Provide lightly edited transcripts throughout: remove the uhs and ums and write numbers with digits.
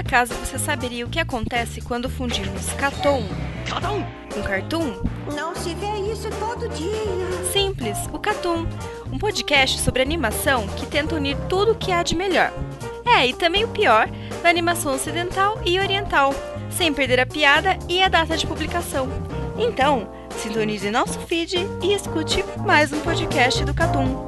acaso você saberia o que acontece quando fundimos Cartoon com Cartoon? Não se vê isso todo dia. Simples, o Cartoon, um podcast sobre animação que tenta unir tudo o que há de melhor. E também o pior da animação ocidental e oriental, sem perder a piada e a data de publicação. Então, sintonize nosso feed e escute mais um podcast do Cartoon.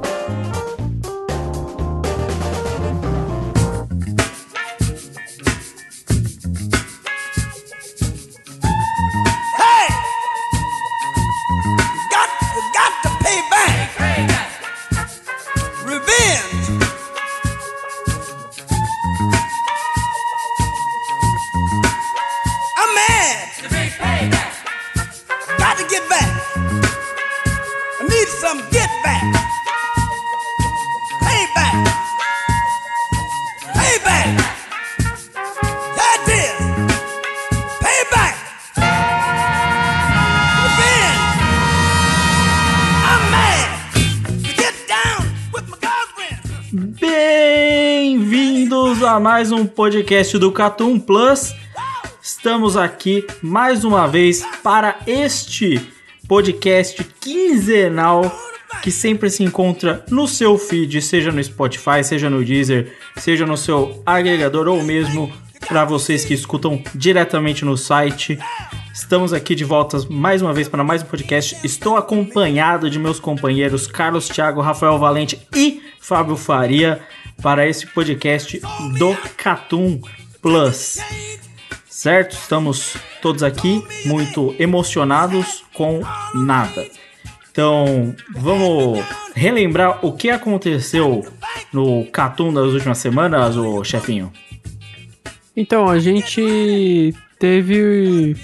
Bem-vindos a mais um podcast do Cartoon Plus. Estamos aqui mais uma vez para este podcast quinzenal que sempre se encontra no seu feed, seja no Spotify, seja no Deezer, seja no seu agregador ou mesmo para vocês que escutam diretamente no site. Estamos aqui de volta mais uma vez para mais um podcast. Estou acompanhado de meus companheiros Carlos Thiago, Rafael Valente e Fábio Faria para esse podcast do Cartoon Plus. Certo? Estamos todos aqui muito emocionados com nada. Então, vamos relembrar o que aconteceu no Cartoon das últimas semanas, ô chefinho? Então, a gente teve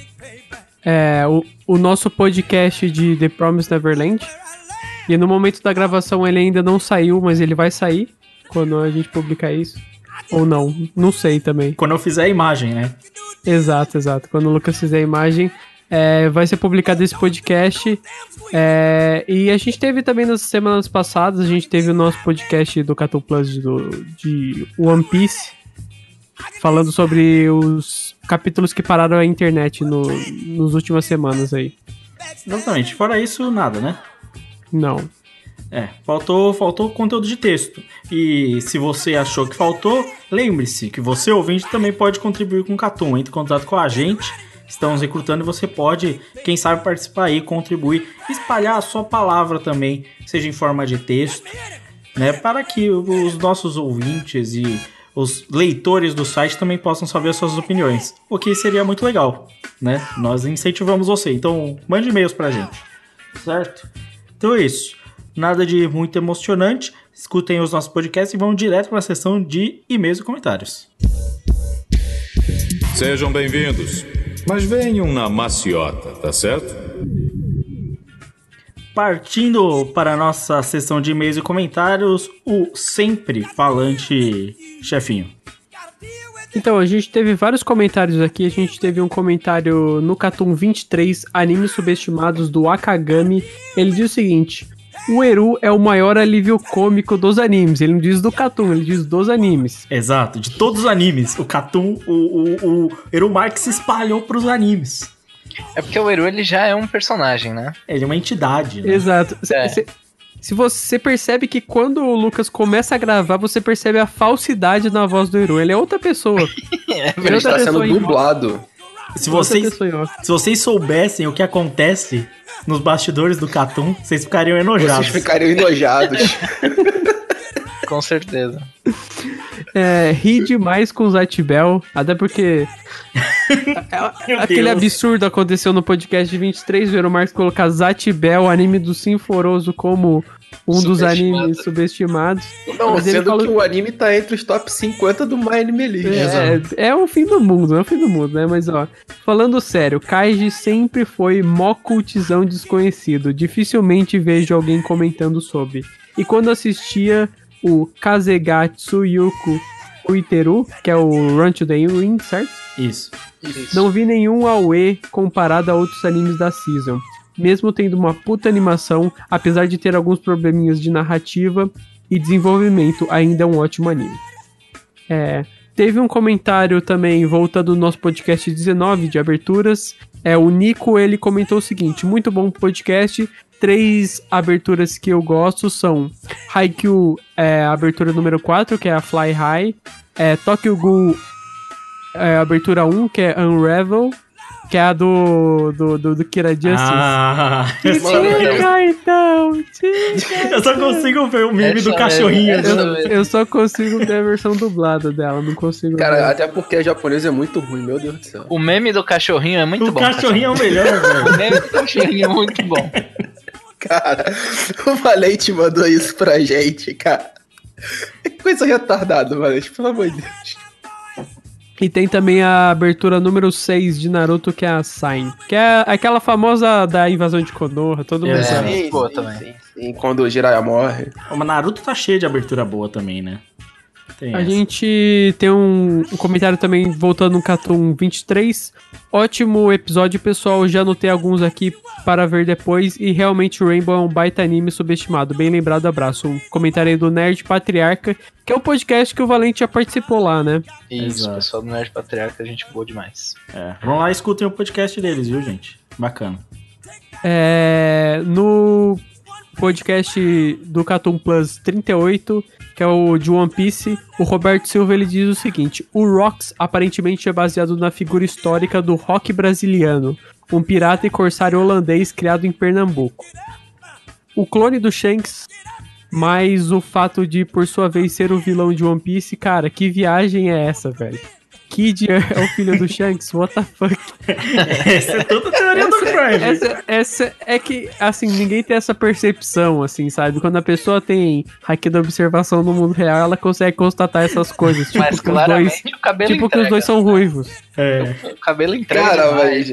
o nosso podcast de The Promised Neverland. E no momento da gravação ele ainda não saiu, mas ele vai sair quando a gente publicar isso. Ou não sei também. Quando eu fizer a imagem, né? Exato. Quando o Lucas fizer a imagem, vai ser publicado esse podcast. E a gente teve também nas semanas passadas, a gente teve o nosso podcast do Cartoon Plus de One Piece, falando sobre os capítulos que pararam a internet nas últimas semanas aí. Exatamente. Fora isso, nada, né? Não. Faltou conteúdo de texto. E se você achou que faltou, lembre-se que você, ouvinte, também pode contribuir com o Cartoon. Entre em contato com a gente, estamos recrutando e você pode, quem sabe, participar aí, contribuir, espalhar a sua palavra também, seja em forma de texto, né? Para que os nossos ouvintes e os leitores do site também possam saber as suas opiniões, o que seria muito legal, né? Nós incentivamos você, então mande e-mails pra gente, certo? Então é isso, nada de muito emocionante, escutem os nossos podcasts e vão direto para a seção de e-mails e comentários. Sejam bem-vindos, mas venham na maciota, tá certo? Partindo para a nossa sessão de e-mails e comentários, o sempre falante chefinho. Então, a gente teve vários comentários aqui. A gente teve um comentário no Cartoon 23, Animes Subestimados, do Akagami. Ele diz o seguinte: o Eru é o maior alívio cômico dos animes. Ele não diz do Cartoon, ele diz dos animes. Exato, de todos os animes. O Cartoon, o Eru Marx se espalhou para os animes. É porque o Eru, ele já é um personagem, né? Ele é uma entidade, né? Exato. Se você percebe que quando o Lucas começa a gravar, você percebe a falsidade na voz do Eru. Ele é outra pessoa. Ele está sendo dublado. Se vocês soubessem o que acontece nos bastidores do Cartoon, vocês ficariam enojados. Vocês ficariam enojados. Com certeza. Ri demais com o Zatibel, até porque aquele absurdo aconteceu no podcast 23, ver o Marcos colocar Zatibel, anime do Sinforoso, como um dos animes subestimados. Não, mas sendo que o anime tá entre os top 50 do My Anime List. É o fim do mundo, né? Mas ó, falando sério, Kaiji sempre foi mó cultizão desconhecido. Dificilmente vejo alguém comentando sobre. E quando assistia o Kazegatsu Yuku Uiteru, que é o Run to the Ring, certo? Isso. Não vi nenhum AOE comparado a outros animes da Season. Mesmo tendo uma puta animação, apesar de ter alguns probleminhas de narrativa e desenvolvimento, ainda é um ótimo anime. Teve um comentário também, voltando no nosso podcast 19 de aberturas. O Nico, ele comentou o seguinte: muito bom podcast. 3 aberturas que eu gosto são Haikyuu, a abertura número 4, que é a Fly High. Tokyo Ghoul, abertura 1, que é Unravel, que é a do Kira Justice. Então. Eu só consigo ver o meme do cachorrinho. Eu só consigo ver a versão dublada dela, não consigo ver. Cara, até porque a japonesa é muito ruim, meu Deus do céu. O meme do cachorrinho é muito bom. O cachorrinho é o melhor, velho. O meme do cachorrinho é muito bom. Cara, o Valente mandou isso pra gente, cara. Que coisa retardada, Valente, pelo amor de Deus. E tem também a abertura número 6 de Naruto, que é a Sign. Que é aquela famosa da invasão de Konoha, todo mundo sabe. Sim, quando o Jiraiya morre. O Naruto tá cheio de abertura boa também, né? A gente tem um comentário também, voltando no Catum 23. Ótimo episódio, pessoal. Já anotei alguns aqui para ver depois. E realmente o Rainbow é um baita anime subestimado. Bem lembrado, abraço. Um comentário aí do Nerd Patriarca, que é o podcast que o Valente já participou lá, né? Isso, Exato. Pessoal do Nerd Patriarca, a gente boa demais. Vão lá e escutem o podcast deles, viu, gente? Bacana. No podcast do Catum Plus 38, que é o de One Piece, o Roberto Silva, ele diz o seguinte: o Rox aparentemente é baseado na figura histórica do rock brasiliano, um pirata e corsário holandês criado em Pernambuco. O clone do Shanks, mas o fato de, por sua vez, ser o vilão de One Piece, cara, que viagem é essa, velho? Kid é o filho do Shanks? What the fuck? Essa é toda a teoria do Crime. Essa é que, assim, ninguém tem essa percepção, assim, sabe? Quando a pessoa tem haki da observação no mundo real, ela consegue constatar essas coisas. Tipo, mas claramente o cabelo tipo entrega. Que os dois são ruivos. O cabelo entrega. Cara, mas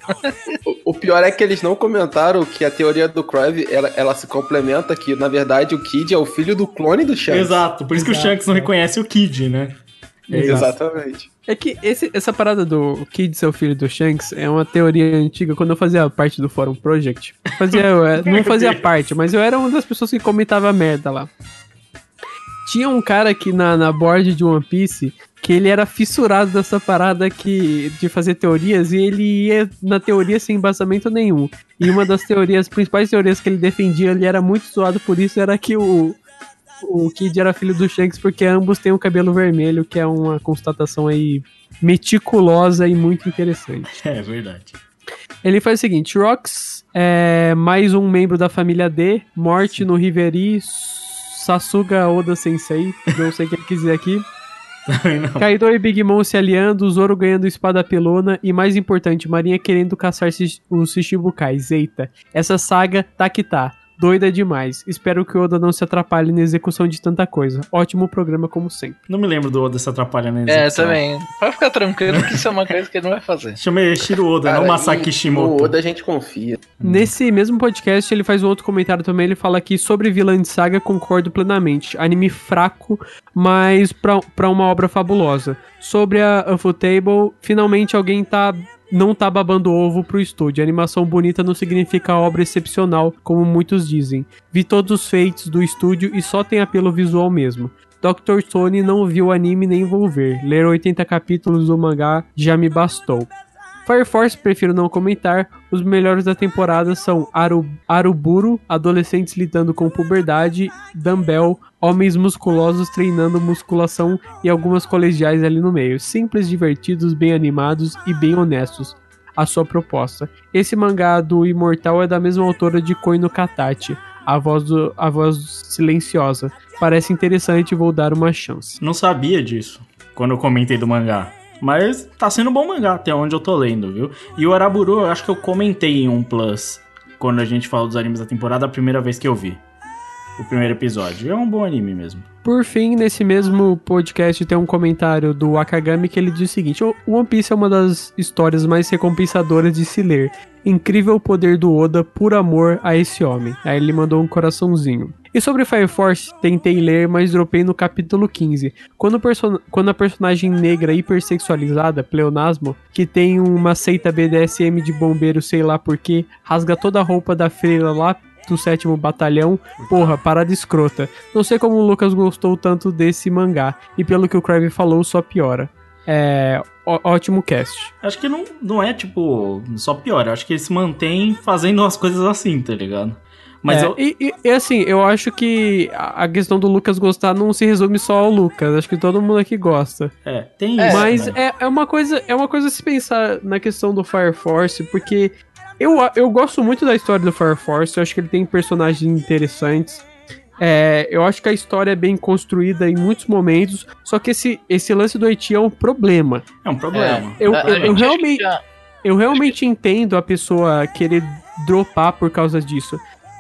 o pior é que eles não comentaram que a teoria do Crave, ela se complementa, que na verdade o Kid é o filho do clone do Shanks. Exato, por isso que o Shanks não reconhece o Kid, né? Exatamente. É que essa parada do Kid ser o filho do Shanks é uma teoria antiga. Quando eu fazia parte do Fórum Project, não fazia parte, mas eu era uma das pessoas que comentava merda lá. Tinha um cara aqui na board de One Piece que ele era fissurado dessa parada de fazer teorias, e ele ia na teoria sem embasamento nenhum. E uma das principais teorias que ele defendia, ele era muito zoado por isso, era que o Kid era filho do Shanks porque ambos têm o cabelo vermelho, que é uma constatação aí meticulosa e muito interessante. É verdade. Ele faz o seguinte: Rox é mais um membro da família D, morte no Riveri, Sasuga Oda Sensei, não sei o que ele quis dizer aqui. Kaido e Big Mom se aliando, Zoro ganhando espada pelona e, mais importante, Marinha querendo caçar os Shichibukais. Eita, essa saga tá que tá. Doida demais. Espero que o Oda não se atrapalhe na execução de tanta coisa. Ótimo programa, como sempre. Não me lembro do Oda se atrapalhando na execução. Também. Pode ficar tranquilo que isso é uma coisa que ele não vai fazer. Chama Shiro Oda, cara, não Masaki Kishimoto. O Oda a gente confia. Nesse mesmo podcast, ele faz um outro comentário também. Ele fala que sobre Vinland Saga, concordo plenamente. Anime fraco, mas pra uma obra fabulosa. Sobre a Ufotable, finalmente alguém não tá babando ovo pro estúdio. Animação bonita não significa obra excepcional, como muitos dizem. Vi todos os feitos do estúdio e só tem apelo visual mesmo. Dr. Stone não viu o anime nem vou ver. Ler 80 capítulos do mangá já me bastou. Fire Force prefiro não comentar. Os melhores da temporada são Aruburu, adolescentes lidando com puberdade, Dumbbell, homens musculosos treinando musculação e algumas colegiais ali no meio. Simples, divertidos, bem animados e bem honestos. A sua proposta. Esse mangá do Imortal é da mesma autora de Koi no Katachi, a voz silenciosa. Parece interessante e vou dar uma chance. Não sabia disso quando eu comentei do mangá. Mas tá sendo um bom mangá, até onde eu tô lendo, viu? E o Araburu, eu acho que eu comentei em um Plus, quando a gente falou dos animes da temporada, a primeira vez que eu vi o primeiro episódio. É um bom anime mesmo. Por fim, nesse mesmo podcast tem um comentário do Akagami que ele diz o seguinte: o One Piece é uma das histórias mais recompensadoras de se ler. Incrível o poder do Oda, por amor a esse homem. Aí ele mandou um coraçãozinho. E sobre Fire Force, tentei ler, mas dropei no capítulo 15. Quando a personagem negra hipersexualizada, Pleonasmo, que tem uma seita BDSM de bombeiro sei lá porquê, rasga toda a roupa da freira lá 107º Batalhão. Porra, parada escrota. Não sei como o Lucas gostou tanto desse mangá. E pelo que o Crave falou, só piora. Ótimo cast. Acho que não é, tipo, só pior. Acho que ele se mantém fazendo as coisas assim, tá ligado? Mas e assim, eu acho que a questão do Lucas gostar não se resume só ao Lucas. Acho que todo mundo aqui gosta. Tem isso. Mas é uma coisa se pensar na questão do Fire Force, porque eu gosto muito da história do Fire Force. Eu acho que ele tem personagens interessantes. Eu acho que a história é bem construída em muitos momentos. Só que esse lance do Eti é um problema. É um problema. Eu realmente entendo a pessoa querer dropar por causa disso.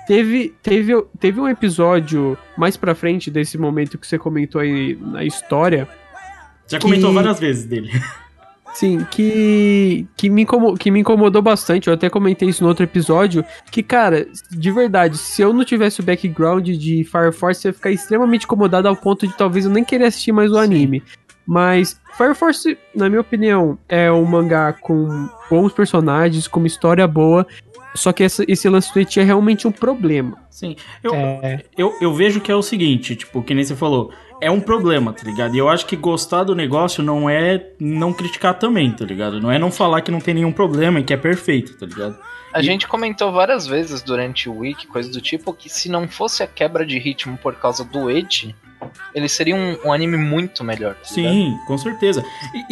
Teve um episódio mais pra frente desse momento que você comentou aí na história. Já comentou várias vezes dele. Sim, que me incomodou bastante. Eu até comentei isso no outro episódio. Que, cara, de verdade, se eu não tivesse o background de Fire Force, eu ia ficar extremamente incomodado ao ponto de talvez eu nem querer assistir mais o anime. Mas Fire Force, na minha opinião, é um mangá com bons personagens, com uma história boa. Só que esse lance do Eti é realmente um problema. Sim, eu vejo que é o seguinte, tipo, que nem você falou, é um problema, tá ligado? E eu acho que gostar do negócio não é não criticar também, tá ligado? Não é não falar que não tem nenhum problema e que é perfeito, tá ligado? A gente comentou várias vezes durante o Wiki, coisa do tipo, que se não fosse a quebra de ritmo por causa do Eti, ele seria um anime muito melhor, tá ligado? Sim, com certeza.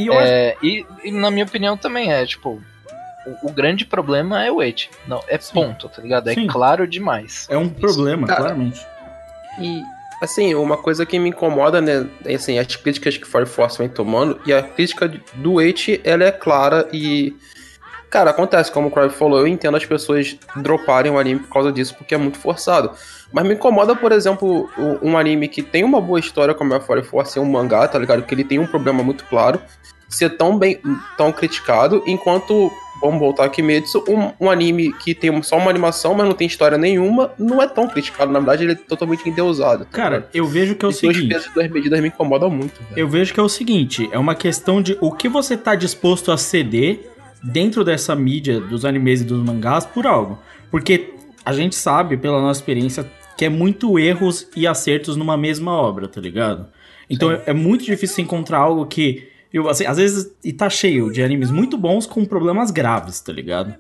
E na minha opinião também tipo... O grande problema é o Eti. Não, ponto, tá ligado? É claro demais. É um problema, claramente. E, assim, uma coisa que me incomoda, né? Assim, as críticas que Fire Force vem tomando, e a crítica do Eti, ela é clara e... Cara, acontece, como o Crave falou, eu entendo as pessoas droparem o anime por causa disso, porque é muito forçado. Mas me incomoda, por exemplo, um anime que tem uma boa história, como é Fire Force, é um mangá, tá ligado? Que ele tem um problema muito claro, ser tão criticado, enquanto... Vamos voltar aqui, Kimetsu, um anime que tem só uma animação, mas não tem história nenhuma, não é tão criticado. Na verdade, ele é totalmente endeusado. Cara, eu vejo que é o seguinte... Os pesos e duas medidas me incomodam muito, velho. Eu vejo que é o seguinte, é uma questão de o que você tá disposto a ceder dentro dessa mídia dos animes e dos mangás por algo. Porque a gente sabe, pela nossa experiência, que é muito erros e acertos numa mesma obra, tá ligado? Então é muito difícil encontrar algo que... assim, às vezes, e tá cheio de animes muito bons com problemas graves, tá ligado?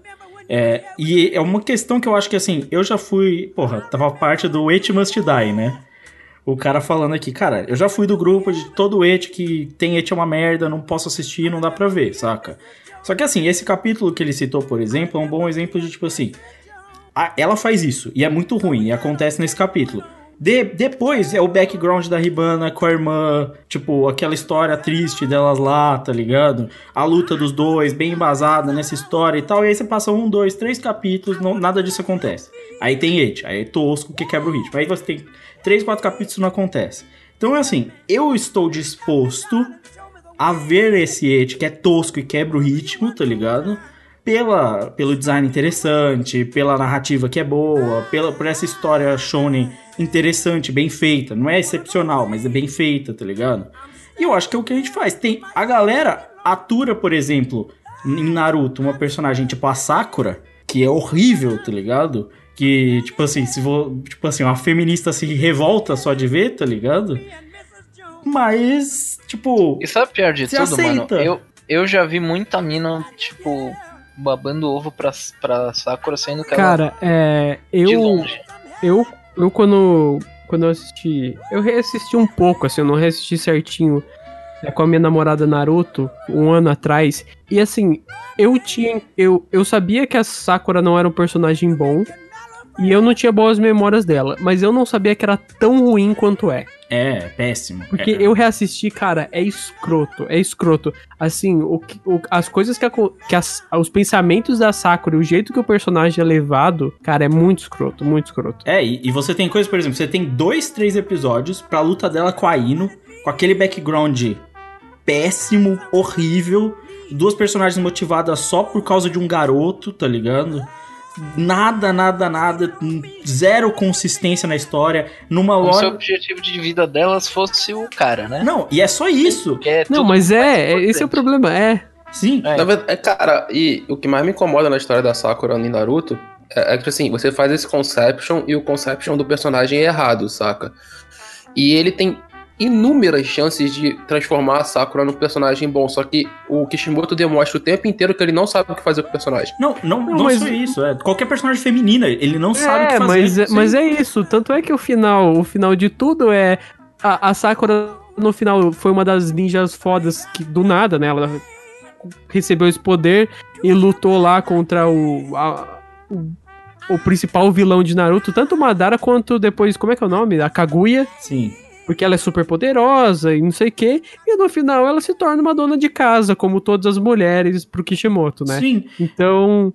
E é uma questão que eu acho que, assim, eu já fui... tava parte do Eti Must Die, né? O cara falando aqui, cara, eu já fui do grupo de todo Eti que tem Eti é uma merda, não posso assistir, não dá pra ver, saca? Só que, assim, esse capítulo que ele citou, por exemplo, é um bom exemplo de, tipo assim... ela faz isso, e é muito ruim, e acontece nesse capítulo. Depois é o background da Hibana com a irmã, tipo, aquela história triste delas lá, tá ligado? A luta dos dois, bem embasada nessa história e tal. E aí você passa 1, 2, 3 capítulos, nada disso acontece. Aí tem Eti, aí é tosco que quebra o ritmo. Aí você tem 3, 4 capítulos e não acontece. Então é assim, eu estou disposto a ver esse Eti que é tosco e quebra o ritmo, tá ligado? Pelo design interessante, pela narrativa que é boa, por essa história shonen interessante, bem feita. Não é excepcional, mas é bem feita, tá ligado? E eu acho que é o que a gente faz. A galera atura, por exemplo, em Naruto, uma personagem tipo a Sakura, que é horrível, tá ligado? Que, tipo assim, uma feminista se revolta só de ver, tá ligado? Mas, tipo... E sabe o pior de tudo, aceita. Mano? Eu já vi muita mina, tipo... babando ovo pra Sakura, sendo que cara, de longe. Eu quando eu assisti... Eu reassisti um pouco, assim, eu não reassisti certinho com a minha namorada Naruto, 1 ano atrás. E assim, eu sabia que a Sakura não era um personagem bom, e eu não tinha boas memórias dela, mas eu não sabia que era tão ruim quanto é. É, péssimo. Porque eu reassisti, cara, é escroto. Assim, as coisas os pensamentos da Sakura e o jeito que o personagem é levado, cara, é muito escroto. E você tem coisas, por exemplo, você tem 2, 3 episódios pra luta dela com a Ino, com aquele background péssimo, horrível, 2 personagens motivadas só por causa de um garoto, tá ligado? Nada, zero consistência na história, numa Como loja... se o objetivo de vida delas fosse o cara, né? Não, e é só isso. Não, mas esse é o problema, Sim. Na verdade, cara, e o que mais me incomoda na história da Sakura em Naruto É que assim, você faz esse Conception e o Conception do personagem é errado, saca? E ele tem inúmeras chances de transformar a Sakura num personagem bom, só que o Kishimoto demonstra o tempo inteiro que ele não sabe o que fazer com o personagem. Não só isso, qualquer personagem feminina, ele não sabe o que fazer. Mas é isso, tanto é que o final de tudo é a Sakura no final foi uma das ninjas fodas que do nada, né, ela recebeu esse poder e lutou lá contra o principal vilão de Naruto, tanto o Madara quanto depois, como é que é o nome? A Kaguya. Sim. Porque ela é super poderosa e não sei o quê. E no final ela se torna uma dona de casa, como todas as mulheres pro Kishimoto, né? Sim. Então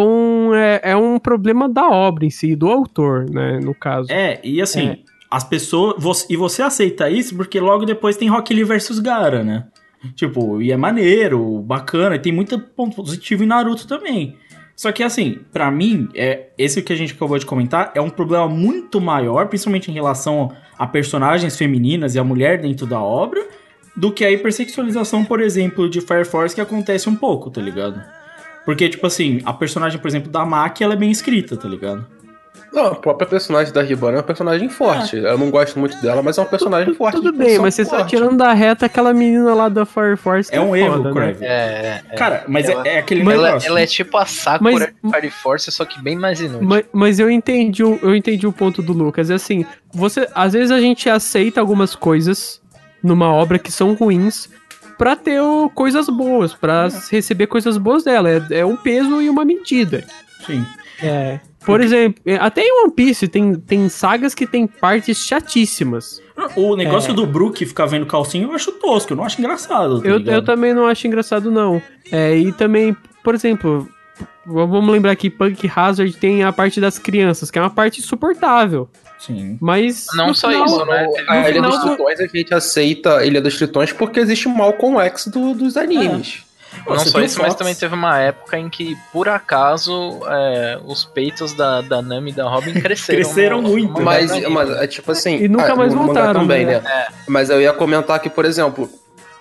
é um problema da obra em si, do autor, né? No caso. E assim, as pessoas... E você aceita isso porque logo depois tem Rock Lee vs Gaara, né? Tipo, e é maneiro, bacana, e tem muito ponto positivo em Naruto também. Só que assim, pra mim, esse que a gente acabou de comentar é um problema muito maior, principalmente em relação a personagens femininas e a mulher dentro da obra, do que a hipersexualização, por exemplo, de Fire Force, que acontece um pouco, tá ligado? Porque, tipo assim, a personagem, por exemplo, da Maki, ela é bem escrita, tá ligado? Não, a própria personagem da Hibana é uma personagem forte. Eu não gosto muito dela, mas é uma personagem forte. Tudo bem, mas você está tirando da reta aquela menina lá da Fire Force. É um erro, foda, Crave. Né? Cara, mas é aquele negócio. Ela é tipo a Sakura de Fire Force, só que bem mais inútil. Mas eu entendi o ponto do Lucas. É assim, às vezes a gente aceita algumas coisas numa obra que são ruins pra ter coisas boas, pra receber coisas boas dela. É um peso e uma medida. Sim. Por exemplo, até em One Piece tem sagas que tem partes chatíssimas. O negócio do Brook ficar vendo calcinha eu acho tosco, eu não acho engraçado. Tá eu também não acho engraçado, não. E também, por exemplo, vamos lembrar que Punk Hazard tem a parte das crianças, que é uma parte insuportável. Sim. Mas não só final, isso, né? A Ilha dos Tritões, a gente aceita a Ilha dos Tritões porque existe um Malcolm X dos animes. Não só isso, mas também teve uma época em que, por acaso, os peitos da Nami e da Robin cresceram muito. Mas é tipo assim... E nunca mais voltaram, também, né? Mas eu ia comentar que, por exemplo,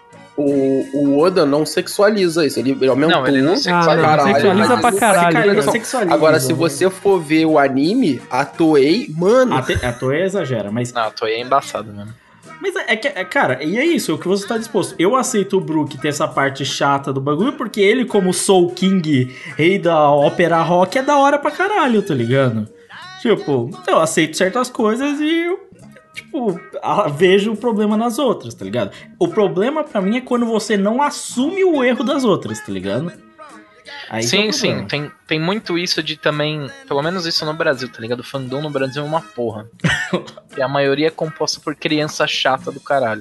o Oda não sexualiza isso. Ele aumentou. Não, ele não sexualiza pra caralho. Agora, se você for ver o anime, a Toei, mano... A Toei exagera, mas... Não, a Toei é embaçado mesmo. Mas cara, e é isso, é o que você tá disposto. Eu aceito o Brook ter essa parte chata do bagulho, porque ele, como Soul King, rei da ópera rock, é da hora pra caralho, tá ligado? Tipo, eu aceito certas coisas e eu, tipo, vejo o problema nas outras, tá ligado? O problema pra mim é quando você não assume o erro das outras, tá ligado? Aí sim, tem muito isso de também, pelo menos isso no Brasil, tá ligado? O fandom no Brasil é uma porra. E a maioria é composta por criança chata do caralho.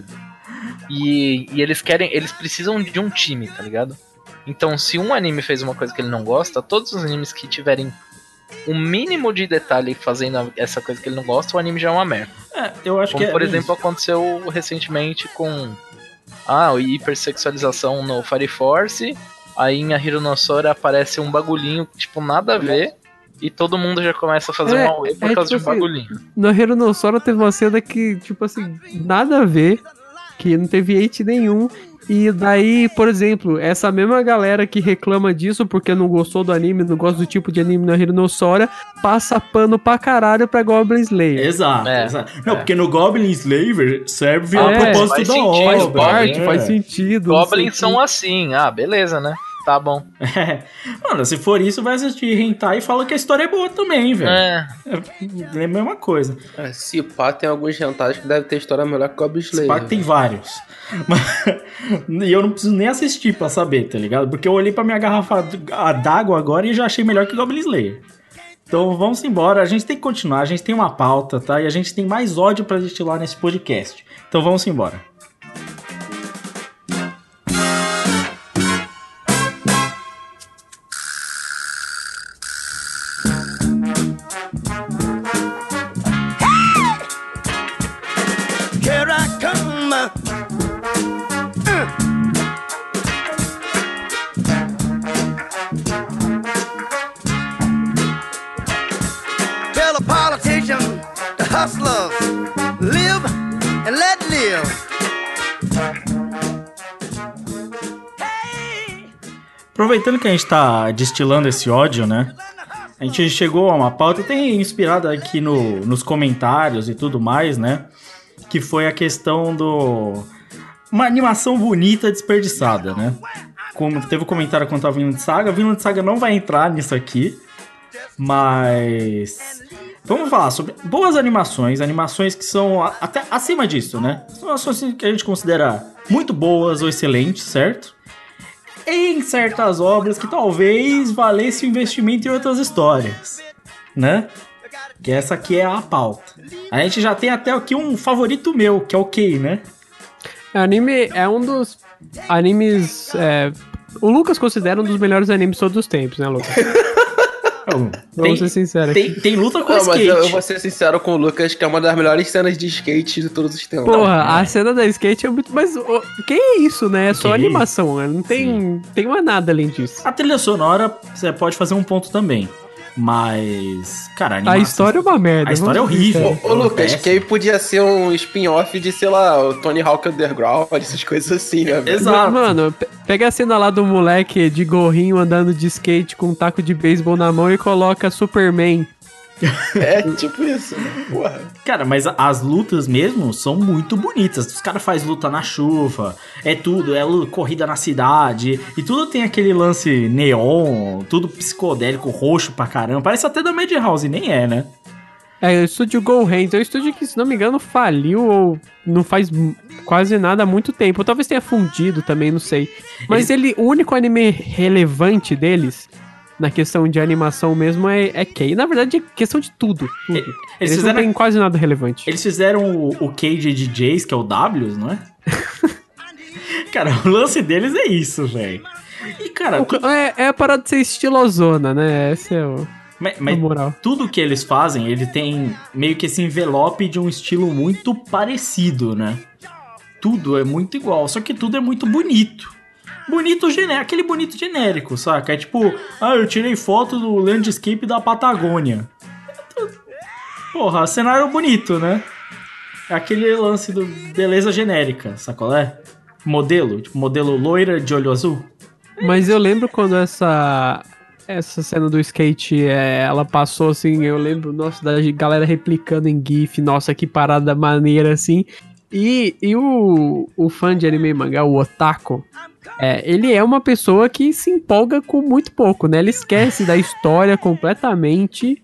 E eles precisam de um time, tá ligado? Então, se um anime fez uma coisa que ele não gosta, todos os animes que tiverem o mínimo de detalhe fazendo essa coisa que ele não gosta, o anime já é uma merda. Eu acho como, por exemplo, aconteceu recentemente com a hipersexualização no Fire Force. Aí em Hiro no Sora aparece um bagulhinho, tipo, nada a ver, e todo mundo já começa a fazer um auê por causa de um bagulhinho. No Hiro no Sora teve uma cena que, tipo assim, nada a ver, que não teve hate nenhum, e daí, por exemplo, essa mesma galera que reclama disso porque não gostou do anime, não gosta do tipo de anime no Hiro no Sora, passa pano pra caralho pra Goblin Slayer. Exato. Não, porque no Goblin Slayer serve ao propósito da obra. Faz sentido. Goblins são assim, beleza, né? Tá bom. Mano, se for isso, vai assistir Hentai e fala que a história é boa também, velho. É a mesma coisa. Se pá, tem alguns Hentais que devem ter história melhor que Goblin Slayer. Se pá, tem vários. E eu não preciso nem assistir pra saber, tá ligado? Porque eu olhei pra minha garrafa d'água agora e já achei melhor que Goblin Slayer. Então vamos embora, a gente tem que continuar, a gente tem uma pauta, tá? E a gente tem mais ódio pra destilar nesse podcast. Então vamos embora. Aproveitando que a gente tá destilando esse ódio, né? a gente chegou a uma pauta, tem inspirado aqui nos comentários e tudo mais, né? Que foi a questão uma animação bonita desperdiçada, né? Como teve um comentário quanto a Vinland Saga. A Vinland Saga não vai entrar nisso aqui, mas vamos falar sobre boas animações que são até acima disso, né? São animações que a gente considera muito boas ou excelentes, certo? Em certas obras que talvez valesse o investimento em outras histórias, né? Que essa aqui é a pauta. A gente já tem até aqui um favorito meu, que é o Kei, né? Anime é um dos animes... o Lucas considera um dos melhores animes de todos os tempos, né, Lucas? Vamos ser sinceros aqui. Tem luta com Não, mas skate. eu vou ser sincero com o Lucas, que é uma das melhores cenas de skate de todos os tempos. Porra, a cena da skate é muito... Mas que é isso, né? É só Que animação, né? Não tem mais nada além disso. A trilha sonora, você pode fazer um ponto também. Mas, cara, A história é uma merda. A história é vamos horrível. dizer. Ô Lucas, que aí podia ser um spin-off de, sei lá, o Tony Hawk Underground, essas coisas assim, né? velho? Exato. Mano, pega a cena lá do moleque de gorrinho andando de skate com um taco de beisebol na mão e coloca Superman. É, tipo isso, né? Porra. Cara, mas as lutas mesmo são muito bonitas. Os caras fazem luta na chuva, é tudo, corrida na cidade, e tudo tem aquele lance neon, tudo psicodélico, roxo pra caramba. Parece até da Madhouse, nem é, né? É o estúdio Go Hands, é um estúdio que, se não me engano, faliu ou não faz quase nada há muito tempo. Ou talvez tenha fundido também, não sei. Mas o único anime relevante deles, na questão de animação mesmo, é Kei. Na verdade, é questão de tudo. Eles não têm quase nada relevante. Eles fizeram o Kei de DJs, que é o Ws, não é? Cara, o lance deles é isso, velho. E, cara... É a parada de ser estilosona, né? Esse é o... Mas moral. Tudo que eles fazem, ele tem meio que esse envelope de um estilo muito parecido, né? Tudo é muito igual, só que tudo é muito bonito. Bonito genérico, aquele bonito genérico, saca? É tipo, eu tirei foto do landscape da Patagônia. Porra, cenário bonito, né? É aquele lance do beleza genérica, sacolé? Modelo, tipo modelo loira de olho azul. Mas eu lembro quando essa cena do skate, ela passou assim, eu lembro, nossa, da galera replicando em GIF, nossa, que parada maneira, assim. E o fã de anime e mangá, o otaku, ele é uma pessoa que se empolga com muito pouco, né? Ele esquece da história completamente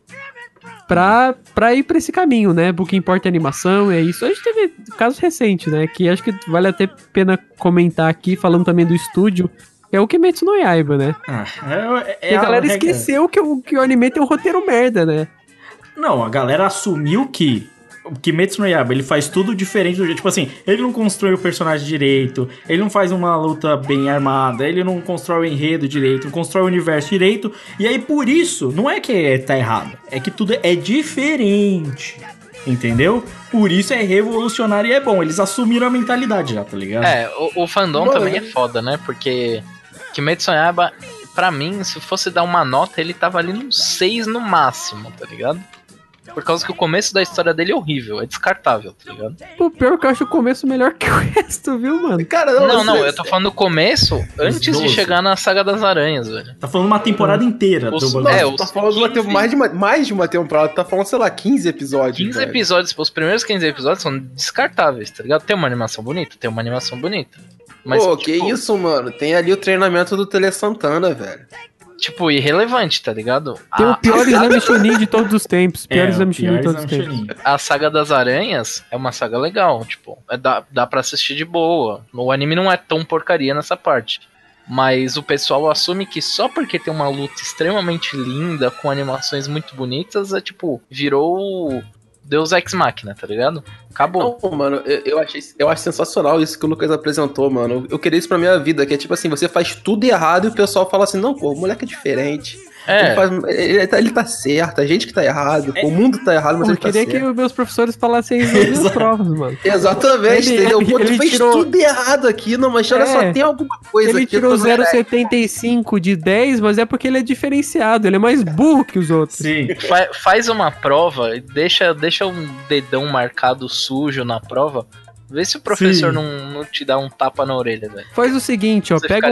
pra ir pra esse caminho, né? O que importa é a animação, é isso. A gente teve casos recentes, né? Que acho que vale até pena comentar aqui, falando também do estúdio. É o Kimetsu no Yaiba, né? E a galera esqueceu que o anime tem um roteiro merda, né? Não, a galera assumiu que o Kimetsu no Yaiba, ele faz tudo diferente do jeito. Tipo assim, ele não constrói o personagem direito, ele não faz uma luta bem armada, ele não constrói o enredo direito, não constrói o universo direito. E aí, por isso, não é que tá errado, é que tudo é diferente. Entendeu? Por isso é revolucionário e é bom. Eles assumiram a mentalidade já, tá ligado? O fandom também é foda, né? Porque Kimetsu no Yaiba, pra mim, se fosse dar uma nota, ele tava ali num 6 no máximo, tá ligado? Por causa que o começo da história dele é horrível, é descartável, tá ligado? Pô, pior que eu acho o começo melhor que o resto, viu, mano? Cara, Não, eu tô falando do começo antes de chegar na Saga das Aranhas, velho. Tá falando uma temporada inteira. Tá falando mais de uma temporada, tá falando, sei lá, 15 episódios. 15 velho. episódios, os primeiros 15 episódios são descartáveis, tá ligado? Tem uma animação bonita. Mas, Pô, que isso, mano? Tem ali o treinamento do Tele Santana, velho. Tipo, irrelevante, tá ligado? Tem o pior exame Chunin de todos os tempos. Pior exame Chunin de todos os exame tempos. Chunin. A Saga das Aranhas é uma saga legal, tipo, dá pra assistir de boa. O anime não é tão porcaria nessa parte. Mas o pessoal assume que só porque tem uma luta extremamente linda, com animações muito bonitas, virou Deus Ex Machina, tá ligado? Acabou. Não, mano, eu acho sensacional isso que o Lucas apresentou, mano. Eu queria isso pra minha vida, que é tipo assim, você faz tudo errado e o pessoal fala assim, não, pô, o moleque é diferente. Ele tá certo, a gente que tá errado, o mundo tá errado, mas Eu ele tá queria certo. que os meus professores falassem isso nas minhas provas, mano. Exatamente, entendeu? Pô, tu fez tudo errado aqui, não, mas olha só, tem alguma coisa Ele aqui. tirou que eu tô- 0,75 de 10, mas é porque ele é diferenciado, ele é mais burro que os outros. Sim. Faz uma prova, deixa um dedão marcado sujo na prova, Vê se o professor não te dá um tapa na orelha, velho. Faz o seguinte, ó, pega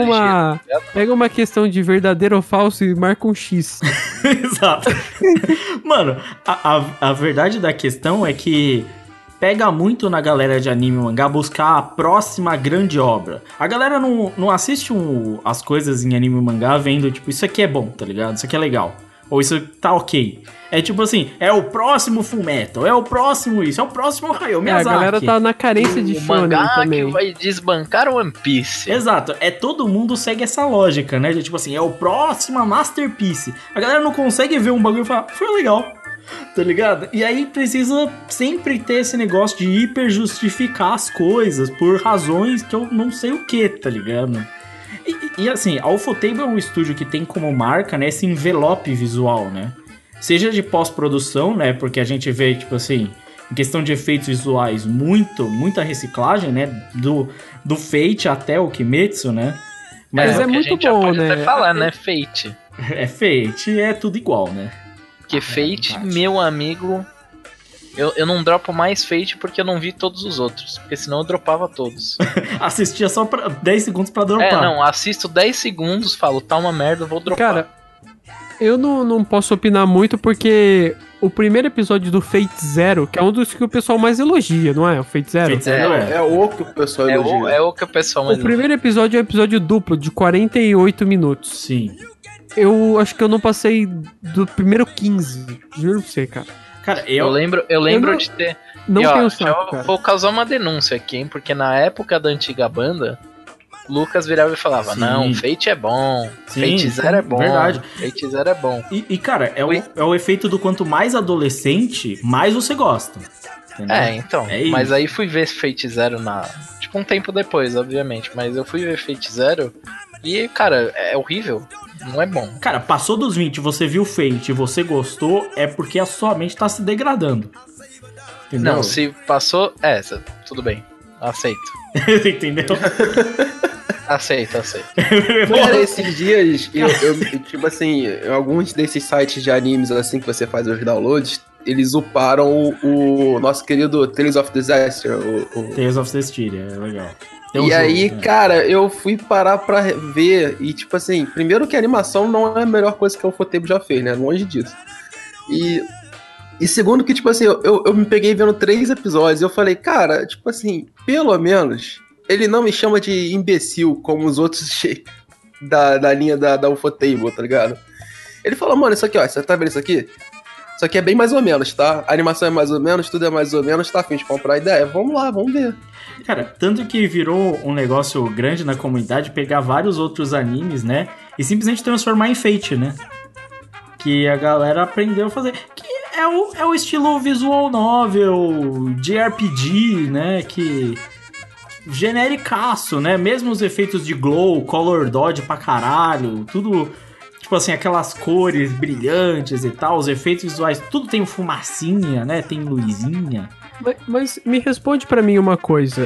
uma questão de verdadeiro ou falso e marca um X. Exato. Mano, a verdade da questão é que pega muito na galera de anime e mangá buscar a próxima grande obra. A galera não assiste as coisas em anime e mangá vendo, tipo, isso aqui é bom, tá ligado? Isso aqui é legal. Ou isso tá ok. É tipo assim, é o próximo Fullmetal, é o próximo isso, é o próximo Hayao Miyazaki. A galera tá na carência de shonen também. Que vai desbancar o One Piece. Exato, todo mundo segue essa lógica, né? De, tipo assim, é o próximo Masterpiece. A galera não consegue ver um bagulho e falar, foi legal, tá ligado? E aí precisa sempre ter esse negócio de hiper justificar as coisas por razões que eu não sei o que, tá ligado? E assim, a Ufotable é um estúdio que tem como marca, né, esse envelope visual, né? Seja de pós-produção, né, porque a gente vê, tipo assim, em questão de efeitos visuais, muita reciclagem, né, do Fate até o Kimetsu, né? Mas é muito bom, né? Até falar, né, Fate. Fate, é tudo igual, né? Porque Fate, meu amigo... Eu não dropo mais Fate porque eu não vi todos os outros. Porque senão eu dropava todos. Assistia só 10 segundos pra dropar. Assisto 10 segundos, falo, tá uma merda, eu vou dropar. Cara, eu não posso opinar muito porque o primeiro episódio do Fate Zero, que é um dos que o pessoal mais elogia, não é? O Fate Zero? Fate Zero é o que o pessoal elogia. É o que o pessoal mais elogia. O primeiro episódio é um episódio duplo, de 48 minutos. Sim. Eu acho que eu não passei do primeiro 15. Juro pra você, cara. Cara, eu lembro de ter... Não tenho saco, cara. Vou causar uma denúncia aqui, hein? Porque na época da antiga banda, Lucas virava e falava, não, Fate é bom, Fate Zero é bom, verdade. Fate Zero é bom. E cara, é o efeito do quanto mais adolescente, mais você gosta. Entendeu? Então. Mas aí fui ver Fate Zero tipo um tempo depois, obviamente. Mas eu fui ver Fate Zero e, cara, é horrível. Não é bom. Cara, passou dos 20, você viu Fate e você gostou, é porque a sua mente tá se degradando. Entendeu? Não, se passou... tudo bem. Aceito. Entendeu? Aceito. Cara, esses dias, eu tipo assim, alguns desses sites de animes assim que você faz os downloads, eles uparam o nosso querido Tales of Disaster. Tales of Disaster, é legal. E aí, cara, eu fui parar pra ver e, tipo assim, primeiro que a animação não é a melhor coisa que o Ufotable já fez, né? Longe disso. E segundo que, tipo assim, eu me peguei vendo 3 episódios e eu falei, cara, tipo assim, pelo menos ele não me chama de imbecil como os outros da linha da Ufotable, tá ligado? Ele falou, mano, isso aqui, ó, você tá vendo isso aqui? Isso aqui é bem mais ou menos, tá? A animação é mais ou menos, tudo é mais ou menos, tá a fim de comprar a ideia? Vamos lá, vamos ver. Cara, tanto que virou um negócio grande na comunidade pegar vários outros animes, né? E simplesmente transformar em Fate, né? Que a galera aprendeu a fazer. Que é o estilo visual novel, JRPG, né? Que... genericaço, né? Mesmo os efeitos de glow, color dodge pra caralho, tudo... tipo assim, aquelas cores brilhantes e tal, os efeitos visuais, tudo tem fumacinha, né? Tem luzinha. Mas me responde pra mim uma coisa,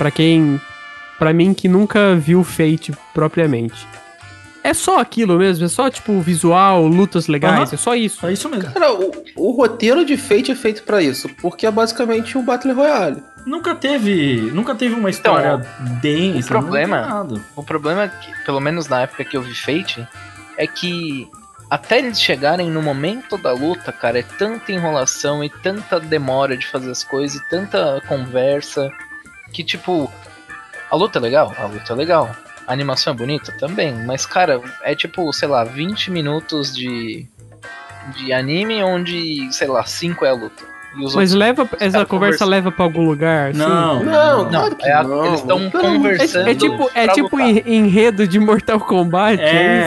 pra mim que nunca viu Fate propriamente. É só aquilo mesmo? É só, tipo, visual, lutas legais? É só isso? É isso mesmo. Cara, o roteiro de Fate é feito pra isso, porque é basicamente um Battle Royale. Nunca teve uma história densa. O problema é que, pelo menos na época que eu vi Fate, é que até eles chegarem no momento da luta, cara, é tanta enrolação e tanta demora de fazer as coisas e tanta conversa que, tipo, a luta é legal? A luta é legal. A animação é bonita? Também. Mas, cara, é tipo, sei lá, 20 minutos de anime onde, sei lá, 5 é a luta. Mas essa conversa leva pra algum lugar? Assim? Não, claro que não. Eles estão conversando. É tipo enredo de Mortal Kombat.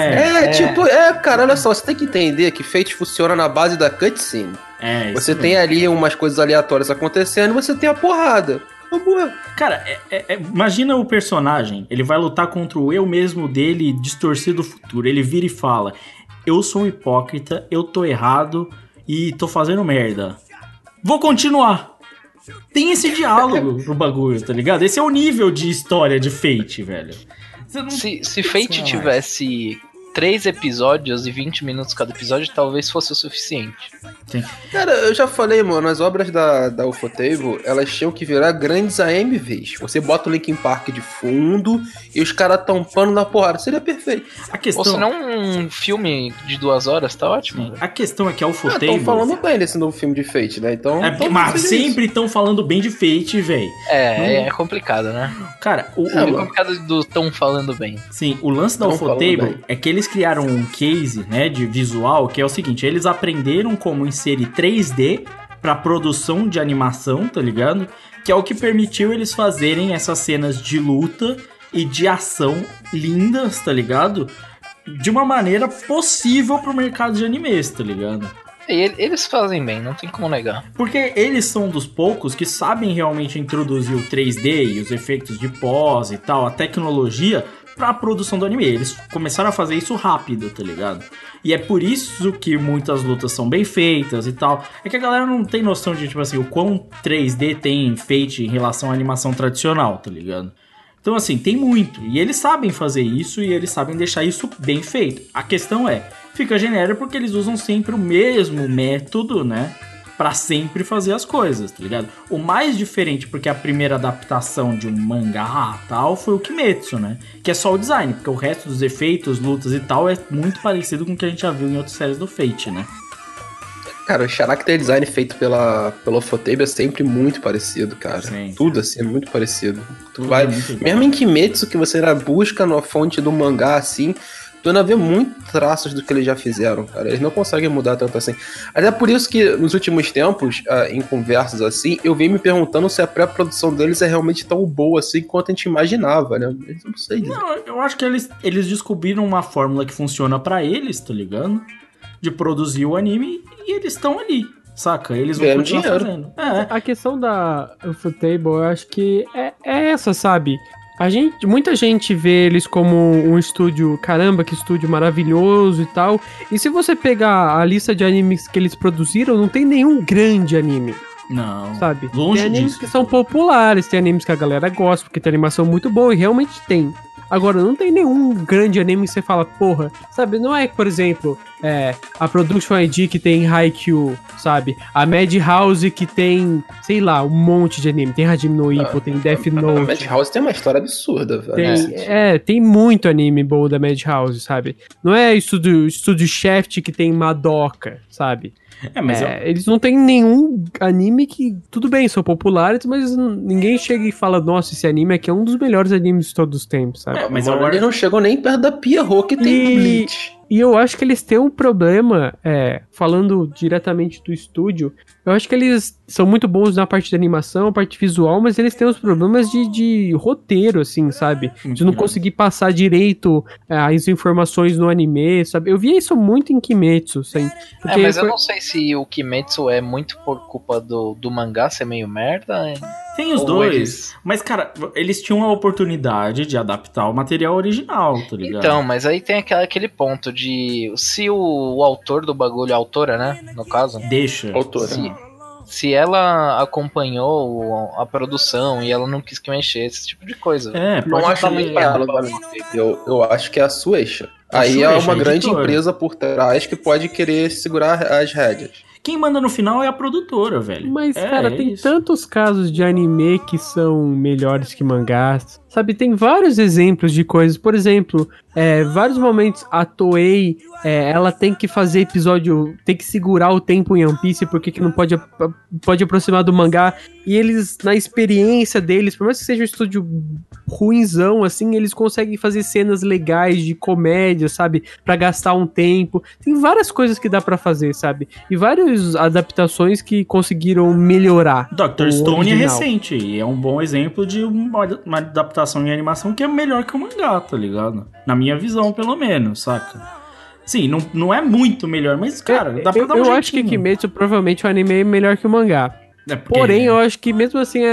Cara, olha só, você tem que entender que Fate funciona na base da cutscene. Você tem ali umas coisas aleatórias acontecendo e você tem a porrada. Cara, imagina o personagem, ele vai lutar contra o eu mesmo dele distorcido do futuro. Ele vira e fala: eu sou um hipócrita, eu tô errado e tô fazendo merda. Vou continuar. Tem esse diálogo pro bagulho, tá ligado? Esse é o nível de história de Fate, velho. Se Fate tivesse 3 episódios e 20 minutos cada episódio talvez fosse o suficiente. Sim. Cara, eu já falei, mano, as obras da Ufotable, elas tinham que virar grandes AMVs. Você bota o Linkin Park de fundo e os caras tampando na porrada. Seria perfeito. A questão... Ou se não, um filme de 2 horas, tá ótimo. A questão é que a Ufotable... Estão falando bem desse novo filme de Fate, né? Então, mas sempre estão falando bem de Fate, velho. É complicado, né? Cara, é complicado do tão falando bem. Sim, o lance da Ufotable é que eles criaram um case, né, de visual, que é o seguinte, eles aprenderam como inserir 3D pra produção de animação, tá ligado? Que é o que permitiu eles fazerem essas cenas de luta e de ação lindas, tá ligado? De uma maneira possível pro mercado de animes, tá ligado? Eles fazem bem, não tem como negar. Porque eles são dos poucos que sabem realmente introduzir o 3D e os efeitos de pós e tal, a tecnologia pra produção do anime. Eles começaram a fazer isso rápido, tá ligado? E é por isso que muitas lutas são bem feitas e tal. É que a galera não tem noção de, tipo assim, o quão 3D tem feito em relação à animação tradicional, tá ligado? Então, assim, tem muito. E eles sabem fazer isso e eles sabem deixar isso bem feito. A questão é, fica genérico porque eles usam sempre o mesmo método, né? Pra sempre fazer as coisas, tá ligado? O mais diferente, porque a primeira adaptação de um mangá e tal, foi o Kimetsu, né? Que é só o design, porque o resto dos efeitos, lutas e tal, é muito parecido com o que a gente já viu em outras séries do Fate, né? Cara, o character design feito pela Ufotable é sempre muito parecido, cara. Sim. Tudo assim é muito parecido. Tu vai, mesmo em Kimetsu, que você busca na fonte do mangá assim, tu ainda vê muitos traços do que eles já fizeram, cara. Eles não conseguem mudar tanto assim. Até por isso que nos últimos tempos, em conversas assim, eu venho me perguntando se a pré-produção deles é realmente tão boa assim quanto a gente imaginava, né? Eu não sei dizer. Não, eu acho que eles descobriram uma fórmula que funciona pra eles, tá ligado? De produzir o anime e eles estão ali, saca? Eles vão continuar fazendo. A questão da Ufotable, eu acho que é essa, sabe? Muita gente vê eles como um estúdio, caramba, que estúdio maravilhoso e tal. E se você pegar a lista de animes que eles produziram, não tem nenhum grande anime. Não, sabe? Longe tem animes disso. que são populares, tem animes que a galera gosta, porque tem animação muito boa, e realmente tem. Agora, não tem nenhum grande anime que você fala, porra, sabe? Não é, por exemplo, a Production ID que tem Haikyuu, sabe? A Madhouse que tem, sei lá, um monte de anime. Tem Hajime no Ippo, tem Death Note. A Madhouse tem uma história absurda, velho. Tem muito anime bom da Madhouse, sabe? Não é Estúdio Shaft que tem Madoka, sabe? Eles não tem nenhum anime que, tudo bem, são populares, mas ninguém chega e fala, nossa, esse anime aqui é um dos melhores animes de todos os tempos, sabe? Mas agora eles não chegam nem perto da Pierrot que tem no Bleach. E eu acho que eles têm um problema, falando diretamente do estúdio, eu acho que eles são muito bons na parte de animação, parte visual, mas eles têm os problemas de roteiro, assim, sabe? De não conseguir passar direito as informações no anime, sabe? Eu via isso muito em Kimetsu, assim. Mas eu não sei se o Kimetsu é muito por culpa do mangá ser meio merda. Tem os dois, mas, cara, eles tinham a oportunidade de adaptar o material original, tá ligado? Então, mas aí tem aquele ponto de... Se o autor do bagulho, a autora, né, no caso... Deixa. Autora. Se ela acompanhou a produção e ela não quis que mexesse, esse tipo de coisa. Não acho nem ela, eu acho que é a Shueisha. Aí é uma grande empresa por trás que pode querer segurar as rédeas. Quem manda no final é a produtora, velho. Mas, cara, tem tantos casos de anime que são melhores que mangás. Sabe, tem vários exemplos de coisas. Por exemplo, vários momentos a Toei, ela tem que fazer episódio, tem que segurar o tempo em One Piece, porque que não pode aproximar do mangá. E eles, na experiência deles, por mais que seja um estúdio ruinzão, assim, eles conseguem fazer cenas legais de comédia, sabe? Pra gastar um tempo. Tem várias coisas que dá pra fazer, sabe? E várias adaptações que conseguiram melhorar. Dr. Stone é recente e é um bom exemplo de uma adaptação em animação que é melhor que o mangá, tá ligado? Na minha visão, pelo menos, saca? Sim, não é muito melhor, mas, cara, dá pra dar um jeitinho. Eu acho que Kimetsu provavelmente o anime é melhor que o mangá. Porém, eu acho que mesmo assim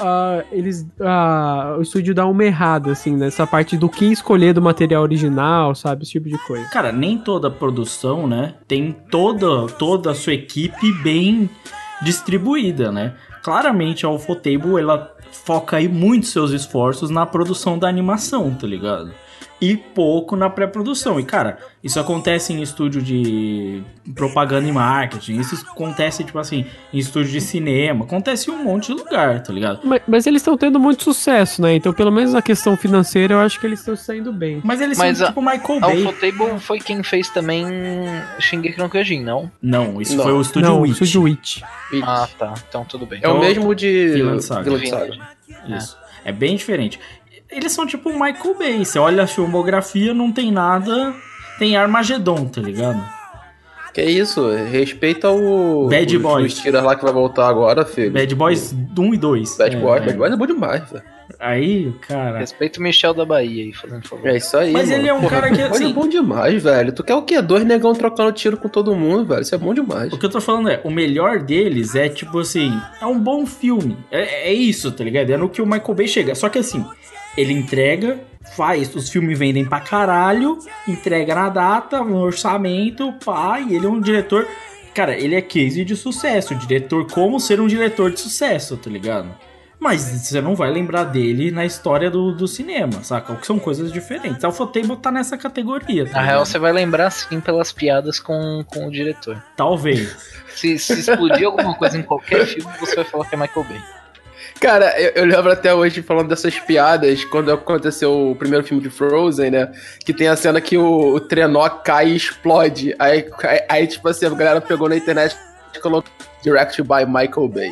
o estúdio dá uma errada, assim, nessa parte do que escolher do material original, sabe? Esse tipo de coisa. Cara, nem toda produção, né, tem toda a sua equipe bem distribuída, né? Claramente a Ufotable, ela foca aí muito seus esforços na produção da animação, tá ligado? e pouco na pré-produção. E, cara, isso acontece em estúdio de propaganda e marketing, isso acontece, tipo assim, em estúdio de cinema, acontece em um monte de lugar, tá ligado? Mas eles estão tendo muito sucesso, né? Então, pelo menos na questão financeira, eu acho que eles estão saindo bem. Mas eles são tipo Michael A Bay. Ufotable foi quem fez também Shingeki no Kyojin, não? Não, isso Não. foi o estúdio Não, o Witch. Estúdio Witch. Ah, tá. Então tudo bem. É o mesmo de Vinland Saga. Vinland Saga. Isso. É bem diferente. Eles são tipo o Michael Bay. Você olha a filmografia, não tem nada. Tem Armagedon, tá ligado? Que isso? Respeita o... Bad Boys. Os tiras lá que vai voltar agora, filho. Bad Boys 1 e 2. Bad Boys é bom demais, velho. Aí, cara... Respeita o Michel da Bahia aí, fazendo favor. É isso aí, Mas mano. ele é um cara que, Bad Boys assim... é bom demais, velho. Tu quer o quê? 2 negão trocando tiro com todo mundo, velho. Isso é bom demais. O que eu tô falando é, o melhor deles é, tipo assim, é um bom filme. É isso, tá ligado? É no que o Michael Bay chega. Só que assim, ele entrega, faz, os filmes vendem pra caralho, entrega na data, no orçamento, pá, e ele é um diretor... Cara, ele é case de sucesso, diretor como ser um diretor de sucesso, tá ligado? Mas você não vai lembrar dele na história do cinema, saca? O que são coisas diferentes. A Ufotable tá nessa categoria, tá Na ligado? real, você vai lembrar sim pelas piadas com o diretor. Talvez. Se explodir alguma coisa em qualquer filme, você vai falar que é Michael Bay. Cara, eu lembro até hoje falando dessas piadas, quando aconteceu o primeiro filme de Frozen, né? Que tem a cena que o trenó cai e explode. Aí tipo assim, a galera pegou na internet e colocou Directed by Michael Bay.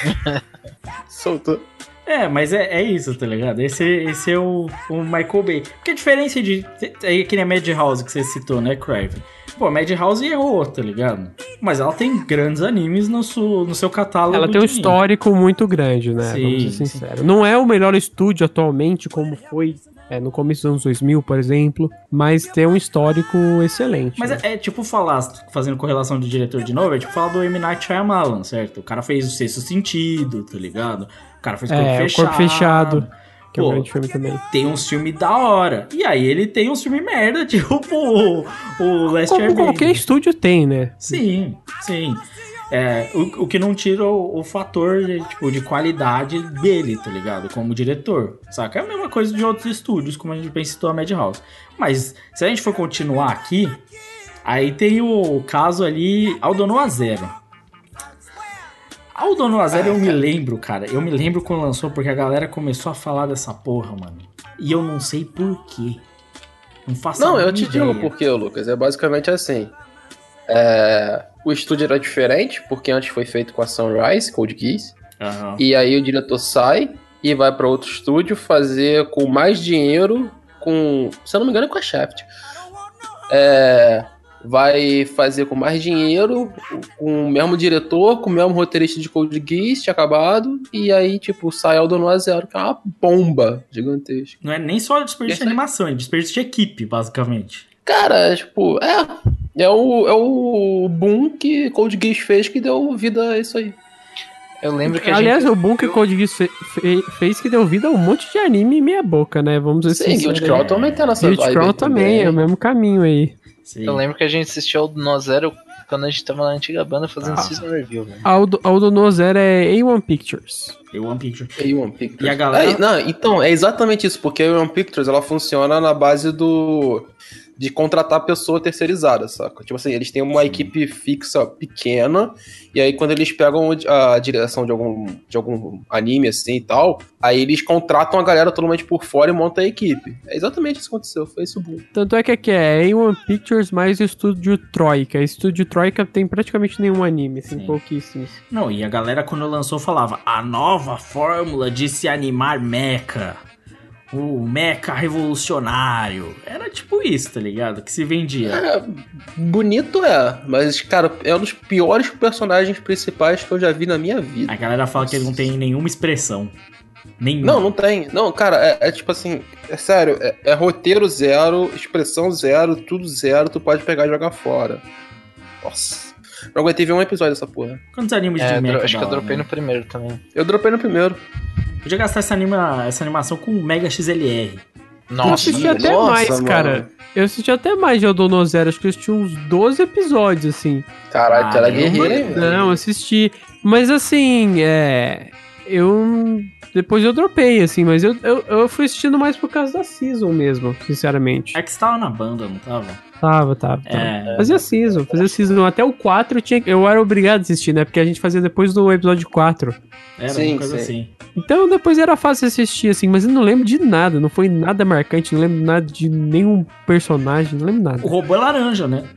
Soltou. É, mas é isso, tá ligado? Esse é o Michael Bay. Porque a diferença de... É que nem a Madhouse que você citou, né, Craven? Pô, a Madhouse errou, tá ligado? Mas ela tem grandes animes no seu catálogo. Ela tem um de anime. histórico muito grande, né? Sim, Vamos ser sim. sinceros. Não é o melhor estúdio atualmente, como foi no começo dos anos 2000, por exemplo, mas tem um histórico excelente. Mas né? é tipo falar, fazendo correlação de diretor de novo, é tipo falar do M. Night Shyamalan, certo? O cara fez o Sexto Sentido, tá ligado? O cara fez o Corpo Fechado, que é um Pô, grande filme também. tem uns filmes da hora. E aí ele tem uns filmes merda, tipo o Last Como Airbender. qualquer estúdio tem, né? Sim, sim. É, o que não tira o fator de qualidade dele, tá ligado? Como diretor, saca? É a mesma coisa de outros estúdios, como a gente bem citou a Madhouse. Mas, se a gente for continuar aqui, aí tem o caso ali Aldo Noa Zero. Aldo Noa Zero eu me lembro, cara. Eu me lembro quando lançou, porque a galera começou a falar dessa porra, mano. E eu não sei por quê. Não faço a Não, eu mínima te digo ideia. por quê, Lucas. É basicamente assim. O estúdio era diferente, porque antes foi feito com a Sunrise, Code Geass. Aham. E aí o diretor sai e vai pra outro estúdio fazer com mais dinheiro, se eu não me engano é com a Shaft. Vai fazer com mais dinheiro, com o mesmo diretor, com o mesmo roteirista de Code Geass, tinha acabado, e aí, tipo, sai Aldo Noa Zero, que é uma bomba gigantesca. Não é nem só desperdício de animação, é desperdício de equipe, basicamente. Cara, tipo, é o boom que Code Geass fez que deu vida a isso aí. Eu lembro que a Aliás, gente... o boom que o Code Geass fez que deu vida a um monte de anime meia boca, né? Vamos dizer Sim, assim. Guild Crawl também tá nessa Guild vibe Crawl aí também, é o mesmo caminho aí. Sim. Eu lembro que a gente assistiu ao No Zero quando a gente tava na antiga banda fazendo season review, velho. Aldo Noa Zero é A1 Pictures. One Picture. A1 Pictures. E a galera... Então, é exatamente isso, porque a A1 Pictures, ela funciona na base de contratar pessoa terceirizada, saca? Tipo assim, eles têm uma equipe fixa pequena, e aí quando eles pegam a direção de algum anime assim e tal, aí eles contratam a galera totalmente por fora e montam a equipe. É exatamente isso que aconteceu, foi esse o boom. Tanto é que aqui é A1 Pictures mais o Estúdio Troika. Estúdio Troika tem praticamente nenhum anime, assim, Sim. pouquíssimos. Não, e a galera quando lançou falava a nova fórmula de se animar mecha. O mecha revolucionário. Era tipo isso, tá ligado? Que se vendia. Bonito mas, cara, é um dos piores personagens principais que eu já vi na minha vida. A galera fala que ele não tem nenhuma expressão. Nenhuma. Não tem. Não, cara, é tipo assim, é sério, é roteiro zero, expressão zero, tudo zero, tu pode pegar e jogar fora. Nossa. Não aguentei ver um episódio dessa porra. Quantos animes de mecha Acho que eu da hora, dropei né? no primeiro também. Eu dropei no primeiro. Podia gastar essa animação com Mega XLR. Eu Nossa, assisti até nossa, mais, mano. cara. Eu assisti até mais de Aldo Noa Zero. Acho que eu assisti uns 12 episódios, assim. Caralho, tu era Caramba. guerreiro, hein, velho? Não, assisti. Mas assim, Depois eu dropei, assim, mas eu fui assistindo mais por causa da season mesmo, sinceramente. É que você tava na banda, não tava? Tava. Fazia season. Até o 4 eu era obrigado a assistir, né? Porque a gente fazia depois do episódio 4. Era uma coisa assim. Então depois era fácil assistir, assim, mas eu não lembro de nada. Não foi nada marcante, não lembro nada de nenhum personagem, não lembro nada. O robô é laranja, né?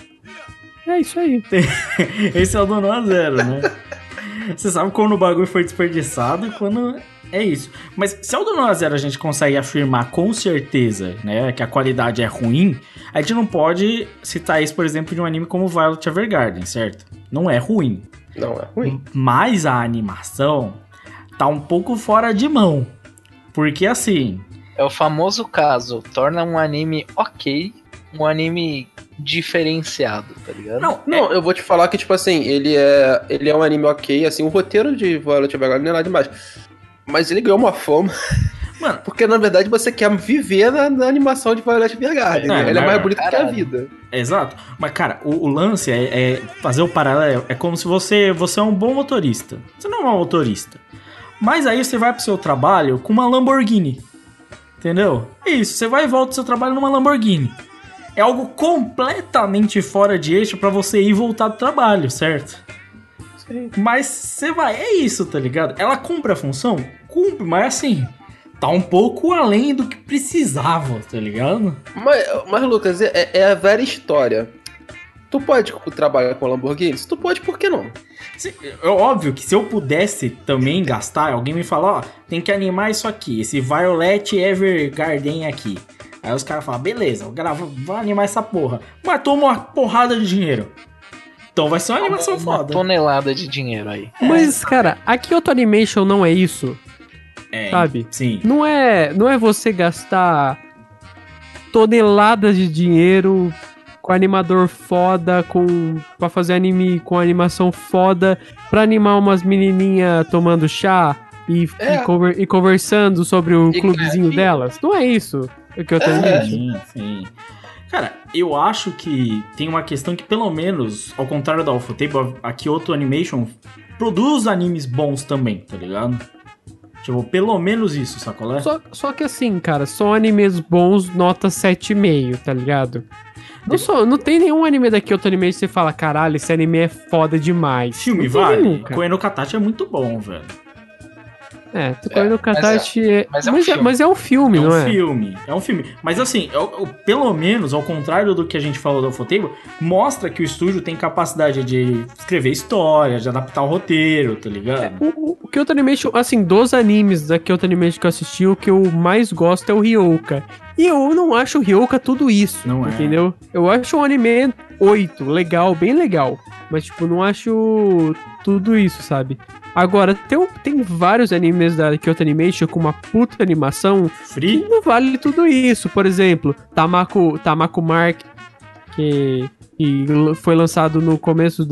É isso aí. Esse é o do 1 a 0, né? Você sabe quando o bagulho foi desperdiçado e quando é isso. Mas se é o do 1 a 0 a gente consegue afirmar com certeza, né, que a qualidade é ruim, a gente não pode citar isso, por exemplo, de um anime como Violet Evergarden, certo? Não é ruim. Não é ruim. Mas a animação tá um pouco fora de mão. Porque assim... É o famoso caso, torna um anime ok, um anime diferenciado, tá ligado? Não, eu vou te falar que, tipo assim, ele é um anime ok, assim, o roteiro de Violet Evergarden não é nada demais. Mas ele ganhou uma fama. Mano, porque na verdade você quer viver na animação de Violet Evergarden, né? Ele é mais bonito que a vida. Exato. Mas, cara, o lance é fazer o paralelo. É como se você é um bom motorista. Você não é um motorista. Mas aí você vai pro seu trabalho com uma Lamborghini. Entendeu? É isso, você vai e volta do seu trabalho numa Lamborghini. É algo completamente fora de eixo pra você ir e voltar do trabalho, certo? Sim. Mas você vai, é isso, tá ligado? Ela cumpre a função? Cumpre, mas assim, tá um pouco além do que precisava, tá ligado? Mas Lucas, é a velha história. Tu pode trabalhar com Lamborghini? Se tu pode, por que não? É óbvio que se eu pudesse também gastar, alguém me falar, ó, tem que animar isso aqui, esse Violet Evergarden aqui. Aí os caras falam, beleza, vou animar essa porra. Mas toma uma porrada de dinheiro. Então vai ser uma animação foda. Uma tonelada de dinheiro aí. Mas, cara, a Kyoto Animation não é isso. Sabe? Sim. Não é você gastar toneladas de dinheiro com animador foda, pra fazer anime com animação foda, pra animar umas menininhas tomando chá e conversando sobre o clubezinho delas. Não é isso. Que eu tô sim. Cara, eu acho que tem uma questão que, pelo menos, ao contrário da Ufotable, a Kyoto Animation produz animes bons também, tá ligado? Tipo, pelo menos isso, sacolé? Só que assim, cara, só animes bons, nota 7,5, tá ligado? Não tem nenhum anime da Kyoto Animation que você fala, caralho, esse anime é foda demais. Filme vale? Koe no Katachi é muito bom, velho. Koe no Katachi mas é um filme, não é? É um filme. Mas assim, pelo menos, ao contrário do que a gente falou do Ufotable, mostra que o estúdio tem capacidade de escrever história, de adaptar o roteiro, tá ligado? O Kyoto Animation, assim, dos animes da Kyoto Animation que eu assisti, o que eu mais gosto é o Ryouka. E eu não acho o Ryouka tudo isso, entendeu? Eu acho um anime 8, legal, bem legal. Mas, tipo, não acho tudo isso, sabe? Agora, tem vários animes da Kyoto Animation com uma puta animação Free? Que não vale tudo isso. Por exemplo, Tamako Mark, que foi lançado no começo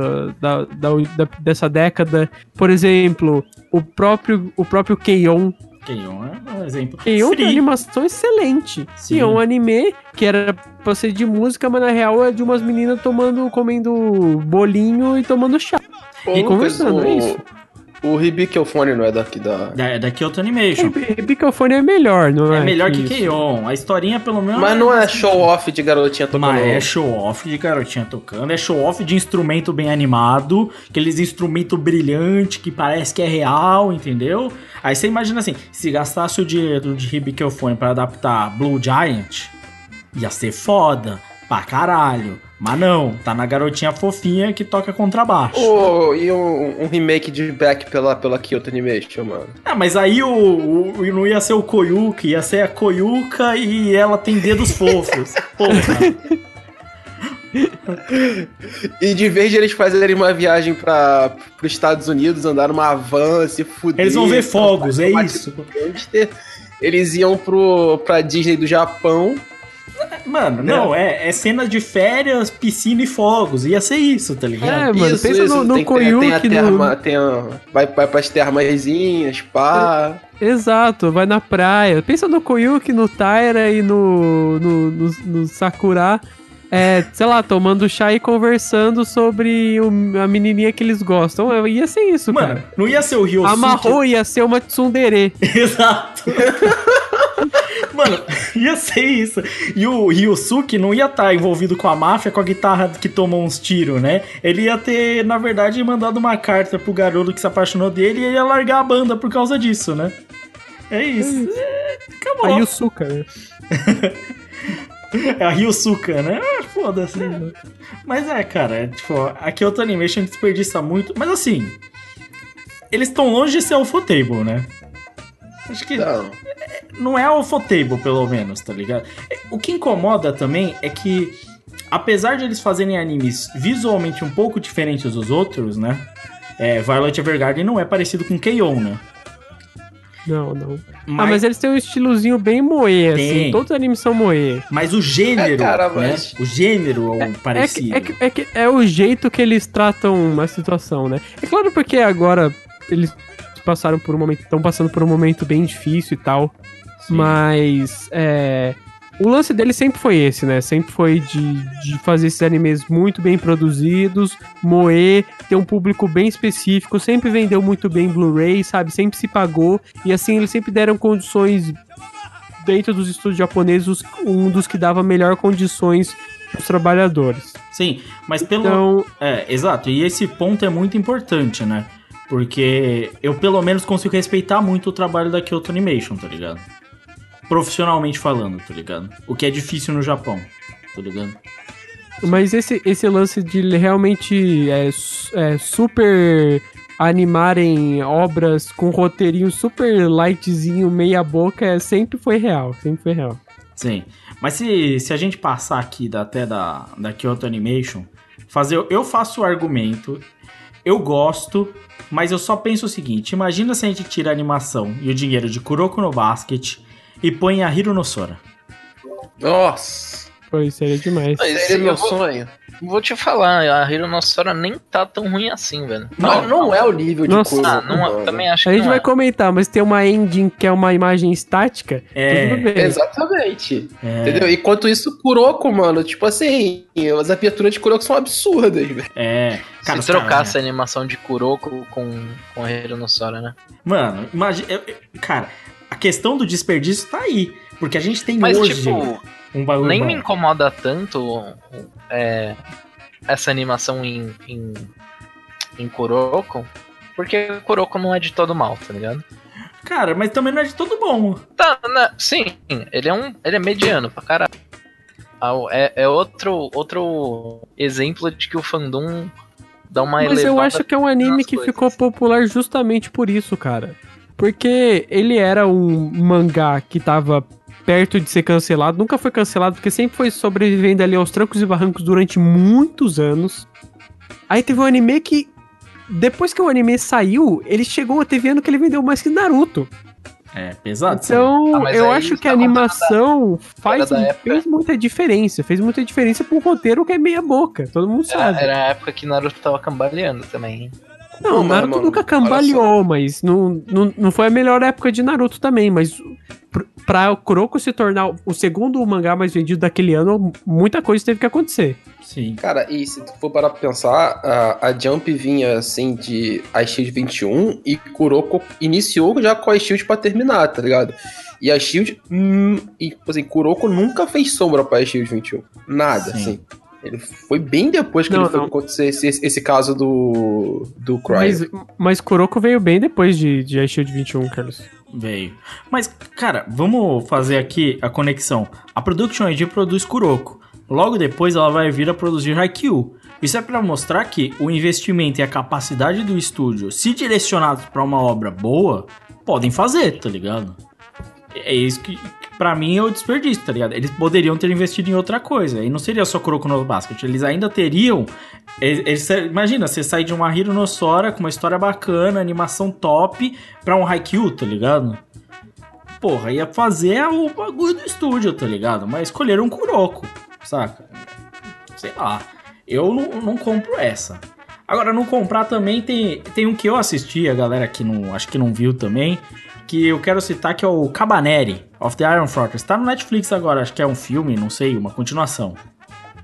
dessa década. Por exemplo, o próprio Keion. Keion é um exemplo. Keion tem animação excelente. Sim. E é um anime que era pra ser de música, mas na real é de umas meninas comendo bolinho e tomando chá. E conversando, é isso. O Hibikofone não é daqui da... É da Kyoto Animation. Hibikofone é melhor, não é? É melhor que Keion. A historinha, pelo menos... Mas não é show-off de garotinha tocando. Mas é show-off de garotinha tocando. É show-off de instrumento bem animado. Aqueles instrumentos brilhantes que parece que é real, entendeu? Aí você imagina assim, se gastasse o dinheiro de Hibikofone pra adaptar Blue Giant, ia ser foda pra caralho. Mas não, tá na garotinha fofinha que toca contrabaixo. E um remake de Back pela Kyoto Animation, mano. Mas aí não ia ser o Koyuka, ia ser a Koyuka e ela tem dedos fofos. Porra. E de vez de eles fazerem uma viagem pros Estados Unidos, andar numa van, se fuder... Eles vão ver fogos, é isso. Eles iam pra Disney do Japão... Mano, não, é cena de férias, piscina e fogos. Ia ser isso, tá ligado? Mano, isso, pensa no Koyuki. Vai pras termazinhas, pá. Exato, vai na praia. Pensa no Koyuki, no Taira e no Sakura sei lá, tomando chá e conversando sobre a menininha que eles gostam. Ia ser isso, Mano, cara. não ia ser o Ryosuke... Amarrou, ia ser uma tsundere. Exato. Mano, ia ser isso. E o Ryosuke não ia estar envolvido com a máfia, com a guitarra que tomou uns tiros, né? Ele ia ter, na verdade, mandado uma carta pro garoto que se apaixonou dele e ia largar a banda por causa disso, né? É isso. Acabou. A Yusuka, né? É a Ryosuka, né? Foda-se. Mas cara, tipo, a Kyoto Animation desperdiça muito. Mas assim, eles estão longe de ser Ufotable, né? Acho que não é Ufotable, pelo menos, tá ligado? O que incomoda também é que, apesar de eles fazerem animes visualmente um pouco diferentes dos outros, né? Violet Evergarden não é parecido com Keion, né? Não. Mas eles têm um estilozinho bem moe, assim. Todos os animes são moe. Mas o gênero, né? O gênero é parecido. É o jeito que eles tratam uma situação, né? É claro porque agora eles estão passando por um momento bem difícil e tal. Sim. Mas o lance deles sempre foi esse, né? Sempre foi de fazer esses animes muito bem produzidos, moer, ter um público bem específico, sempre vendeu muito bem Blu-ray, sabe? Sempre se pagou. E assim, eles sempre deram condições dentro dos estúdios japoneses, um dos que dava melhor condições para os trabalhadores. Sim, mas pelo... exato. E esse ponto é muito importante, né? Porque eu pelo menos consigo respeitar muito o trabalho da Kyoto Animation, tá ligado? Profissionalmente falando, tá ligado? O que é difícil no Japão, tá ligado? Mas esse lance de realmente super animarem obras com roteirinho super lightzinho, meia boca, sempre foi real. Sim, mas se a gente passar aqui até da Kyoto Animation, eu faço o argumento, eu gosto, mas eu só penso o seguinte, imagina se a gente tira a animação e o dinheiro de Kuroko no Basket e põe a Hiro no Sora. Nossa! Foi, seria demais. Seria meu sonho. Vou te falar, a Hiro no Sora nem tá tão ruim assim, velho. Não é o nível de coisa. Também acho que a gente vai comentar, mas tem uma ending que é uma imagem estática. Tudo bem. Exatamente. Entendeu? Enquanto isso, Kuroko, mano, tipo assim, as aberturas de Kuroko são absurdas, velho. Cara, se trocasse a animação de Kuroko com a Hiro no Sora, né? Mano, imagina. Cara, a questão do desperdício tá aí. Porque a gente tem hoje tipo, um bagulho nem bom. me incomoda tanto essa animação em Kuroko, porque Kuroko não é de todo mal, tá ligado? Cara, mas também não é de todo bom. Tá, né? Sim, ele é mediano pra caralho. É outro exemplo de que o fandom dá uma elevada. Mas eu acho que é um anime que ficou popular justamente por isso, cara. Porque ele era um mangá que tava perto de ser cancelado, nunca foi cancelado, porque sempre foi sobrevivendo ali aos trancos e barrancos durante muitos anos. Aí teve um anime que, depois que o anime saiu, ele chegou a TV ano que ele vendeu mais que Naruto. É pesado. Então, eu acho que a animação fez muita diferença. Fez muita diferença pra um roteiro que é meia boca, todo mundo sabe. Era a época que Naruto tava cambaleando também. Não, Naruto nunca cambaleou, mas não foi a melhor época de Naruto também, mas pra Kuroko se tornar o segundo mangá mais vendido daquele ano, muita coisa teve que acontecer. Sim. Cara, e se tu for parar pra pensar, a Jump vinha, assim, de Ice Shield 21 e Kuroko iniciou já com a Ice Shield pra terminar, tá ligado? E a Shield, assim, Kuroko nunca fez sombra pra Ice Shield 21. Nada, Sim. assim. Ele foi bem depois que foi acontecer esse caso do Cry. Mas Kuroko veio bem depois de Ice Shield 21, Carlos. Veio. Mas, cara, vamos fazer aqui a conexão. A Production ID produz Kuroko. Logo depois ela vai vir a produzir Haikyuu. Isso é pra mostrar que o investimento e a capacidade do estúdio, se direcionados pra uma obra boa, podem fazer, tá ligado? É isso que pra mim é o desperdício, tá ligado? Eles poderiam ter investido em outra coisa. E não seria só Kuroko no Basket. Eles ainda teriam... imagina, você sai de uma Hiro no Sora com uma história bacana, animação top, pra um Haikyuu, tá ligado? Porra, ia fazer o bagulho do estúdio, tá ligado? Mas escolheram um Kuroko, saca? Sei lá. Eu não compro essa. Agora, não comprar também tem um que eu assisti, a galera que acho que não viu também, que eu quero citar, que é o Cabaneri of the Iron Fortress. Tá no Netflix agora, acho que é um filme, não sei, uma continuação.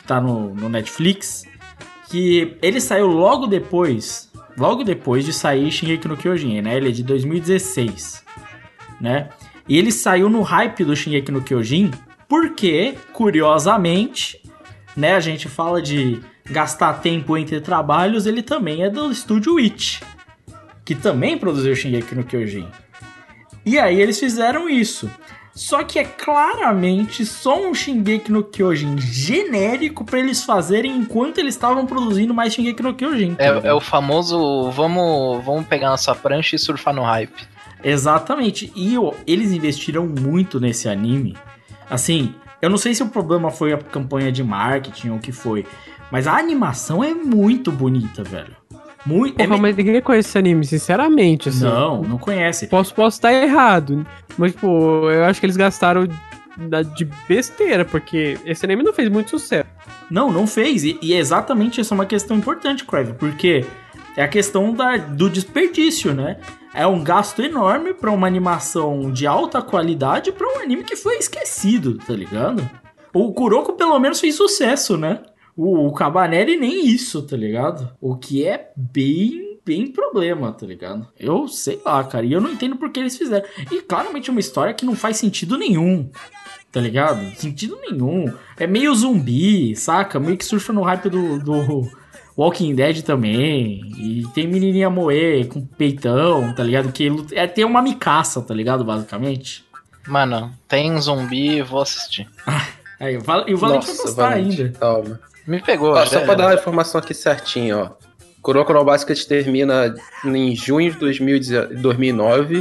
tá no Netflix, que ele saiu logo depois de sair Shingeki no Kyojin, né? Ele é de 2016, né? E ele saiu no hype do Shingeki no Kyojin porque, curiosamente, né? A gente fala de gastar tempo entre trabalhos, ele também é do estúdio Witch, que também produziu Shingeki no Kyojin. E aí eles fizeram isso. Só que é claramente só um Shingeki no Kyojin genérico pra eles fazerem enquanto eles estavam produzindo mais Shingeki no Kyojin. É o famoso vamos pegar nossa prancha e surfar no hype. Exatamente. E eles investiram muito nesse anime. Assim, eu não sei se o problema foi a campanha de marketing ou o que foi, mas a animação é muito bonita, velho. Muito. Porra, mas ninguém conhece esse anime, sinceramente, assim. Não conhece. Posso estar errado, mas, pô, eu acho que eles gastaram de besteira, porque esse anime não fez muito sucesso. Não fez, e exatamente essa é uma questão importante, Crave, porque é a questão do desperdício, né? É um gasto enorme pra uma animação de alta qualidade pra um anime que foi esquecido, tá ligado? O Kuroko pelo menos fez sucesso, né? O Cabaneri nem isso, tá ligado? O que é bem problema, tá ligado? Eu sei lá, cara. E eu não entendo por que eles fizeram. E claramente é uma história que não faz sentido nenhum, tá ligado? Sentido nenhum. É meio zumbi, saca? Meio que surfa no hype do Walking Dead também. E tem menininha moe com peitão, tá ligado? Que tem uma micaça, tá ligado? Basicamente. Mano, tem zumbi, vou assistir. Aí, e o Valente vai gostar ainda. Calma. Me pegou, ó, só pra dar a informação aqui certinho, ó. Kuroko no Basket termina em junho de 2009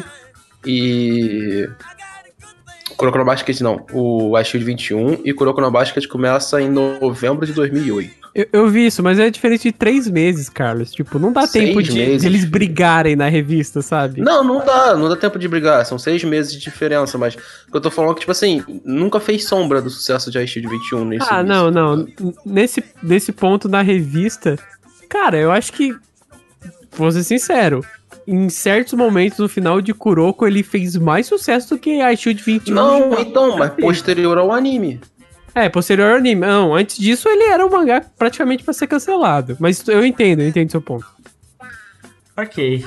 e... Kuroko no Basket não, o iShield 21 e Kuroko no Basket começa em novembro de 2008. Eu vi isso, mas é diferente de 3 meses, Carlos. Tipo, não dá tempo de eles brigarem na revista, sabe? Não dá tempo de brigar. São 6 meses de diferença, mas o que eu tô falando é que, tipo assim, nunca fez sombra do sucesso de iShield 21 nesse não. Nesse ponto na revista, cara, eu acho que, vou ser sincero, em certos momentos no final de Kuroko ele fez mais sucesso do que iShield 21. Não, então, mas posterior ao anime. Posterior ao anime. Não, antes disso ele era um mangá praticamente pra ser cancelado. Mas eu entendo seu ponto. Ok.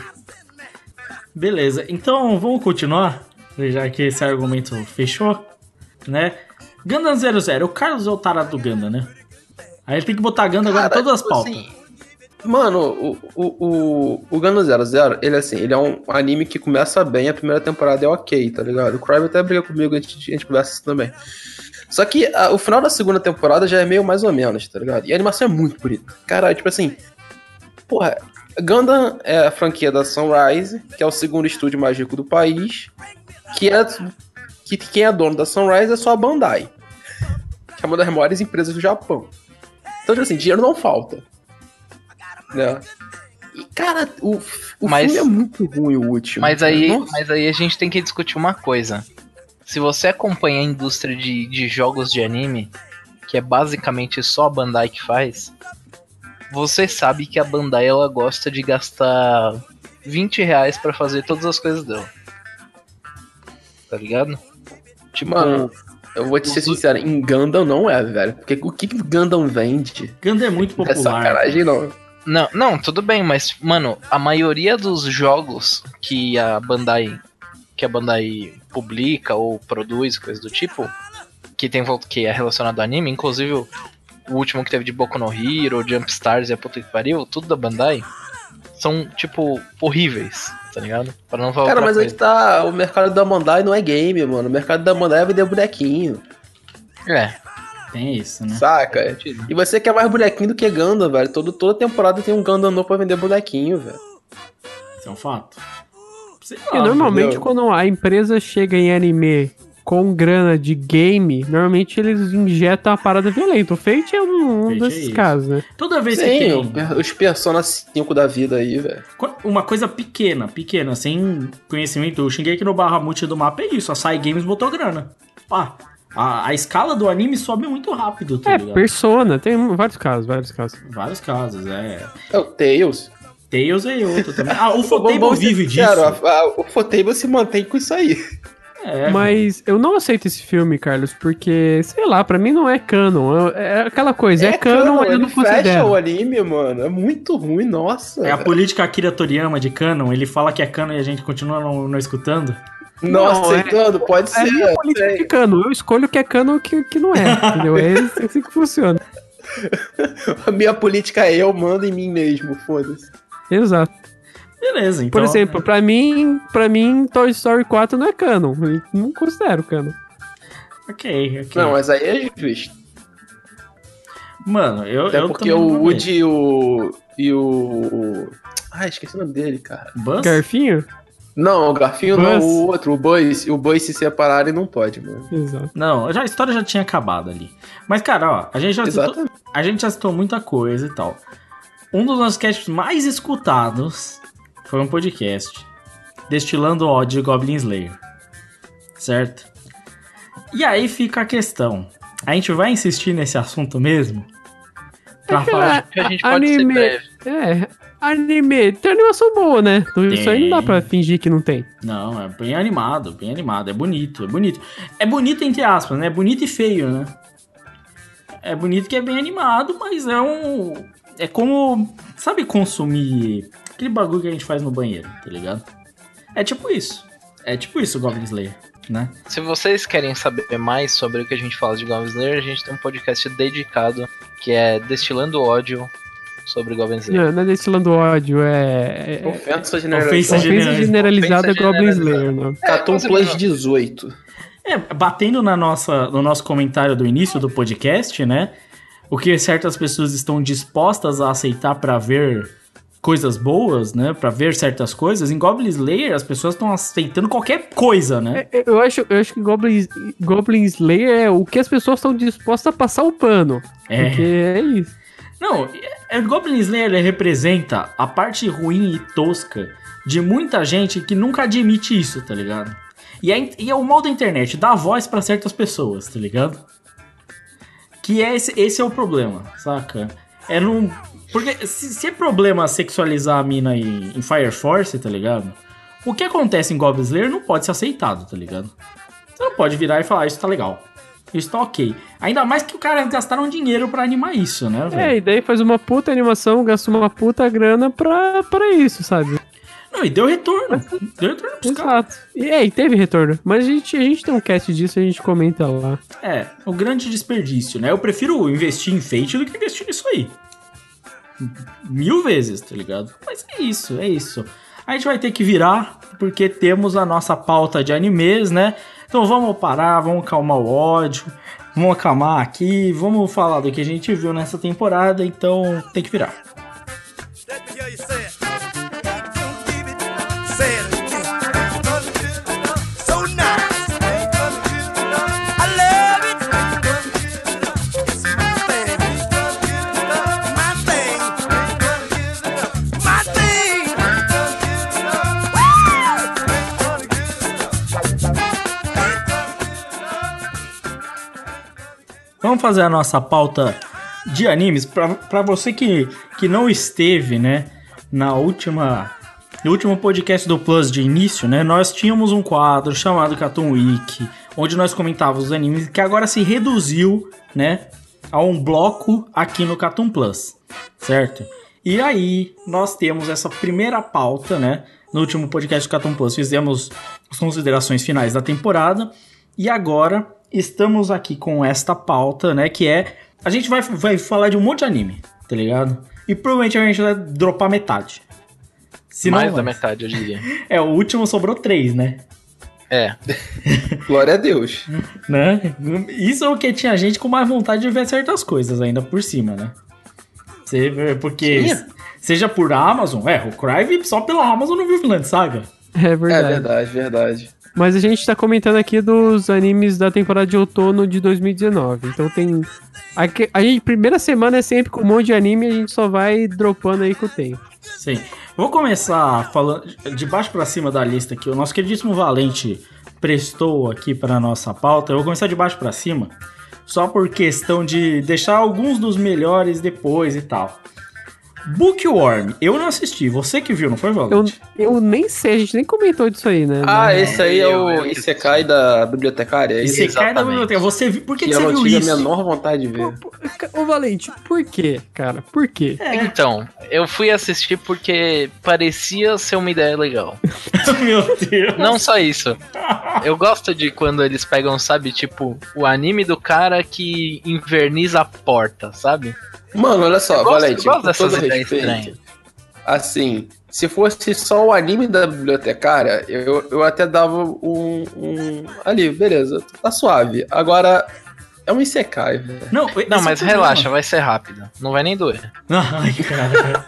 Beleza, então vamos continuar, já que esse argumento fechou, né? Gundam 00, o Carlos é o tarado do Gundam, né? Aí ele tem que botar Gundam agora em todas as pautas. Assim, mano, o Gundam 00, ele é um anime que começa bem, a primeira temporada é ok, tá ligado? O Crime até briga comigo, a gente conversa isso também. Só que o final da segunda temporada já é meio mais ou menos, tá ligado? E a animação é muito bonita. Caralho, tipo assim... Porra, Gundam é a franquia da Sunrise, que é o segundo estúdio mais rico do país, que quem é dono da Sunrise é só a Bandai, que é uma das maiores empresas do Japão. Então, tipo assim, dinheiro não falta. Né? E, cara, o filme é muito ruim, o último. Mas aí a gente tem que discutir uma coisa. Se você acompanha a indústria de jogos de anime, que é basicamente só a Bandai que faz, você sabe que a Bandai ela gosta de gastar R$20 pra fazer todas as coisas dela. Tá ligado? Tipo, mano, eu vou te ser sincero, em Gundam não é, velho. Porque o que Gundam vende? Gundam é muito popular. É sacanagem, não. Não, tudo bem, mas, mano, a maioria dos jogos que a Bandai publica ou produz, coisa do tipo, que é relacionado ao anime, inclusive o último que teve de Boku no Hero, Jump Stars e a puta que pariu, tudo da Bandai, são, tipo, horríveis, tá ligado? Pra não falar. Cara, mas aí tá, o mercado da Bandai não é game, mano, o mercado da Bandai é vender bonequinho. Tem isso, né? Saca? E você quer mais bonequinho do que Gundam, velho. Toda temporada tem um Gundam novo pra vender bonequinho, velho. Isso é um fato. E normalmente quando a empresa chega em anime com grana de game, normalmente eles injetam a parada violenta. O Fate é um desses casos, né? Toda vez que tem... os Persona 5 da vida aí, velho. Uma coisa pequena, sem conhecimento, o Shingeki no Bahamut do mapa é isso. A Sai Games botou grana. Pá. A escala do anime sobe muito rápido, tá ligado? Persona, tem vários casos. Vários casos, é. É o Tails. Tails é outro também. O Ufotable vive disso. O Ufotable se mantém com isso aí. Mas eu não aceito esse filme, Carlos, porque, sei lá, pra mim não é canon. É aquela coisa, é canon, mas eu não fecha considero. o anime, mano. É muito ruim, nossa. É a política Akira Toriyama de canon, ele fala que é canon e a gente continua não escutando. Não aceitando, pode ser. É a minha política de canon. Eu escolho o que é canon e o que não é, entendeu? É assim que funciona. A minha política é eu mando em mim mesmo, foda-se. Exato. Beleza, então. Por exemplo, pra mim, Toy Story 4 não é canon. Eu não considero canon. Ok. Não, mas aí é justo. Mano, Até porque o Woody e o... Ah, esqueci o nome dele, cara. Buzz? Garfinho? Não, o Garfinho Buzz. não, o outro, o Buzz se separarem não pode, mano. Exato. Não, a história já tinha acabado ali. Mas, cara, ó, a gente já citou muita coisa e tal. Um dos nossos casts mais escutados foi um podcast destilando ódio de Goblin Slayer. Certo? E aí fica a questão. A gente vai insistir nesse assunto mesmo? Pra falar Que a gente pode ser breve. Anime. Tem animação boa, né? Isso aí não dá pra fingir que não tem. Não, é bem animado. É bonito. É bonito entre aspas, né? É bonito e feio, né? É bonito que é bem animado, mas é como... Sabe consumir aquele bagulho que a gente faz no banheiro, tá ligado? É tipo isso. Goblin Slayer, né? Se vocês querem saber mais sobre o que a gente fala de Goblin Slayer, a gente tem um podcast dedicado que é Destilando Ódio sobre Goblin Slayer. Não é destilando ódio, Ofensa Ofensa generalizada Ofensa Goblin generalizada. Slayer, né? Catum Plus 18. Batendo no nosso comentário do início do podcast, né? O que certas pessoas estão dispostas a aceitar pra ver coisas boas, né? Pra ver certas coisas. Em Goblin Slayer, as pessoas estão aceitando qualquer coisa, né? Eu acho que Goblin Slayer é o que as pessoas estão dispostas a passar o pano. Porque é isso. Não, Goblin Slayer ele representa a parte ruim e tosca de muita gente que nunca admite isso, tá ligado? E é o mal da internet, dá voz pra certas pessoas, tá ligado? Que esse é o problema, saca? Porque se é problema sexualizar a mina em Fire Force, tá ligado? O que acontece em Goblin Slayer não pode ser aceitado, tá ligado? Você não pode virar e falar, isso tá legal. Isso tá ok. Ainda mais que os caras gastaram dinheiro pra animar isso, né, velho? E daí faz uma puta animação, gasta uma puta grana pra isso, sabe? Não, e deu retorno. Deu retorno pros caras. Exato. E teve retorno. Mas a gente tem um cast disso e a gente comenta lá. O grande desperdício, né? Eu prefiro investir em Fate do que investir nisso aí. 1000 vezes, tá ligado? Mas é isso. A gente vai ter que virar, porque temos a nossa pauta de animes, né? Então vamos parar, vamos calmar o ódio, vamos acalmar aqui, vamos falar do que a gente viu nessa temporada, então tem que virar. Vamos fazer a nossa pauta de animes. Pra você que não esteve, né, no último podcast do Plus de início, né, nós tínhamos um quadro chamado Cartoon Week, onde nós comentávamos os animes, que agora se reduziu, né, a um bloco aqui no Cartoon Plus, certo? E aí nós temos essa primeira pauta, né, no último podcast do Cartoon Plus fizemos as considerações finais da temporada, e agora estamos aqui com esta pauta, né, que é... A gente vai falar de um monte de anime, tá ligado? E provavelmente a gente vai dropar metade. Se Mais não, da metade, eu diria. O último sobrou 3, né? Glória a Deus. Né? Isso é o que tinha gente com mais vontade de ver certas coisas ainda por cima, né? Porque... Sim. Seja por Amazon... o Cryve só pela Amazon não viu Vinland Saga. É verdade. É verdade. Mas a gente tá comentando aqui dos animes da temporada de outono de 2019. Então tem... A gente, primeira semana é sempre com um monte de anime e a gente só vai dropando aí com o tempo. Sim. Vou começar falando de baixo pra cima da lista aqui. O nosso queridíssimo Valente prestou aqui pra nossa pauta. Eu vou começar de baixo pra cima. Só por questão de deixar alguns dos melhores depois e tal. Bookworm, eu não assisti. Você que viu, não foi, Valente? Eu nem sei, a gente nem comentou disso aí, né? Esse aí é o Isekai da bibliotecária? É isso? Isekai da biblioteca. Você viu? Por que Que você eu não viu tive isso? a menor vontade de ver. Ô, Valente, por quê, cara? Por quê? Então, eu fui assistir porque parecia ser uma ideia legal. Meu Deus. Não só isso. Eu gosto de quando eles pegam, sabe, tipo, o anime do cara que inverniza a porta, sabe? Mano, olha só, Eu gosto Valente, dessas com todo ideias respeito, estranhas. assim, se fosse só o anime da bibliotecária, eu até dava ali, beleza, tá suave. Agora, é um Isekai, velho. Não, Mas relaxa, vai ser rápido. Não vai nem doer. Ai, cara.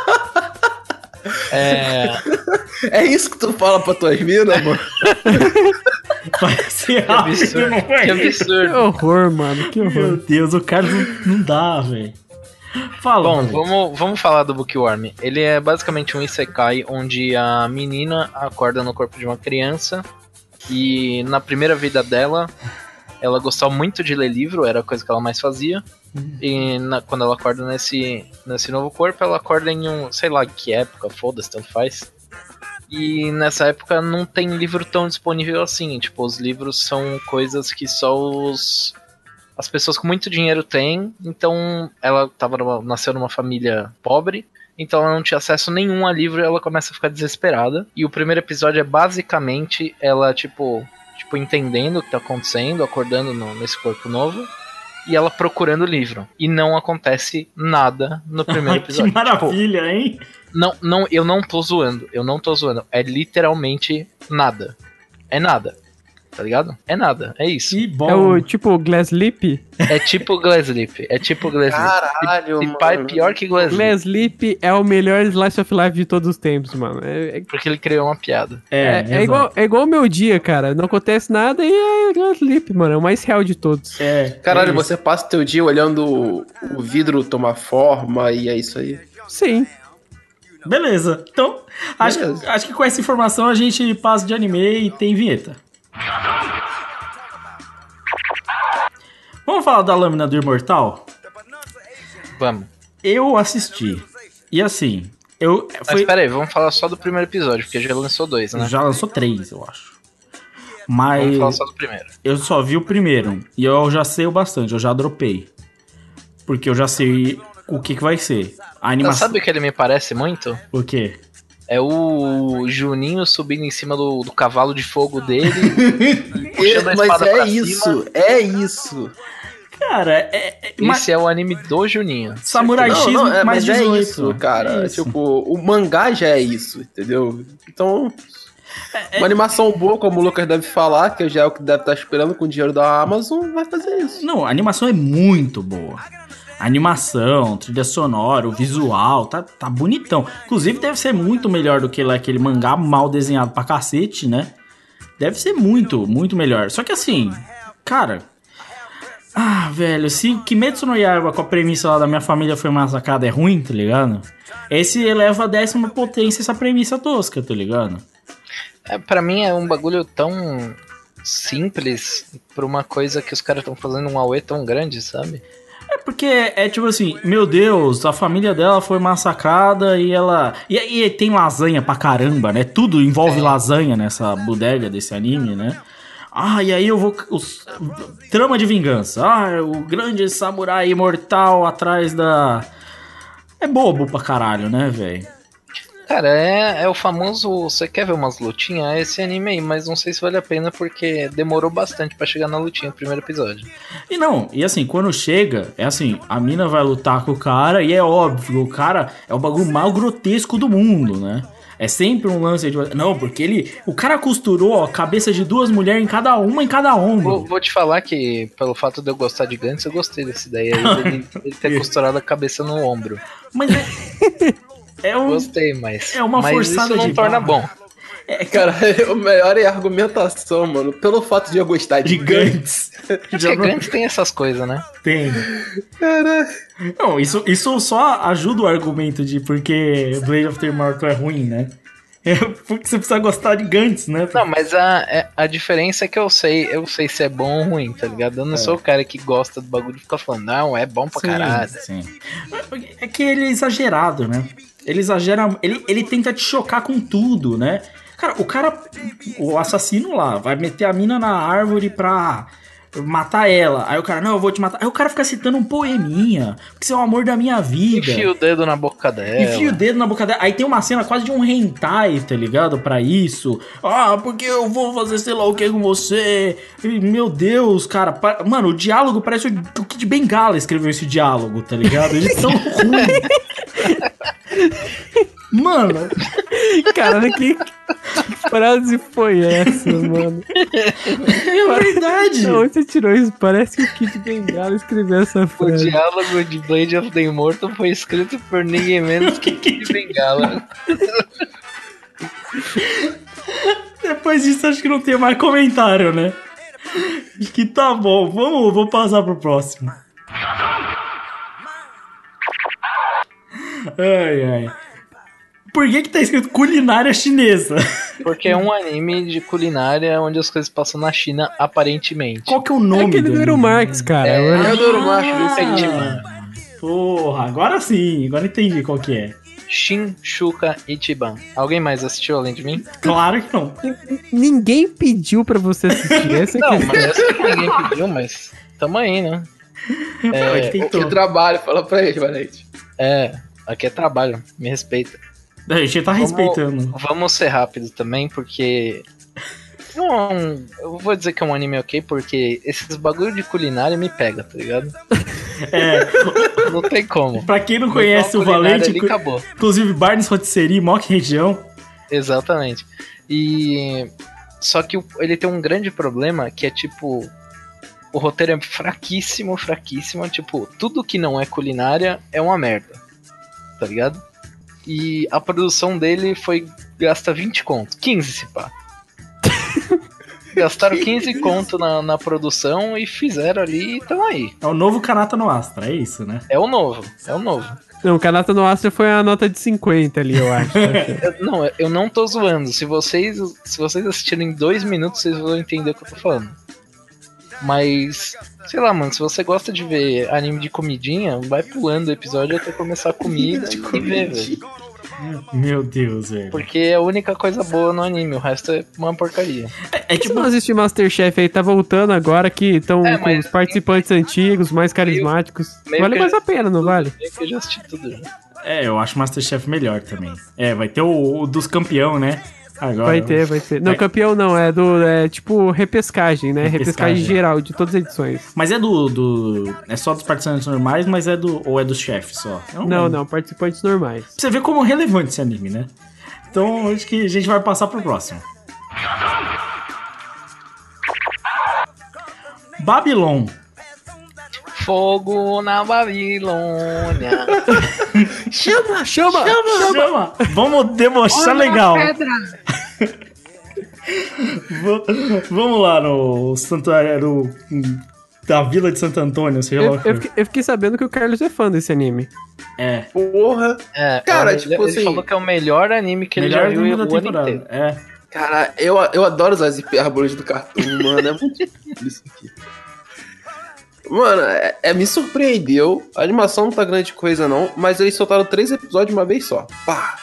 É isso que tu fala pra tuas minas, mano? Vai ser Que rápido, absurdo. não vai? Que absurdo. Que horror, mano, que Meu horror. Deus, o cara não dá, velho. Fala, Bom, Valente. vamos falar do Bookworm. Ele é basicamente um Isekai onde a menina acorda no corpo de uma criança e na primeira vida dela, ela gostava muito de ler livro, era a coisa que ela mais fazia. E quando ela acorda nesse novo corpo, ela acorda em sei lá que época, foda-se, tanto faz. E nessa época não tem livro tão disponível assim. Tipo, os livros são coisas que só as pessoas com muito dinheiro têm. Então ela nasceu numa família pobre, então ela não tinha acesso nenhum a livro e ela começa a ficar desesperada. E o primeiro episódio é basicamente ela, tipo entendendo o que tá acontecendo, acordando nesse corpo novo. E ela procurando o livro. E não acontece nada no primeiro episódio. Que maravilha, hein? Não, eu não tô zoando. É literalmente nada. É nada. Tá ligado? É nada. É isso. Que bom. É o tipo Glass Lip? É tipo Glass Lip. Caralho, Se mano. pá é pior que Glass Lip. Glass Lip é o melhor Slice of Life de todos os tempos, mano. Porque ele criou uma piada. É igual o meu dia, cara. Não acontece nada e é Glass Lip, mano. É o mais real de todos. Caralho, é isso. você passa o teu dia olhando o vidro tomar forma e é isso aí. Sim. Beleza. Então, acho que com essa informação a gente passa de anime e tem vinheta. Vamos falar da Lâmina do Imortal? Vamos. Eu assisti. E assim, Mas peraí, vamos falar só do primeiro episódio, porque já lançou 2, né? Já lançou 3, eu acho. Mas Vamos falar só do primeiro. eu só vi o primeiro. E eu já sei o bastante, eu já dropei. Porque eu já sei o que vai ser. A animação. Sabe o que ele me parece muito? O quê? É o Juninho subindo em cima do cavalo de fogo dele. puxando a Mas espada é pra isso, cima. é isso. Cara, Esse é o anime do Juninho. Samurai X mais mas 18. é isso, cara. É isso. Tipo, o mangá já é isso, entendeu? Então, uma animação boa, como o Lucas deve falar, que já é o que deve estar esperando com o dinheiro da Amazon, vai fazer isso. Não, a animação é muito boa. A animação, trilha sonora, o visual, tá bonitão. Inclusive deve ser muito melhor do que lá aquele mangá mal desenhado pra cacete, né? Deve ser muito, muito melhor. Só que assim, cara... Ah, velho, se Kimetsu no Yaiba com a premissa lá da minha família foi massacrada é ruim, tá ligado? Esse eleva a 10ª potência essa premissa tosca, tá ligado? Pra mim é um bagulho tão simples pra uma coisa que os caras estão fazendo um auê tão grande, sabe? É porque é tipo assim, meu Deus, a família dela foi massacrada e ela... E tem lasanha pra caramba, né? Tudo envolve lasanha nessa bodega desse anime, né? Ah, e aí eu vou... Trama de vingança. Ah, o grande samurai imortal atrás da... É bobo pra caralho, né, velho? Cara, é o famoso... Você quer ver umas lutinhas? É esse anime aí, mas não sei se vale a pena porque demorou bastante pra chegar na lutinha no primeiro episódio. E assim, quando chega, é assim, a mina vai lutar com o cara e é óbvio, o cara é o bagulho mais grotesco do mundo, né? É sempre um lance de... Não, porque o cara costurou a cabeça de 2 mulheres em cada ombro. Vou te falar que, pelo fato de eu gostar de Gantz, eu gostei dessa ideia aí, ele ter costurado a cabeça no ombro. Mas Gostei, mas... É uma forçada isso não de torna barra. bom. Cara, o melhor é a argumentação, mano. Pelo fato de eu gostar de Gantz. Porque Gantz tem essas coisas, né? Tem. Cara... Não, isso só ajuda o argumento de porque Blade of the Immortal é ruim, né? É porque você precisa gostar de Gantz, né? Não, mas a diferença é que eu sei se é bom ou ruim, tá ligado? Eu não sou o cara que gosta do bagulho e fica falando, não, é bom pra caralho. Sim. É que ele é exagerado, né? Ele exagera, ele tenta te chocar com tudo, né? Cara, o assassino lá, vai meter a mina na árvore pra matar ela. Aí o cara, não, eu vou te matar. Aí o cara fica citando um poeminha, porque você é o amor da minha vida. Enfia o dedo na boca dela. Aí tem uma cena quase de um hentai, tá ligado? Pra isso. Ah, porque eu vou fazer sei lá o que com você. E, meu Deus, cara. Mano, o diálogo parece o Kid Bengala escreveu esse diálogo, tá ligado? Eles são ruins. Mano. Caralho, que frase foi essa, mano? É verdade. Onde você tirou isso? Parece que o Kid Bengala escreveu essa frase. O diálogo de Blade of the Immortal foi escrito por ninguém menos que Kid Bengala. Depois disso, acho que não tem mais comentário, né? Acho que tá bom. Vou passar pro próximo. Ai. Por que tá escrito culinária chinesa? Porque é um anime de culinária onde as coisas passam na China, aparentemente. Qual que é o nome? É aquele do Euromarx, cara. É o do Euromarx, do Porra, agora sim. Agora entendi qual que é. Shin, Shuka, Ichiban. Alguém mais assistiu além de mim? Claro que não. Ninguém pediu pra você assistir. Essa não, mas essa que ninguém pediu, mas tamo aí, né? Que trabalho, fala pra ele, Valente. Aqui é trabalho, me respeita. A gente tá respeitando. Vamos ser rápido também, porque... eu vou dizer que é um anime ok, porque esses bagulho de culinária me pega, tá ligado? Não tem como. Pra quem não conhece o Valente, ali, acabou. Inclusive Barnes Rotisserie, Mock Região. Exatamente. Só que ele tem um grande problema, que é tipo... O roteiro é fraquíssimo. Tipo, tudo que não é culinária é uma merda. Tá ligado? E a produção dele foi... Gasta 20 conto. 15 se pá. Gastaram 15 conto na produção e fizeram ali e tão aí. É o novo Kanata no Astra, é isso, né? É o novo. Não, o Kanata no Astra foi a nota de 50 ali, eu acho. Eu não tô zoando. Se vocês assistirem 2 minutos, vocês vão entender o que eu tô falando. Mas, sei lá, mano, se você gosta de ver anime de comidinha, vai pulando o episódio até começar a comida e ver, velho. Meu Deus, velho. Porque é a única coisa boa no anime, o resto é uma porcaria. Tipo, não existe Masterchef aí, tá voltando agora que estão com os participantes antigos, mais carismáticos. Vale mais a pena, não vale? Eu já assisti tudo já. Eu acho Masterchef melhor também. Vai ter o dos campeão, né? Agora, vai ter. Não, campeão não, é tipo repescagem, né? Repescagem geral, de todas as edições. Mas é é só dos participantes normais, mas ou é dos chefes só? Não, participantes normais. Pra você ver como é relevante esse anime, né? Então, acho que a gente vai passar pro próximo. Babylon. Fogo na Babilônia. Chama! Vamos debochar legal. Vamos lá no santuário da Vila de Santo Antônio. Eu fiquei sabendo que o Carlos é fã desse anime. Porra. Cara, ele falou que é o melhor anime que ele já viu o ano inteiro. Cara, eu adoro as hipérboles do cartoon, mano. É muito difícil isso aqui. Mano, me surpreendeu. A animação não tá grande coisa, não. Mas eles soltaram 3 episódios de uma vez só. Pá!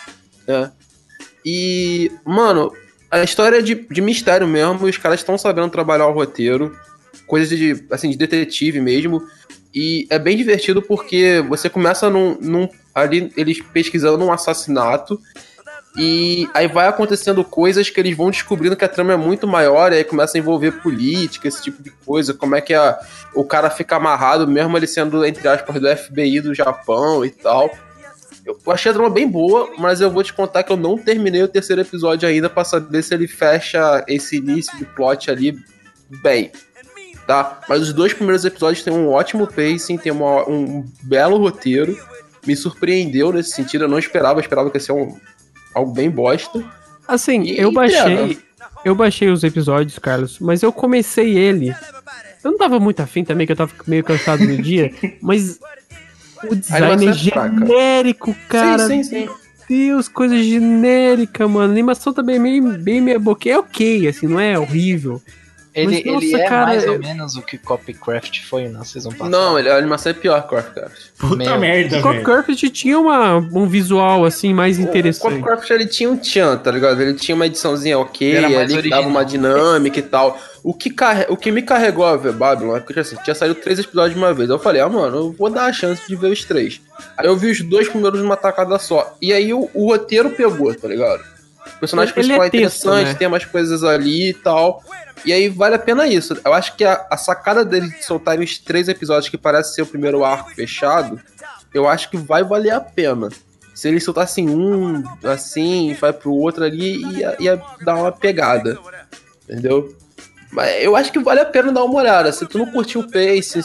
E, mano, a história é de mistério mesmo. Os caras estão sabendo trabalhar o roteiro. Coisas de detetive mesmo. E é bem divertido porque você começa ali eles pesquisando um assassinato. E aí vai acontecendo coisas que eles vão descobrindo que a trama é muito maior, e aí começa a envolver política, esse tipo de coisa, como é que o cara fica amarrado, mesmo ele sendo, entre aspas, do FBI do Japão e tal. Eu achei a trama bem boa, mas eu vou te contar que eu não terminei o 3º episódio ainda pra saber se ele fecha esse início de plot ali bem, tá? Mas os 2 primeiros episódios têm um ótimo pacing, tem um belo roteiro, me surpreendeu nesse sentido, eu não esperava que ia ser algo bem bosta. Assim, eu baixei os episódios, Carlos, mas eu comecei ele. Eu não tava muito afim também, que eu tava meio cansado no dia, mas o design é genérico, cara. Sim. Deus, coisa genérica, mano. A animação também é bem meia boquinha. É ok, assim, não é horrível. Ele nossa, é cara, mais ou menos o que Copycraft foi na season passada. Não, a animação é pior que Warcraft. Puta Meu. merda, velho. Copycraft tinha um visual, assim, mais O interessante. Warcraft, ele tinha um tchan, tá ligado? Ele tinha uma ediçãozinha ok, Era mais ali que dava uma original. dinâmica e tal. O que me carregou a ver Babylon é porque assim, tinha saído 3 episódios de uma vez. Eu falei, mano, eu vou dar a chance de ver os 3. Aí eu vi os 2 primeiros numa tacada só. E aí o roteiro pegou, tá ligado? O personagem Ele principal é é interessante, texto, né? tem umas coisas ali e tal. E aí vale a pena isso. Eu acho que a sacada deles de soltarem os 3 episódios que parece ser o primeiro arco fechado, eu acho que vai valer a pena. Se eles soltassem um assim, vai pro outro ali, ia dar uma pegada. Entendeu? Mas eu acho que vale a pena dar uma olhada. Se tu não curtiu o pace,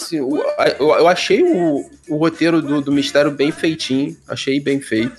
eu achei o roteiro do Mistério bem feitinho. Achei bem feito.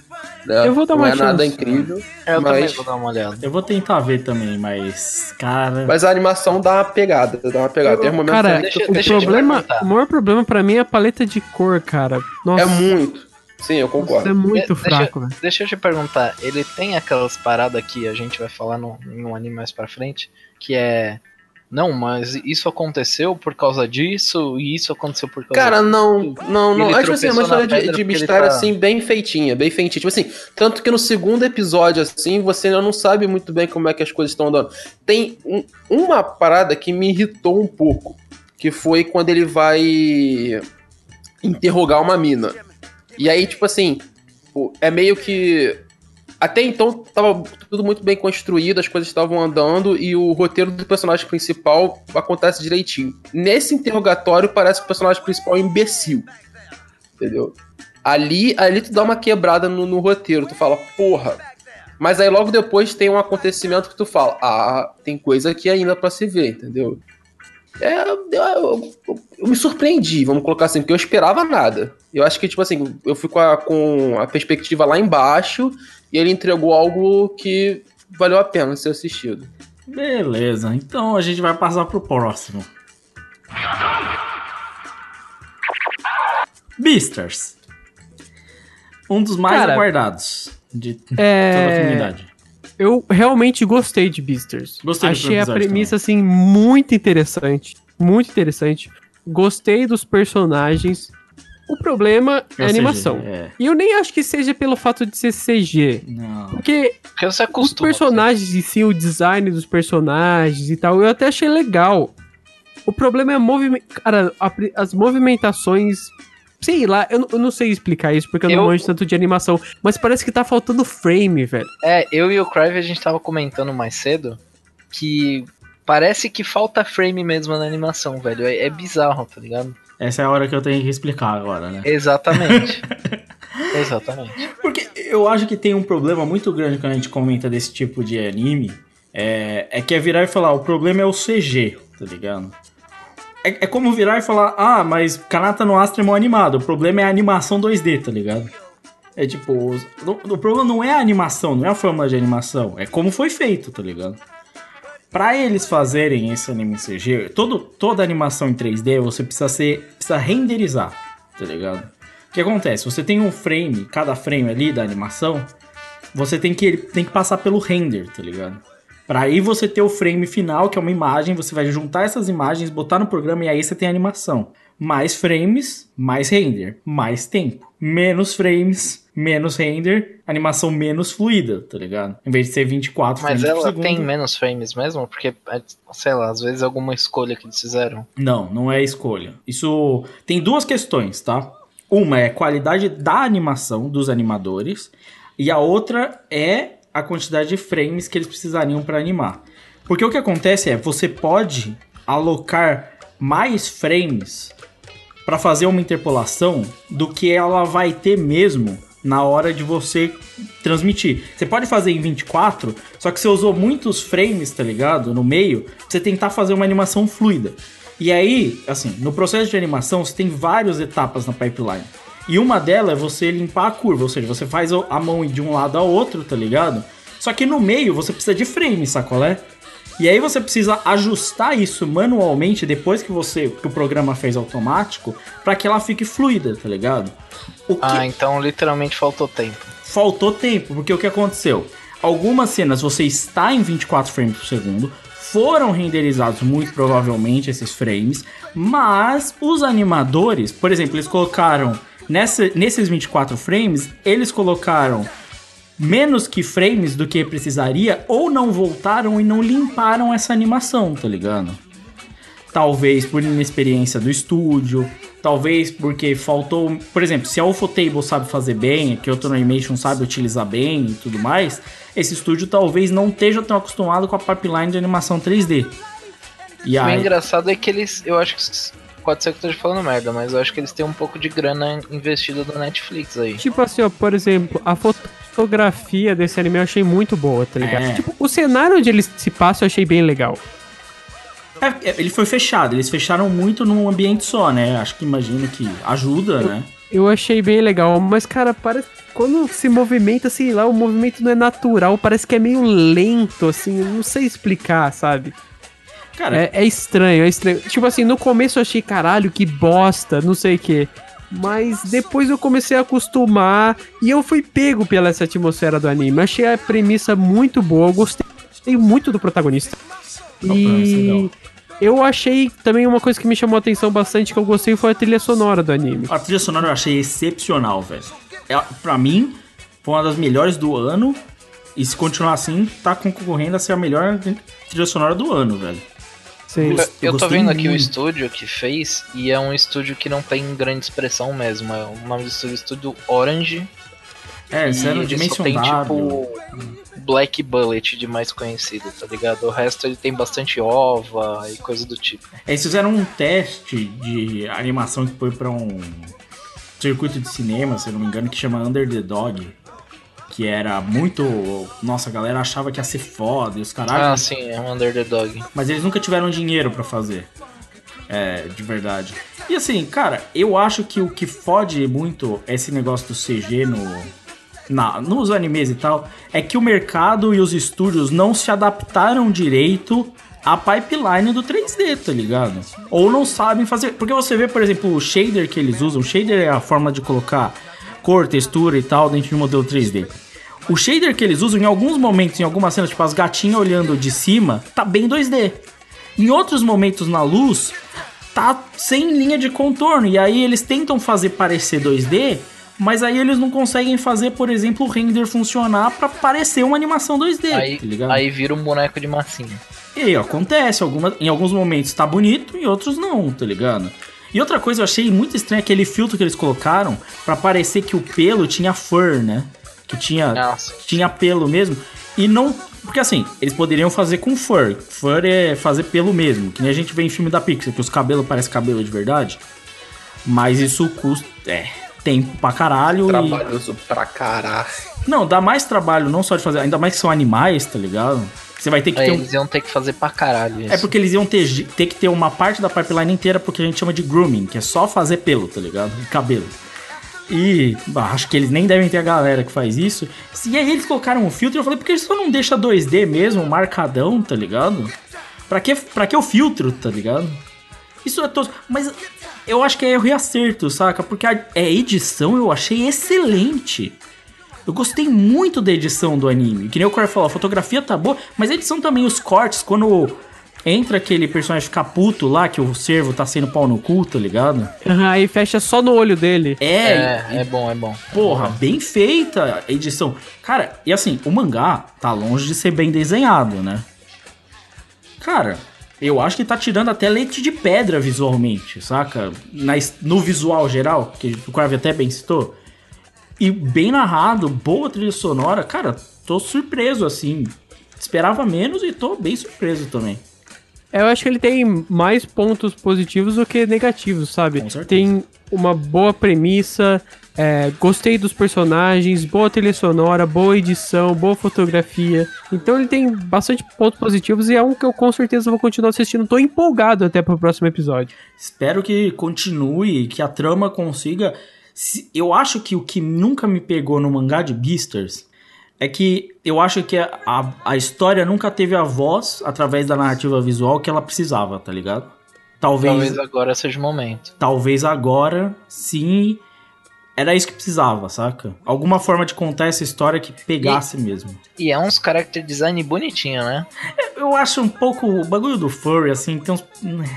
Né? Eu vou dar não uma é nada chance. incrível. Eu também mas, vou dar uma olhada. Eu vou tentar ver também, mas, cara... mas a animação dá uma pegada. Tem um momento Cara, ali que tu o deixa eu te perguntar. maior problema pra mim é a paleta de cor, cara. Nossa, é muito. Sim, eu isso concordo. é muito fraco, velho. Deixa eu te perguntar, ele tem aquelas paradas que a gente vai falar no anime mais pra frente, que é... Não, mas isso aconteceu por causa disso, e isso aconteceu por causa Cara, disso. não. Ele Acho assim, é uma tropeçou na história pedra de porque ele mistério, tá- assim, bem feitinha. Tipo assim, tanto que no segundo episódio, assim, você ainda não sabe muito bem como é que as coisas estão andando. Tem uma parada que me irritou um pouco, que foi quando ele vai interrogar uma mina. E aí, tipo assim, é meio que... Até então, tava tudo muito bem construído, as coisas estavam andando e o roteiro do personagem principal acontece direitinho. Nesse interrogatório, parece que o personagem principal é um imbecil. Entendeu? Ali tu dá uma quebrada no roteiro, tu fala, porra. Mas aí logo depois tem um acontecimento que tu fala, tem coisa aqui ainda pra se ver, entendeu? Eu me surpreendi, vamos colocar assim, porque eu esperava nada. Eu acho que, tipo assim, eu fui com a perspectiva lá embaixo e ele entregou algo que valeu a pena ser assistido. Beleza, então a gente vai passar pro próximo. Beastars. Um dos mais Cara, aguardados de toda a comunidade. Eu realmente gostei de Beastars. Gostei do Achei a episódio premissa, assim, muito interessante. Muito interessante. Gostei dos personagens. O problema é a animação. E eu nem acho que seja pelo fato de ser CG. Não. Porque Porque você os acostuma. personagens em si, o design dos personagens e tal, eu até achei legal. O problema é as movimentações. Sei lá, eu não sei explicar isso porque eu não manjo tanto de animação, mas parece que tá faltando frame, velho. Eu e o Crive, a gente tava comentando mais cedo que parece que falta frame mesmo na animação, velho. É bizarro, tá ligado? Essa é a hora que eu tenho que explicar agora, né? Exatamente. Exatamente. Porque eu acho que tem um problema muito grande quando a gente comenta desse tipo de anime. É que é virar e falar, o problema é o CG, tá ligado? É como virar e falar, mas Kanata no Astra é mal animado, o problema é a animação 2D, tá ligado? É tipo, o problema não é a animação, não é a forma de animação, é como foi feito, tá ligado? Pra eles fazerem esse anime em CG, toda animação em 3D você precisa renderizar, tá ligado? O que acontece? Você tem um frame, cada frame ali da animação, você tem que passar pelo render, tá ligado? Pra aí você ter o frame final, que é uma imagem, você vai juntar essas imagens, botar no programa e aí você tem a animação. Mais frames, mais render, mais tempo. Menos frames, menos render, animação menos fluida, tá ligado? Em vez de ser 24 Mas frames por ela segundo. tem menos frames mesmo? Porque, sei lá, às vezes alguma escolha que eles fizeram. Não é escolha. Isso tem duas questões, tá? Uma é a qualidade da animação dos animadores e a outra é a quantidade de frames que eles precisariam para animar. Porque o que acontece é, você pode alocar mais frames para fazer uma interpolação do que ela vai ter mesmo na hora de você transmitir. Você pode fazer em 24, só que você usou muitos frames, tá ligado? No meio, pra você tentar fazer uma animação fluida. E aí, assim, no processo de animação, você tem várias etapas na pipeline. E uma delas é você limpar a curva, ou seja, você faz a mão de um lado ao outro, tá ligado? Só que no meio você precisa de frame, sacolé? E aí você precisa ajustar isso manualmente depois que o programa fez automático pra que ela fique fluida, tá ligado? Então literalmente faltou tempo. Faltou tempo, porque o que aconteceu? Algumas cenas você está em 24 frames por segundo, foram renderizados muito provavelmente esses frames, mas os animadores, por exemplo, eles colocaram nesses 24 frames, eles colocaram menos que frames do que precisaria, ou não voltaram e não limparam essa animação, tá ligado? Talvez por inexperiência do estúdio, talvez porque faltou... Por exemplo, se a Ufotable sabe fazer bem, a Kyoto Animation sabe utilizar bem e tudo mais, esse estúdio talvez não esteja tão acostumado com a pipeline de animação 3D. E o engraçado é que eles... Eu acho que... Pode ser que eu esteja falando merda, mas eu acho que eles têm um pouco de grana investida no Netflix aí. Tipo assim, ó, por exemplo, a fotografia desse anime eu achei muito boa, tá ligado? Tipo, o cenário onde ele se passa eu achei bem legal. Ele foi fechado, eles fecharam muito num ambiente só, né? Acho que imagino que ajuda, né? Eu achei bem legal, mas, cara, parece quando se movimenta, sei lá, o movimento não é natural, parece que é meio lento, assim, eu não sei explicar, sabe? Cara, é estranho, é estranho. Tipo assim, no começo eu achei, caralho, que bosta, não sei o quê. Mas depois eu comecei a acostumar e eu fui pego pela essa atmosfera do anime. Achei a premissa muito boa, eu gostei muito do protagonista. E eu achei também uma coisa que me chamou a atenção bastante, que eu gostei, foi a trilha sonora do anime. A trilha sonora eu achei excepcional, velho. Pra mim, foi uma das melhores do ano. E se continuar assim, tá concorrendo a ser a melhor trilha sonora do ano, velho. Sim. Eu tô vendo aqui o estúdio que fez, e é um estúdio que não tem grande expressão mesmo. O nome do estúdio Orange. Eles eram Dimension tem W. tipo Black Bullet de mais conhecido, tá ligado? O resto ele tem bastante ova e coisa do tipo. Eles fizeram um teste de animação que foi pra um circuito de cinema, se eu não me engano, que chama Under the Dog. Que era muito... Nossa, a galera achava que ia ser foda e os caralho. Sim, é um Under the Dog. Mas eles nunca tiveram dinheiro pra fazer. De verdade. E assim, cara, eu acho que o que fode muito esse negócio do CG nos animes e tal, é que o mercado e os estúdios não se adaptaram direito à pipeline do 3D, tá ligado? Ou não sabem fazer... Porque você vê, por exemplo, o shader que eles usam. O shader é a forma de colocar cor, textura e tal dentro de um modelo 3D. O shader que eles usam, em alguns momentos, em algumas cenas, tipo as gatinhas olhando de cima, tá bem 2D. Em outros momentos na luz, tá sem linha de contorno. E aí eles tentam fazer parecer 2D, mas aí eles não conseguem fazer, por exemplo, o render funcionar pra parecer uma animação 2D, aí, tá ligado? Aí vira um boneco de massinha. E aí acontece, em alguns momentos tá bonito, em outros não, tá ligado? E outra coisa eu achei muito estranha, aquele filtro que eles colocaram pra parecer que o pelo tinha fur, né? Que tinha pelo mesmo. E não... Porque assim, eles poderiam fazer com fur. Fur é fazer pelo mesmo, que nem a gente vê em filme da Pixar, que os cabelos parecem cabelo de verdade. Mas isso custa... tempo pra caralho. Trabalhoso pra caralho. Não, dá mais trabalho não só de fazer... Ainda mais que são animais, tá ligado? Você vai ter que ter eles iam ter que fazer pra caralho isso. É porque eles iam ter que ter uma parte da pipeline inteira, porque a gente chama de grooming, que é só fazer pelo, tá ligado? E cabelo. E acho que eles nem devem ter a galera que faz isso. E aí eles colocaram um filtro e eu falei, por que só não deixa 2D mesmo, marcadão, tá ligado? Pra que o filtro, tá ligado? Isso é tosco. Mas eu acho que é erro e acerto, saca? Porque a edição eu achei excelente. Eu gostei muito da edição do anime. Que nem o Corey falou, a fotografia tá boa, mas a edição também, os cortes, quando entra aquele personagem ficar puto lá, que o servo tá sendo pau no cu, tá ligado? Aí fecha só no olho dele. É bom, é bom. Porra, bem feita a edição. Cara, e assim, o mangá tá longe de ser bem desenhado, né? Cara, eu acho que tá tirando até leite de pedra visualmente, saca? No visual geral, que o Crave até bem citou. E bem narrado, boa trilha sonora. Cara, tô surpreso, assim. Esperava menos e tô bem surpreso também. Eu acho que ele tem mais pontos positivos do que negativos, sabe? Com certeza. Tem uma boa premissa, gostei dos personagens, boa trilha sonora, boa edição, boa fotografia. Então ele tem bastante pontos positivos e é um que eu com certeza vou continuar assistindo. Tô empolgado até pro próximo episódio. Espero que continue, que a trama consiga... Eu acho que o que nunca me pegou no mangá de Beastars é que eu acho que a história nunca teve a voz, através da narrativa visual, que ela precisava, tá ligado? Talvez agora seja o momento. Talvez agora, sim, era isso que precisava, saca? Alguma forma de contar essa história que pegasse mesmo. E é uns character design bonitinho, né? Eu acho um pouco... O bagulho do furry, assim, tem uns...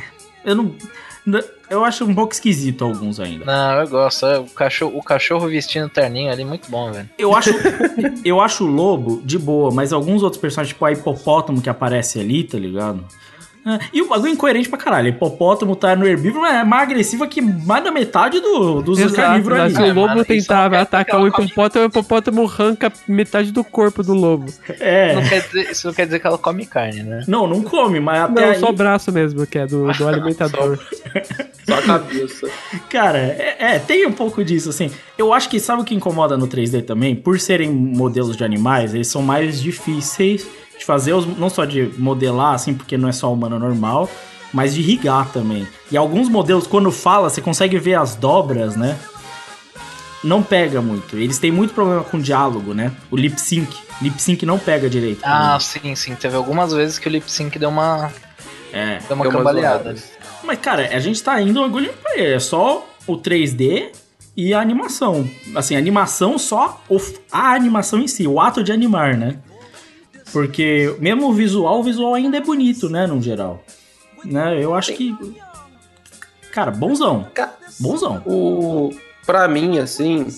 Eu acho um pouco esquisito alguns ainda. Não, eu gosto. O cachorro vestindo terninho ali, muito bom, velho. Eu acho o lobo de boa, mas alguns outros personagens, tipo a hipopótamo que aparece ali, tá ligado? E o bagulho é incoerente pra caralho. Hipopótamo tá no herbívoro, mas é mais agressiva que mais da metade dos carnívoros ali. Se o lobo tentava atacar o hipopótamo arranca metade do corpo do lobo. Isso não quer dizer que ela come carne, né? Não come, mas até não, aí... só o braço mesmo, que é do alimentador. Só a cabeça. Cara, tem um pouco disso, assim. Eu acho que sabe o que incomoda no 3D também? Por serem modelos de animais, eles são mais difíceis de fazer, não só de modelar, assim, porque não é só humano normal, mas de irrigar também. E alguns modelos, quando fala, você consegue ver as dobras, né? Não pega muito. Eles têm muito problema com diálogo, né? O lip sync. Lip sync não pega direito. Ah, sim. Teve algumas vezes que o lip sync deu uma cambaleada. Mas, cara, a gente tá indo agulha pra ele. É só o 3D e a animação. Assim, a animação só... A animação em si, o ato de animar, né? Porque mesmo o visual ainda é bonito, né, no geral. Né? Eu acho que... Cara, bonzão. Bonzão. Pra mim, assim...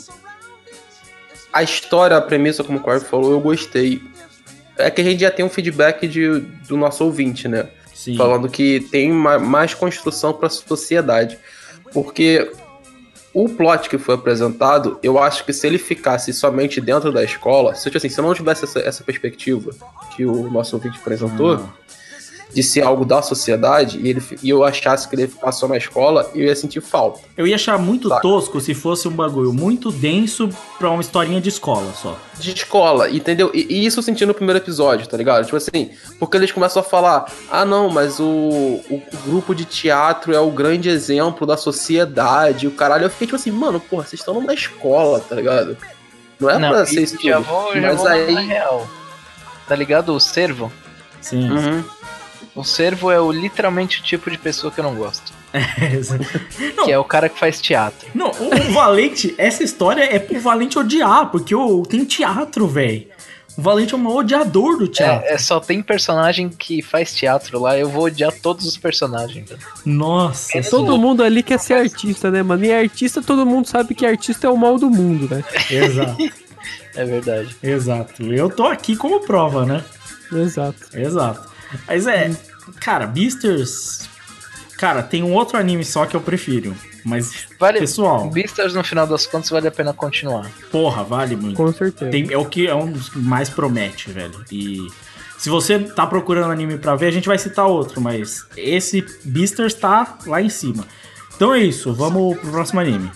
A história, a premissa, como o Corey falou, eu gostei. É que a gente já tem um feedback do nosso ouvinte, né? Sim. Falando que tem mais construção pra sociedade. Porque... O plot que foi apresentado, eu acho que se ele ficasse somente dentro da escola, se eu não tivesse essa perspectiva que o nosso ouvinte apresentou, de ser algo da sociedade, e eu achasse que ele ia ficar só na escola, eu ia sentir falta. Eu ia achar muito tosco se fosse um bagulho muito denso pra uma historinha de escola só. De escola, entendeu? E isso eu senti no primeiro episódio, tá ligado? Tipo assim, porque eles começam a falar, não, mas o grupo de teatro é o grande exemplo da sociedade, o caralho. Eu fiquei tipo assim, mano, porra, vocês estão numa escola, tá ligado? Não é pra ser isso tudo. Já vou na real. Tá ligado? O Cervo? Sim. Uhum. O Cervo é literalmente o tipo de pessoa que eu não gosto. Que é o cara que faz teatro. Não, o Valente, essa história é pro Valente odiar, porque tem teatro, velho. O Valente é um odiador do teatro. Só tem personagem que faz teatro lá, eu vou odiar todos os personagens. Velho. Nossa. Todo mundo ali quer ser artista, né, mano? E artista, todo mundo sabe que artista é o mal do mundo, né? Exato. É verdade. Exato. Eu tô aqui como prova, né? Exato. Mas cara, Beastars... Cara, tem um outro anime só que eu prefiro. Mas, pessoal... Beastars, no final das contas, vale a pena continuar. Porra, vale muito. Com certeza. É um dos que mais promete, velho. E se você tá procurando anime pra ver, a gente vai citar outro. Mas esse Beastars tá lá em cima. Então é isso, vamos pro próximo anime.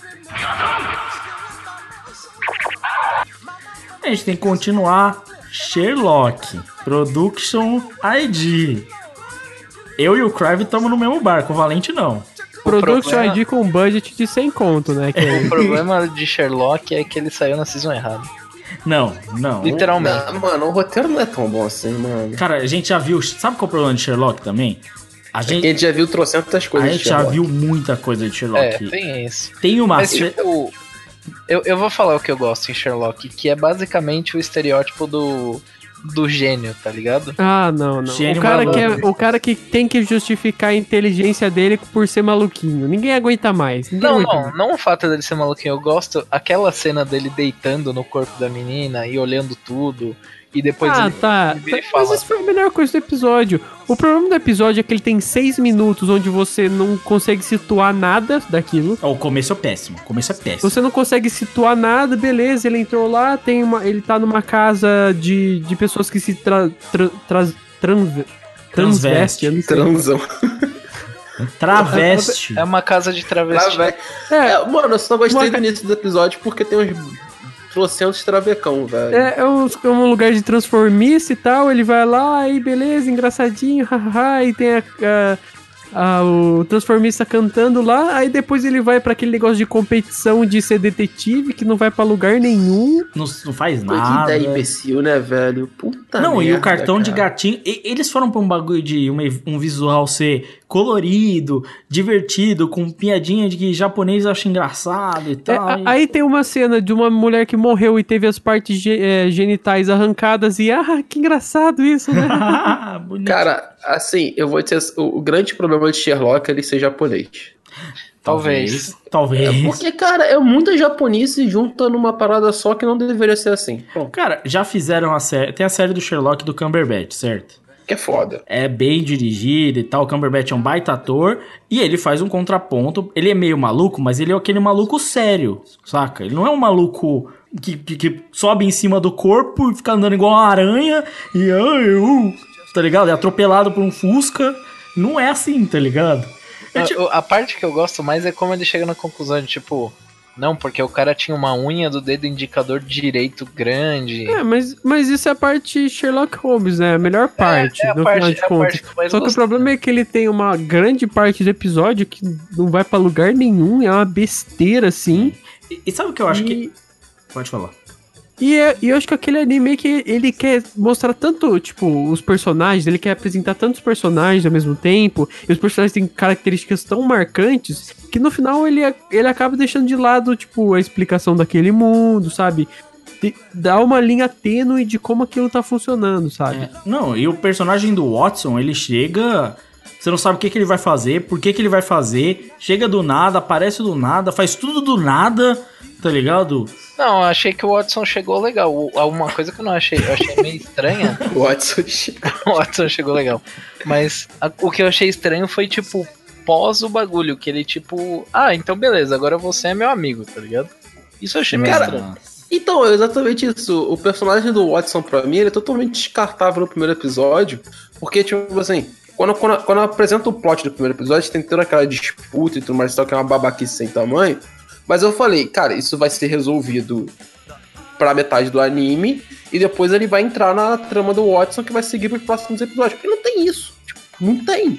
A gente tem que continuar Sherlock Production ID. Eu e o Crive estamos no mesmo barco, o Valente não. Production ID com budget de 100 conto, né? O problema de Sherlock é que ele saiu na season errada. Não. Literalmente. Mano, o roteiro não é tão bom assim, mano. Cara, a gente já viu... Sabe qual é o problema de Sherlock também? A gente já viu trocentas coisas. A gente já viu muita coisa de Sherlock. Tem isso. Tem uma... Mas, tipo, eu vou falar o que eu gosto em Sherlock, que é basicamente o estereótipo do gênio, tá ligado? Não. O cara que tem que justificar a inteligência dele por ser maluquinho. Ninguém aguenta mais. Não o fato dele ser maluquinho. Eu gosto aquela cena dele deitando no corpo da menina e olhando tudo. E depois ele fala. Mas isso foi a melhor coisa do episódio. O problema do episódio é que ele tem 6 minutos onde você não consegue situar nada daquilo. O começo é péssimo. Você não consegue situar nada, beleza. Ele entrou lá, ele tá numa casa de pessoas que se transvestem. Transam. Traveste. É uma casa de travesti. Mano, eu só gostei do início do episódio porque tem uns trocentos travecão, velho. É um lugar de transformice e tal. Ele vai lá e beleza, engraçadinho, hahaha. E tem o transformista cantando lá, aí depois ele vai pra aquele negócio de competição de ser detetive, que não vai pra lugar nenhum. Não faz Que nada. ideia imbecil, né, velho? Puta Não, merda, e o cartão de cara. gatinho, eles foram pra um bagulho de um visual ser colorido, divertido, com piadinha de que japonês acha engraçado e tal. Aí tem uma cena de uma mulher que morreu e teve as partes genitais arrancadas e, que engraçado isso, né? Bonito. Cara, assim, eu vou dizer, o grande problema de Sherlock é ele ser japonês. Talvez. Porque, cara, é muita japonês junta numa parada só que não deveria ser assim. Pronto. Cara, já fizeram a série, tem a série do Sherlock do Cumberbatch, certo? Que é foda. É bem dirigido e tal, o Cumberbatch é um baita ator, e ele faz um contraponto, ele é meio maluco, mas ele é aquele maluco sério, saca? Ele não é um maluco que sobe em cima do corpo e fica andando igual uma aranha, e tá ligado? É atropelado por um Fusca, não é assim, tá ligado? A parte que eu gosto mais é como ele chega na conclusão de tipo, não, porque o cara tinha uma unha do dedo indicador direito grande. Mas isso é a parte Sherlock Holmes, né? A melhor parte, no final de contas. Só que o problema é que ele tem uma grande parte do episódio que não vai pra lugar nenhum, é uma besteira, assim. E sabe o que eu acho que... Pode falar. E eu acho que aquele anime que ele quer mostrar tanto, tipo, os personagens, ele quer apresentar tantos personagens ao mesmo tempo, e os personagens têm características tão marcantes, que no final ele acaba deixando de lado, tipo, a explicação daquele mundo, sabe? Dá uma linha tênue de como aquilo tá funcionando, sabe? Não, e o personagem do Watson, ele chega... Você não sabe o que ele vai fazer, por que ele vai fazer, chega do nada, aparece do nada, faz tudo do nada, tá ligado? Não, eu achei que o Watson chegou legal. Uma coisa que eu não achei, eu achei meio estranha. O Watson O Watson chegou legal. Mas o que eu achei estranho foi, tipo, pós o bagulho, que ele, tipo, então beleza, agora você é meu amigo, tá ligado? Isso eu achei meio estranho. Então, é exatamente isso. O personagem do Watson, pra mim, ele é totalmente descartável no primeiro episódio, porque, tipo assim, quando apresenta o plot do primeiro episódio, tem toda aquela disputa e tudo mais, que é uma babaquice sem tamanho, mas eu falei, cara, isso vai ser resolvido pra metade do anime, e depois ele vai entrar na trama do Watson, que vai seguir pros próximos episódios, porque não tem isso, tipo, não tem.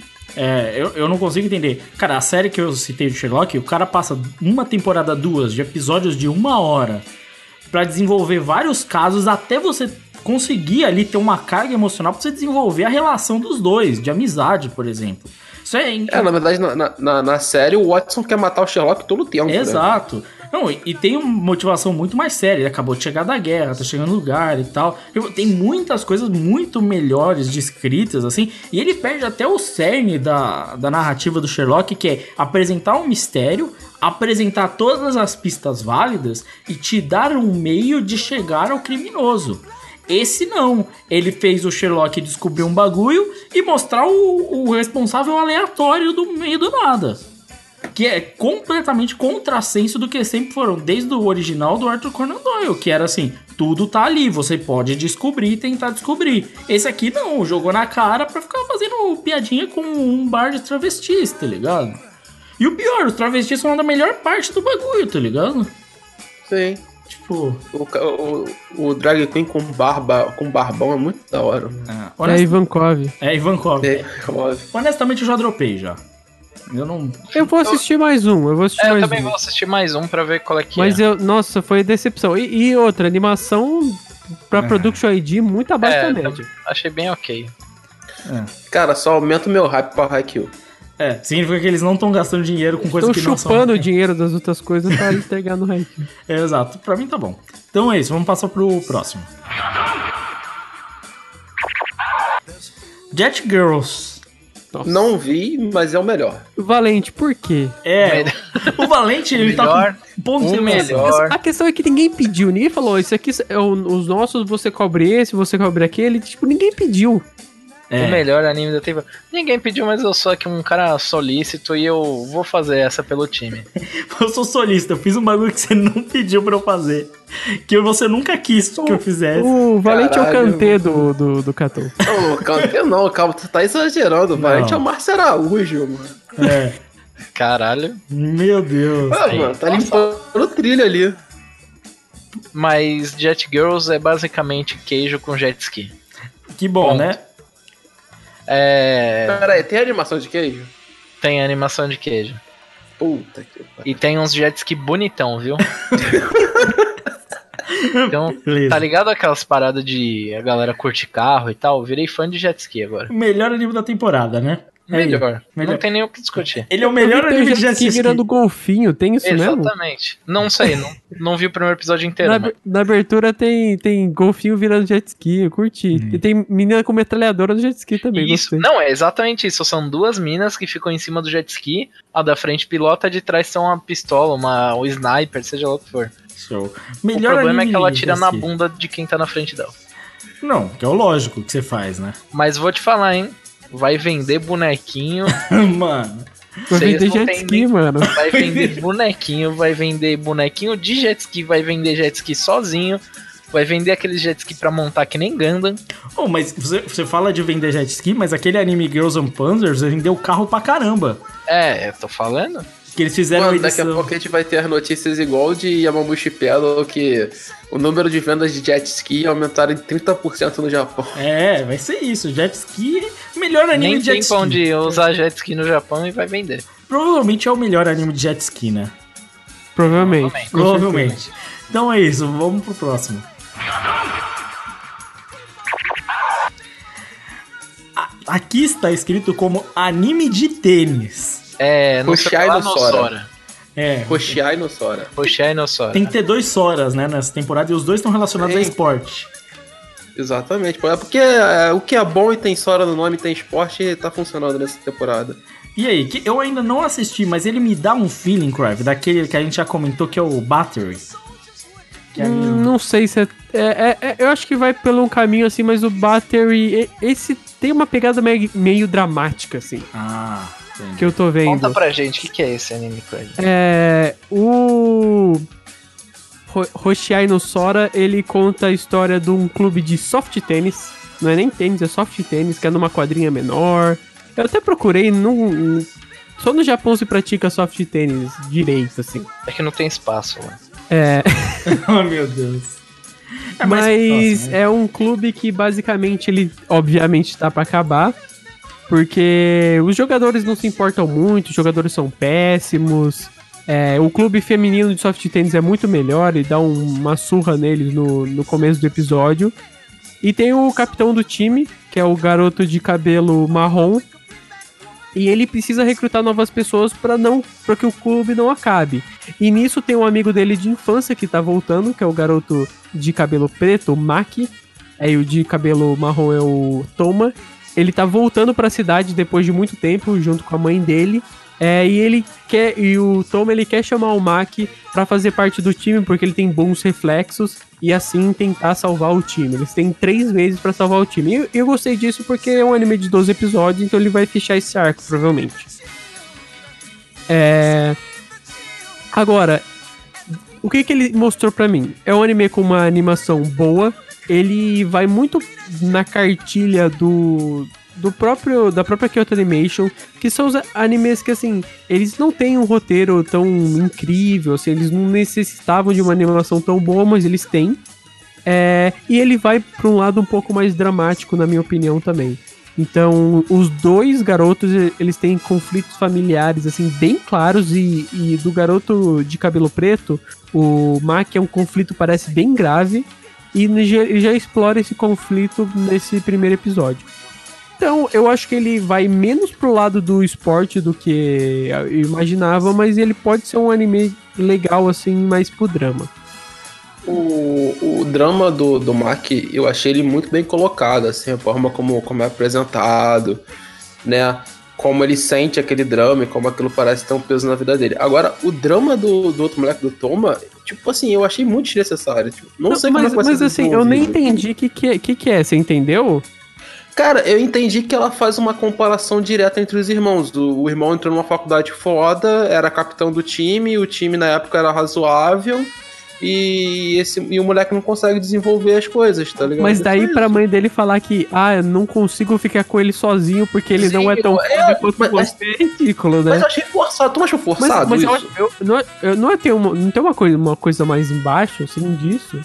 Eu não consigo entender. Cara, a série que eu citei do Sherlock, o cara passa uma temporada, 2 de episódios de 1 hora pra desenvolver vários casos até você conseguir ali ter uma carga emocional pra você desenvolver a relação dos dois, de amizade, por exemplo. Isso na verdade, na série, o Watson quer matar o Sherlock todo o tempo. Exato. Né? Não, e tem uma motivação muito mais séria. Ele acabou de chegar da guerra, tá chegando no lugar e tal. Tem muitas coisas muito melhores descritas, assim. E ele perde até o cerne da narrativa do Sherlock, que é apresentar um mistério, apresentar todas as pistas válidas e te dar um meio de chegar ao criminoso. Esse não, ele fez o Sherlock descobrir um bagulho e mostrar o responsável aleatório do meio do nada. Que é completamente contrassenso do que sempre foram, desde o original do Arthur Conan Doyle, que era assim, tudo tá ali, você pode descobrir e tentar descobrir. Esse aqui não, jogou na cara pra ficar fazendo piadinha com um bar de travestis, tá ligado? E o pior, os travestis são a melhor parte do bagulho, tá ligado? Sim. Tipo... O drag queen com barbão é muito da hora. É Ivankov. É Ivankov. Honestamente, eu já dropei já. Eu vou assistir mais um. Eu também vou assistir mais um pra ver qual é que Mas nossa, foi decepção. E outra, animação pra Production ID muito abaixo da média. Achei bem ok. Cara, só aumenta o meu hype pra Haikyuu. Significa que eles não estão gastando dinheiro com coisas que não são. Estão chupando o dinheiro das outras coisas pra entregar no Haikyuu. Exato, pra mim tá bom. Então é isso, vamos passar pro próximo. Jet Girls. Nossa. Não vi, mas é o melhor. Valente, por quê? O Valente, ele tá com ponto de melhor. A questão é que ninguém pediu, ninguém falou, isso aqui é os nossos, você cobre esse, você cobre aquele, tipo, ninguém pediu. O melhor anime da temporada. Ninguém pediu, mas eu sou aqui um cara solícito e eu vou fazer essa pelo time. Eu sou solista, eu fiz um bagulho que você não pediu pra eu fazer. Que você nunca quis que eu fizesse. O Valente é o Kanté do Catu. Não, o Kanté não, calma, tu tá exagerando. O Valente é o Márcio Araújo, mano. Caralho. Meu Deus. Mano, tá limpando o trilho ali. Mas Jet Girls é basicamente queijo com jet ski. Que bom, né? Peraí, tem animação de queijo? Tem animação de queijo. Puta que pariu. E tem uns jet ski bonitão, viu? Então, Beleza. tá ligado aquelas paradas de a galera curte carro e tal? Virei fã de jet ski agora. O melhor anime da temporada, né? Melhor. melhor. Não tem nem o que discutir. Ele é o melhor Tem anime de jet jet ski ski. virando golfinho, tem isso mesmo? Exatamente. Não sei, não vi o primeiro episódio inteiro. mas- Na abertura tem golfinho virando jet ski, eu curti. E tem menina com metralhadora no jet ski também, Isso. gostei. Não, é exatamente isso. São duas minas que ficam em cima do jet ski. A da frente pilota, a de trás são uma pistola, um sniper, seja lá o que for. Show. O Melhor problema é anime que ela de atira jet na ski. bunda de quem tá na frente dela. Não, que é o lógico que você faz, né? Mas vou te falar, hein? Vai vender bonequinho. Mano. Vai Vocês vender não jet têm ski, nem- mano. Vai vender bonequinho, vai vender bonequinho de jet ski, vai vender jet ski sozinho, vai vender aqueles jet ski pra montar que nem Gundam. Oh, mas você fala de vender jet ski, mas aquele anime Girls and Panzers vendeu carro pra caramba. É, eu tô falando. Que eles fizeram Mano, a daqui a edição. pouco a gente vai ter as notícias igual de Yamamushi Pedal, que o número de vendas de jet ski aumentaram em 30% no Japão. É, vai ser isso. Jet ski, melhor anime Nem de jet tem ski. pra onde usar jet ski no Japão e vai vender. Provavelmente é o melhor anime de jet ski, né? Provavelmente. com Provavelmente. Então é isso, vamos pro próximo. Aqui está escrito como anime de tênis. É, não sei Hoshai lá no no Sora. Sora. É. Hoshiai no Sora. Hoshai no Sora. Tem que ter 2 Soras, né, nessa temporada, e os dois estão relacionados a Tem. esporte. Exatamente. É porque o que é bom e tem Sora no nome e tem esporte tá funcionando nessa temporada. E aí, que eu ainda não assisti, mas ele me dá um feeling, Crave, daquele que a gente já comentou, que é o Battery. Que é Não sei se eu acho que vai pelo um caminho assim, mas o Battery. Esse tem uma pegada meio dramática, assim, Ah, entendi. que eu tô vendo. Conta pra gente o que é esse anime, Craig. O Hoshiai no Sora, ele conta a história de um clube de soft tênis. Não é nem tênis, é soft tênis, que é numa quadrinha menor. Eu até procurei, só no Japão se pratica soft tênis direito, assim. É que não tem espaço lá. Oh, meu Deus. É mais Mas próximo, né? é um clube que basicamente ele, obviamente, tá pra acabar. Porque os jogadores não se importam muito, os jogadores são péssimos. O clube feminino de soft tênis é muito melhor e dá uma surra neles no começo do episódio. E tem o capitão do time, que é o garoto de cabelo marrom. E ele precisa recrutar novas pessoas para que o clube não acabe. E nisso tem um amigo dele de infância que tá voltando, que é o garoto de cabelo preto, o Maki. E o de cabelo marrom é o Toma. Ele tá voltando pra cidade depois de muito tempo, junto com a mãe dele. E o Toma, ele quer chamar o Maki pra fazer parte do time, porque ele tem bons reflexos, e assim tentar salvar o time. Eles têm 3 meses pra salvar o time. E eu gostei disso porque é um anime de 12 episódios, então ele vai fechar esse arco, provavelmente. Agora, o que ele mostrou pra mim? É um anime com uma animação boa. Ele vai muito na cartilha da própria Kyoto Animation, que são os animes que, assim, eles não têm um roteiro tão incrível, assim, eles não necessitavam de uma animação tão boa, mas eles têm. E ele vai pra um lado um pouco mais dramático, na minha opinião, também. Então, os dois garotos, eles têm conflitos familiares, assim, bem claros, e do garoto de cabelo preto, o Maki é um conflito, parece, bem grave, e ele já explora esse conflito nesse primeiro episódio. Então, eu acho que ele vai menos pro lado do esporte do que eu imaginava, mas ele pode ser um anime legal, assim, mais pro drama. O drama do Maki, eu achei ele muito bem colocado, assim, a forma como é apresentado, né? Como ele sente aquele drama e como aquilo parece ter um peso na vida dele. Agora, o drama do outro moleque, do Toma, tipo assim, eu achei muito desnecessário. Tipo, não sei como é que vai ser Mas assim, eu nem desenvolvido. entendi o que é, você entendeu? Cara, eu entendi que ela faz uma comparação direta entre os irmãos. O irmão entrou numa faculdade foda, era capitão do time, o time na época era razoável, e o moleque não consegue desenvolver as coisas, tá ligado? Mas daí Foi pra isso. mãe dele falar que, eu não consigo ficar com ele sozinho porque ele não é tão Sim, foda quanto mas- você, é ridículo, né? Mas eu achei forçado. Tu não achou forçado Mas isso? não tem uma coisa mais embaixo, assim, disso? Cara,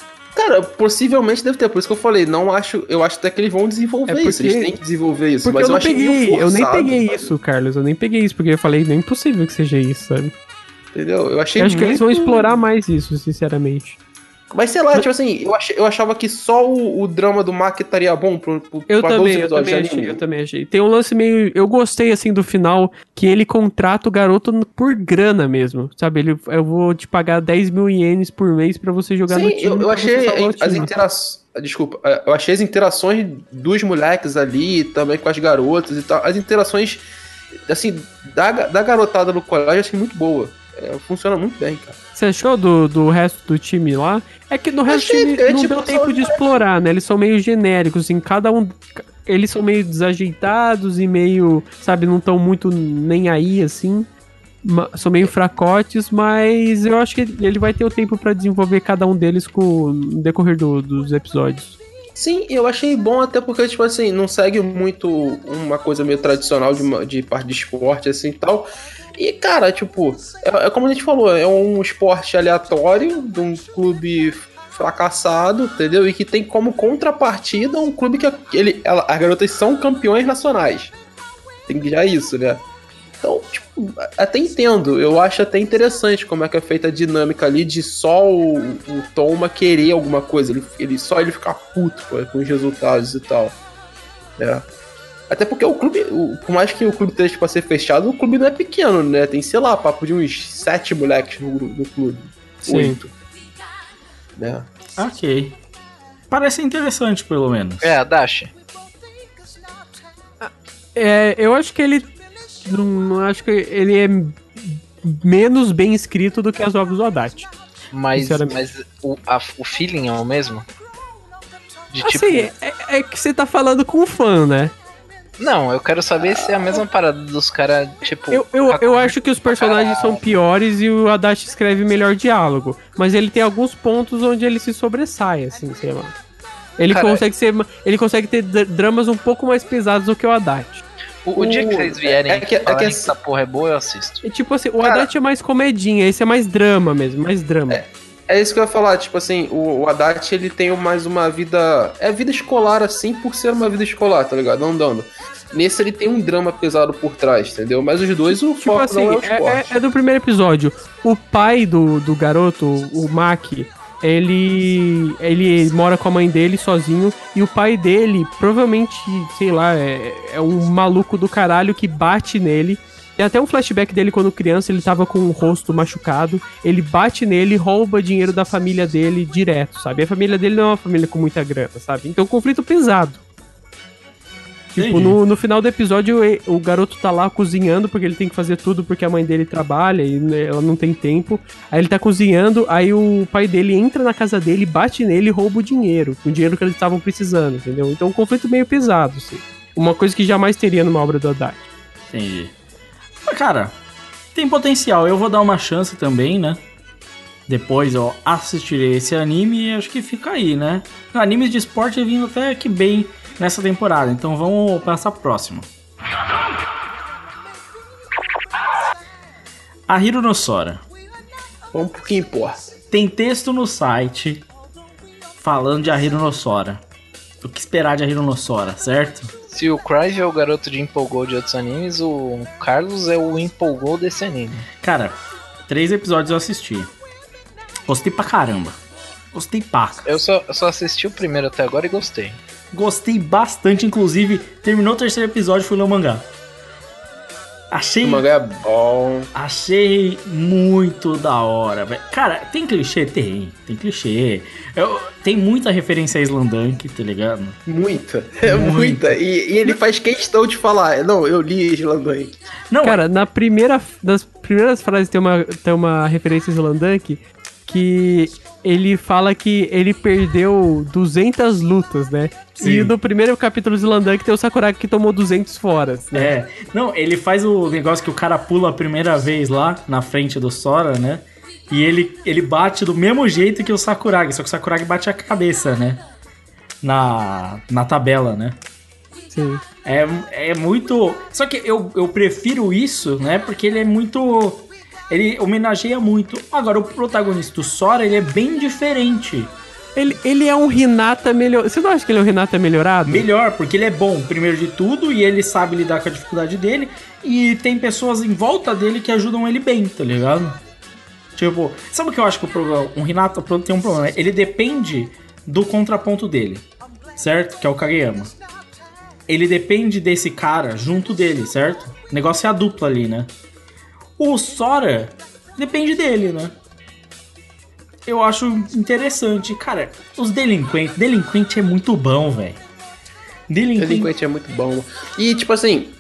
Cara, possivelmente deve ter, por isso que eu falei, eu acho até que eles vão desenvolver isso, eles têm que desenvolver isso, porque mas eu achei nem forçado, peguei sabe? isso, Carlos, eu nem peguei isso, porque eu falei, não é impossível que seja isso, sabe? Entendeu? Eu achei Eu acho que eles vão muito- explorar mais isso, sinceramente. Mas sei lá, tipo assim, eu achava que só o drama do Maki estaria bom pra 12 Eu episódios de também anime. achei. Tem um lance meio. Eu gostei, assim, do final, que ele contrata o garoto por grana mesmo, sabe? Eu vou te pagar 10 mil ienes por mês pra você jogar no Sim, time. eu pra achei você salvar o as time. interações. Desculpa, eu achei as interações dos moleques ali, também com as garotas e tal. As interações, assim, da garotada do colégio, eu achei muito boa. Funciona muito bem, cara. Você achou do resto do time lá? É que no resto Achei, do time não tipo, deu tempo de explorar, né? Eles são meio genéricos, assim, cada um. Eles são meio desajeitados e meio, sabe, não estão muito nem aí, assim. São meio fracotes, mas eu acho que ele vai ter o tempo pra desenvolver cada um deles no decorrer dos episódios. Sim, eu achei bom até porque, tipo assim, não segue muito uma coisa meio tradicional de parte de esporte, assim, e tal. E, cara, tipo, é como a gente falou, é um esporte aleatório de um clube fracassado, entendeu? E que tem como contrapartida um clube que as garotas são campeões nacionais. Tem já isso, né? Então, tipo, até entendo. Eu acho até interessante como é que é feita a dinâmica ali de só o Toma querer alguma coisa. Só ele ficar puto com os resultados e tal. É. Até porque o clube, por mais que o clube esteja pra ser fechado, o clube não é pequeno, né? Tem, sei lá, papo de uns 7 moleques no clube. Sim. 8. Né? Ok. Parece interessante, pelo menos. Dashi. Eu acho que ele. Não acho que ele é menos bem escrito do que as obras do Haddad. Mas o feeling é o mesmo? De Assim, é que você tá falando com um fã, né? Não, eu quero saber se é a mesma parada dos caras, tipo... Eu acho que os personagens são piores e o Haddad escreve melhor diálogo. Mas ele tem alguns pontos onde ele se sobressai, assim, sei lá. Ele consegue ter dramas um pouco mais pesados do que o Haddad. O dia que vocês vierem que essa porra é boa, eu assisto. E tipo assim, o Haddad é mais comedinha, esse é mais drama mesmo, mais drama. É isso que eu ia falar, tipo assim, o Haddad, ele tem mais uma vida... É vida escolar, assim, por ser uma vida escolar, tá ligado? Andando. Nesse ele tem um drama pesado por trás, entendeu? Mas os dois, o foco assim, não é o esporte. É do primeiro episódio. O pai do garoto, o Maki, ele mora com a mãe dele sozinho. E o pai dele, provavelmente, sei lá, é um maluco do caralho que bate nele. Tem até um flashback dele quando criança, ele tava com o rosto machucado. Ele bate nele e rouba dinheiro da família dele direto, sabe? A família dele não é uma família com muita grana, sabe? Então, conflito pesado. Tipo, no final do episódio, o garoto tá lá cozinhando, porque ele tem que fazer tudo porque a mãe dele trabalha e ela não tem tempo. Aí ele tá cozinhando, aí o pai dele entra na casa dele, bate nele e rouba o dinheiro que eles estavam precisando, entendeu? Então, um conflito meio pesado, assim. Uma coisa que jamais teria numa obra do Haddad. Entendi. Cara, tem potencial. Eu vou dar uma chance também, né? Depois eu assistirei esse anime e acho que fica aí, né? Animes de esporte vindo até que bem nessa temporada. Então vamos passar pro próximo. A Hiro no Sora. Vamos pro que importa. Tem texto no site falando de A Hiro no Sora. O que esperar de A Hiro no Sora, certo? Se o Crive é o garoto de empolgou de outros animes, o Carlos é o empolgou desse anime. Cara, 3 episódios eu assisti. Gostei pra caramba. Gostei paca. Eu só assisti o primeiro até agora e gostei. Gostei bastante, inclusive, terminou o 3º episódio e fui ler o mangá. Achei... O mangá é bom. Achei muito da hora, velho. Cara, tem clichê? Tem clichê. Tem muita referência a Slandunk, tá ligado? Muita. Muita. E ele faz questão de falar, não, eu li Slandunk. Não, cara, nas primeiras frases tem uma referência a Slandunk que ele fala que ele perdeu 200 lutas, né? Sim. E no primeiro capítulo de Slandunk tem o Sakuragi que tomou 200 fora. Né? Não, ele faz o negócio que o cara pula a primeira vez lá na frente do Sora, né? E ele bate do mesmo jeito que o Sakuragi, só que o Sakuragi bate a cabeça, né? Na tabela, né? Sim. É muito... Só que eu prefiro isso, né? Porque ele é muito... Ele homenageia muito. Agora, o protagonista do Sora, ele é bem diferente. Ele é um Hinata melhor. Você não acha que ele é um Hinata melhorado? Melhor, porque ele é bom, primeiro de tudo, e ele sabe lidar com a dificuldade dele, e tem pessoas em volta dele que ajudam ele bem, tá ligado? Tipo, sabe o que eu acho que o problema? Um Hinata tem um problema, ele depende do contraponto dele, certo? Que é o Kageyama. Ele depende desse cara junto dele, certo? O negócio é a dupla ali, né? O Sora depende dele, né? Eu acho interessante. Cara, os delinquentes... Delinquente é muito bom, velho. Delinquente é muito bom. E, tipo assim,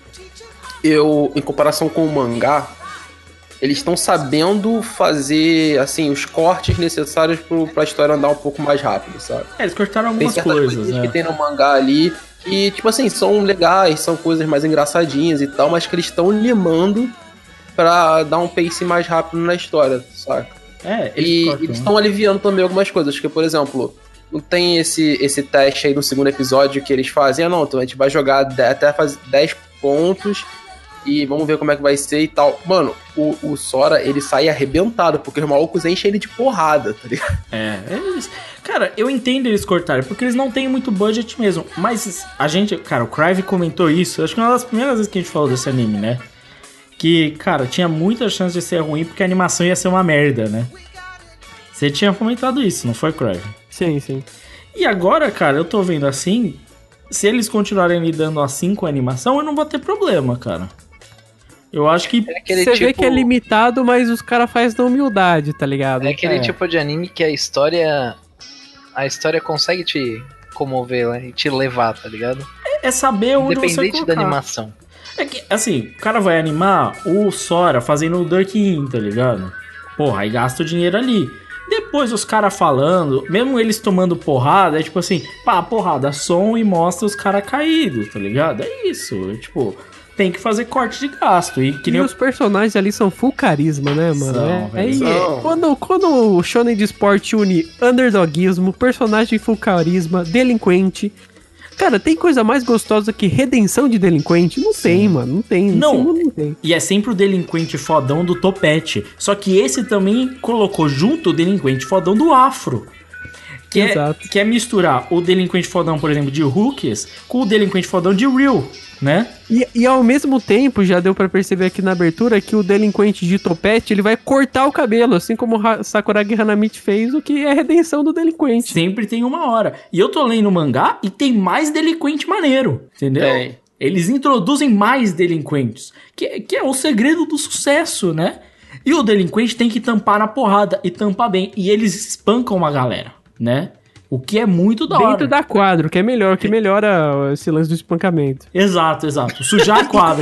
em comparação com o mangá, eles estão sabendo fazer, assim, os cortes necessários pra história andar um pouco mais rápido, sabe? Eles cortaram algumas coisas, né? Que tem no mangá ali, que, tipo assim, são legais, são coisas mais engraçadinhas e tal, mas que eles estão limando pra dar um pace mais rápido na história, saca? Eles estão aliviando também algumas coisas, que, por exemplo, não tem esse teste aí no segundo episódio que eles fazem, então a gente vai jogar até fazer 10 pontos e vamos ver como é que vai ser e tal. Mano, o Sora, ele sai arrebentado, porque os malucos enchem ele de porrada, tá ligado? Cara, eu entendo eles cortarem, porque eles não têm muito budget mesmo, mas cara, o Crive comentou isso, acho que uma das primeiras vezes que a gente falou desse anime, né? Que, cara, tinha muita chance de ser ruim porque a animação ia ser uma merda, né? Você tinha comentado isso, não foi, Crive? Sim, sim. E agora, cara, eu tô vendo assim, se eles continuarem lidando assim com a animação, eu não vou ter problema, cara. Eu acho que... Você vê que é limitado, mas os caras fazem na humildade, tá ligado? É aquele tipo de anime que a história consegue te comover, né? E te levar, tá ligado? É saber onde você colocar. Independente da animação. É que, assim, o cara vai animar o Sora fazendo o Duck In, tá ligado? Porra, aí gasta o dinheiro ali. Depois os caras falando, mesmo eles tomando porrada, é tipo assim, pá, porrada, som e mostra os caras caídos, tá ligado? É isso, tipo, tem que fazer corte de gasto. E os personagens ali são full carisma, né, mano? São, quando o Shonen de Sport une underdogismo, personagem full carisma, delinquente... Cara, tem coisa mais gostosa que redenção de delinquente? Não tem, mano. Não tem. Não tem. E é sempre o delinquente fodão do topete. Só que esse também colocou junto o delinquente fodão do afro. Que é misturar o delinquente fodão, por exemplo, de Rookies com o delinquente fodão de Real, né? E ao mesmo tempo, já deu pra perceber aqui na abertura que o delinquente de topete, ele vai cortar o cabelo, assim como Sakuragi Hanamichi fez, o que é a redenção do delinquente. Sempre tem uma hora. E eu tô lendo o mangá e tem mais delinquente maneiro, entendeu? Eles introduzem mais delinquentes, que é o segredo do sucesso, né? E o delinquente tem que tampar na porrada, e tampar bem. E eles espancam uma galera, né? O que é muito da hora. Dentro da quadro, que é melhor, que melhora esse lance do espancamento. Exato. Sujar a quadra.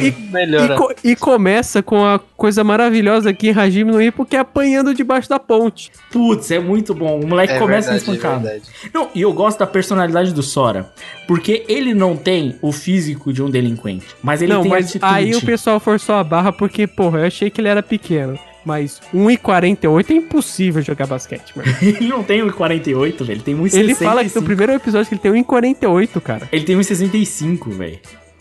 E começa com a coisa maravilhosa aqui em Hajime no Ippo, que é apanhando debaixo da ponte. Putz, é muito bom. O moleque começa a espancar. Não, e eu gosto da personalidade do Sora, porque ele não tem o físico de um delinquente, mas ele tem atitude. Aí o pessoal forçou a barra porque, porra, eu achei que ele era pequeno. Mas 1,48 é impossível jogar basquete, mano. Ele não tem 1,48, velho. Ele tem 1,65. Ele fala que no primeiro episódio que ele tem 1,48, cara. Ele tem 1,65, velho.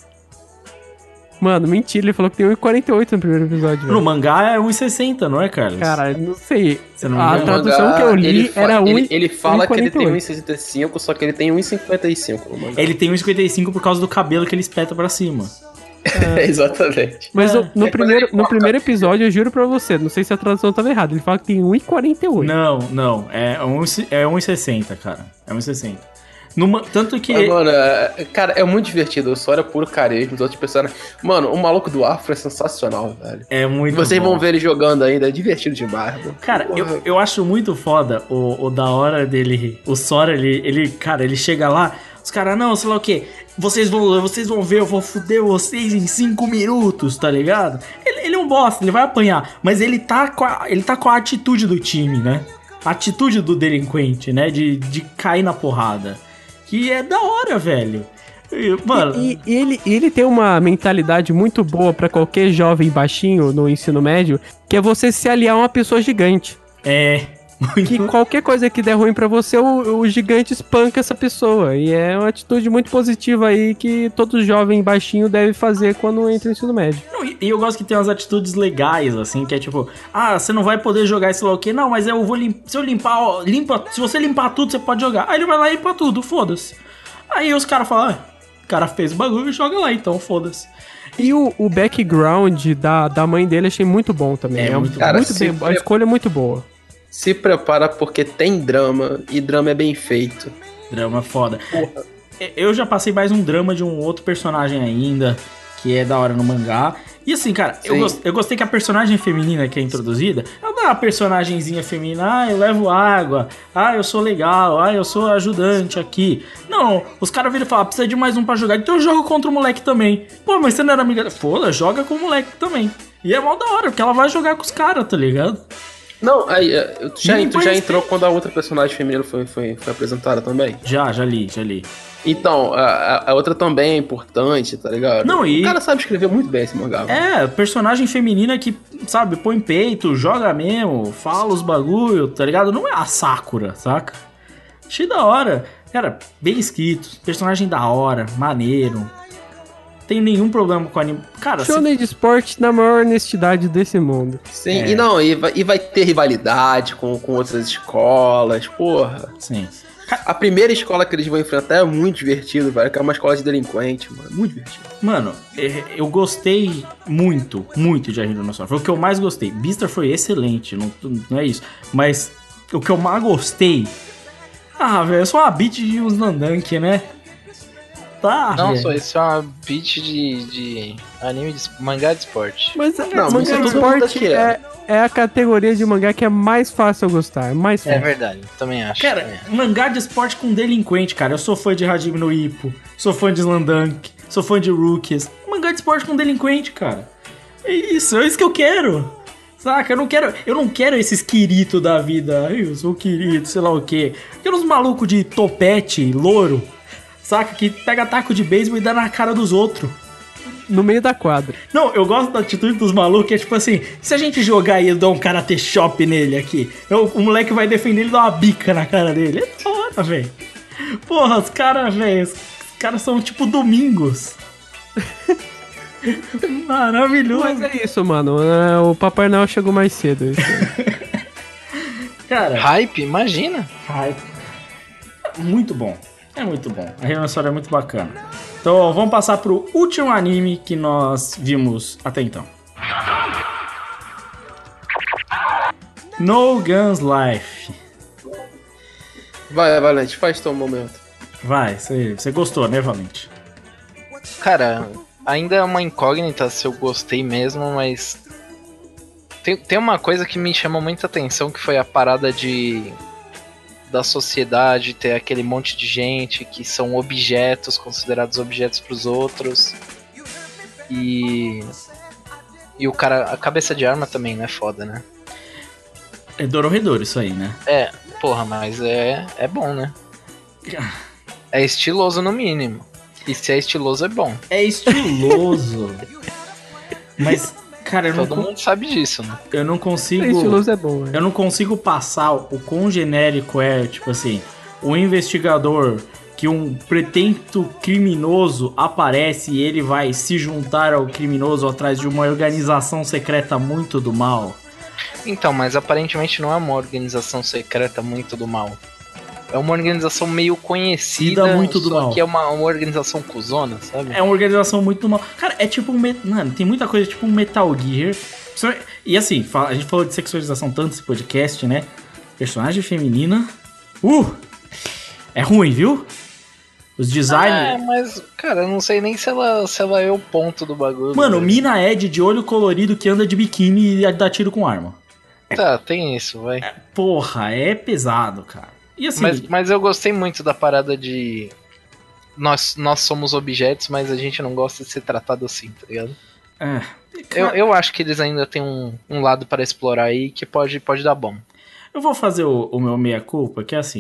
Mano, mentira. Ele falou que tem 1,48 no primeiro episódio, velho. No mangá é 1,60, não é, Carlos? Cara, não sei. A tradução que eu li era 1,48. Ele fala que ele tem 1,65, só que ele tem 1,55 no mangá. Ele tem 1,55 por causa do cabelo que ele espeta pra cima. Exatamente. Mas no primeiro episódio, eu juro pra você, não sei se a tradução tava errada, ele fala que tem 1,48. Não, é 1,60, cara. É 1,60. Tanto que... Mano, cara, é muito divertido. O Sora é puro carisma, os outros personagens... Mano, o maluco do Afro é sensacional, velho. É muito Vocês bom. Vão ver ele jogando ainda, é divertido demais. Mano. Cara, eu acho muito foda o da hora dele... O Sora, ele chega lá... Os caras, não, sei lá o quê. Vocês vão ver, eu vou fuder vocês em 5 minutos, tá ligado? Ele é um bosta, ele vai apanhar. Mas ele tá com a atitude do time, né? A atitude do delinquente, né? De cair na porrada. Que é da hora, velho. Mano... E ele tem uma mentalidade muito boa pra qualquer jovem baixinho no ensino médio, que é você se aliar a uma pessoa gigante. que qualquer coisa que der ruim pra você, o gigante espanca essa pessoa. E é uma atitude muito positiva aí que todo jovem baixinho deve fazer quando entra no ensino médio. Não, e eu gosto que tem umas atitudes legais, assim, que é tipo, você não vai poder jogar esse lá o quê? Não, mas eu vou se eu limpar, ó, se você limpar tudo, você pode jogar. Aí ele vai lá e limpa tudo, foda-se. Aí os caras falam, o cara fez o bagulho e joga lá, então foda-se. E o background da mãe dele achei muito bom também. Muito cara, muito bem, a escolha é muito boa. Se prepara porque tem drama e drama é bem feito. Drama foda. Porra. Eu já passei mais um drama de um outro personagem ainda, que é da hora no mangá. E assim, cara, eu gostei que a personagem feminina que é introduzida, ela não é uma personagemzinha feminina, eu levo água, eu sou legal, eu sou ajudante aqui. Não, os caras viram e falam, precisa de mais um pra jogar, então eu jogo contra o moleque também. Pô, mas você não era amiga... Foda, joga com o moleque também. E é mal da hora, porque ela vai jogar com os caras, tá ligado? Não, aí, tu já entrou quando a outra personagem feminina foi apresentada também? Já li. Então, a outra também é importante, tá ligado? Não, o cara sabe escrever muito bem esse mangá. Personagem feminina que, sabe, põe peito, joga mesmo, fala os bagulho, tá ligado? Não é a Sakura, saca? Achei da hora. Cara, bem escrito, personagem da hora, maneiro. Tem nenhum problema com anime. Cara, Shonen de esporte na maior honestidade desse mundo. Sim, e vai ter rivalidade com outras escolas, porra. Sim. A primeira escola que eles vão enfrentar é muito divertido, velho, que é uma escola de delinquente, mano, muito divertido. Mano, eu gostei muito de Arino no Sol. Foi o que eu mais gostei. Beastar foi excelente, não é isso. Mas o que eu mais gostei... velho, é só uma beat de uns Nandank, né? Tá, não, véio. isso é uma beat de anime de mangá de esporte. Mas não, mangá de esporte é a categoria de mangá que é mais fácil eu gostar. É mais fácil. É verdade, também acho. Cara, mangá de esporte com delinquente, cara. Eu sou fã de Hajime no Ippo, sou fã de Slandank, sou fã de Rookies. Mangá de esporte com delinquente, cara. É isso que eu quero. Saca? Eu não quero esses Kirito da vida. Eu sou Kirito, sei lá o quê. Eu quero uns malucos de topete, louro. Saca? Que pega taco de beisebol e dá na cara dos outros. No meio da quadra. Não, eu gosto da atitude dos malucos, é tipo assim, se a gente jogar e eu dar um karate chop nele aqui, o moleque vai defender ele e dar uma bica na cara dele. É foda, velho. Porra, os caras são tipo Domingos. Maravilhoso. Mas é isso, mano. O Papai Noel chegou mais cedo. Cara... Hype? Imagina. Hype. Muito bom. É muito bom. A Renossora é muito bacana. Então, vamos passar pro último anime que nós vimos até então. No Guns Life. Vai, Valente, faz teu momento. Vai, você gostou, né, Valente? Cara, ainda é uma incógnita se eu gostei mesmo, mas... Tem uma coisa que me chamou muita atenção, que foi a parada da sociedade, ter aquele monte de gente que são objetos, considerados objetos pros outros. E o cara, a cabeça de arma também, né? Foda, né? É Dororedor isso aí, né? Porra, mas é bom, né? É estiloso no mínimo. E se é estiloso, é bom. É estiloso. Mas... Cara, todo mundo sabe disso, né? Eu não consigo... Estiloso é bom, né? Eu não consigo passar o quão genérico é, tipo assim, o investigador que um pretento criminoso aparece e ele vai se juntar ao criminoso atrás de uma organização secreta muito do mal. Então, mas aparentemente não é uma organização secreta muito do mal. É uma organização meio conhecida, muito do mal. Que é uma organização cuzona, sabe? É uma organização muito do mal. Cara, é tipo Mano, tem muita coisa tipo um Metal Gear. E assim, a gente falou de sexualização tanto nesse podcast, né? Personagem feminina... É ruim, viu? Os designs... mas, cara, eu não sei nem se ela é o ponto do bagulho. Mano, mina Ed de olho colorido que anda de biquíni e dá tiro com arma. Tá, tem isso, vai. Porra, é pesado, cara. E assim, mas eu gostei muito da parada de... Nós somos objetos, mas a gente não gosta de ser tratado assim, tá ligado? Eu acho que eles ainda têm um lado para explorar aí que pode dar bom. Eu vou fazer o meu meia-culpa, que é assim...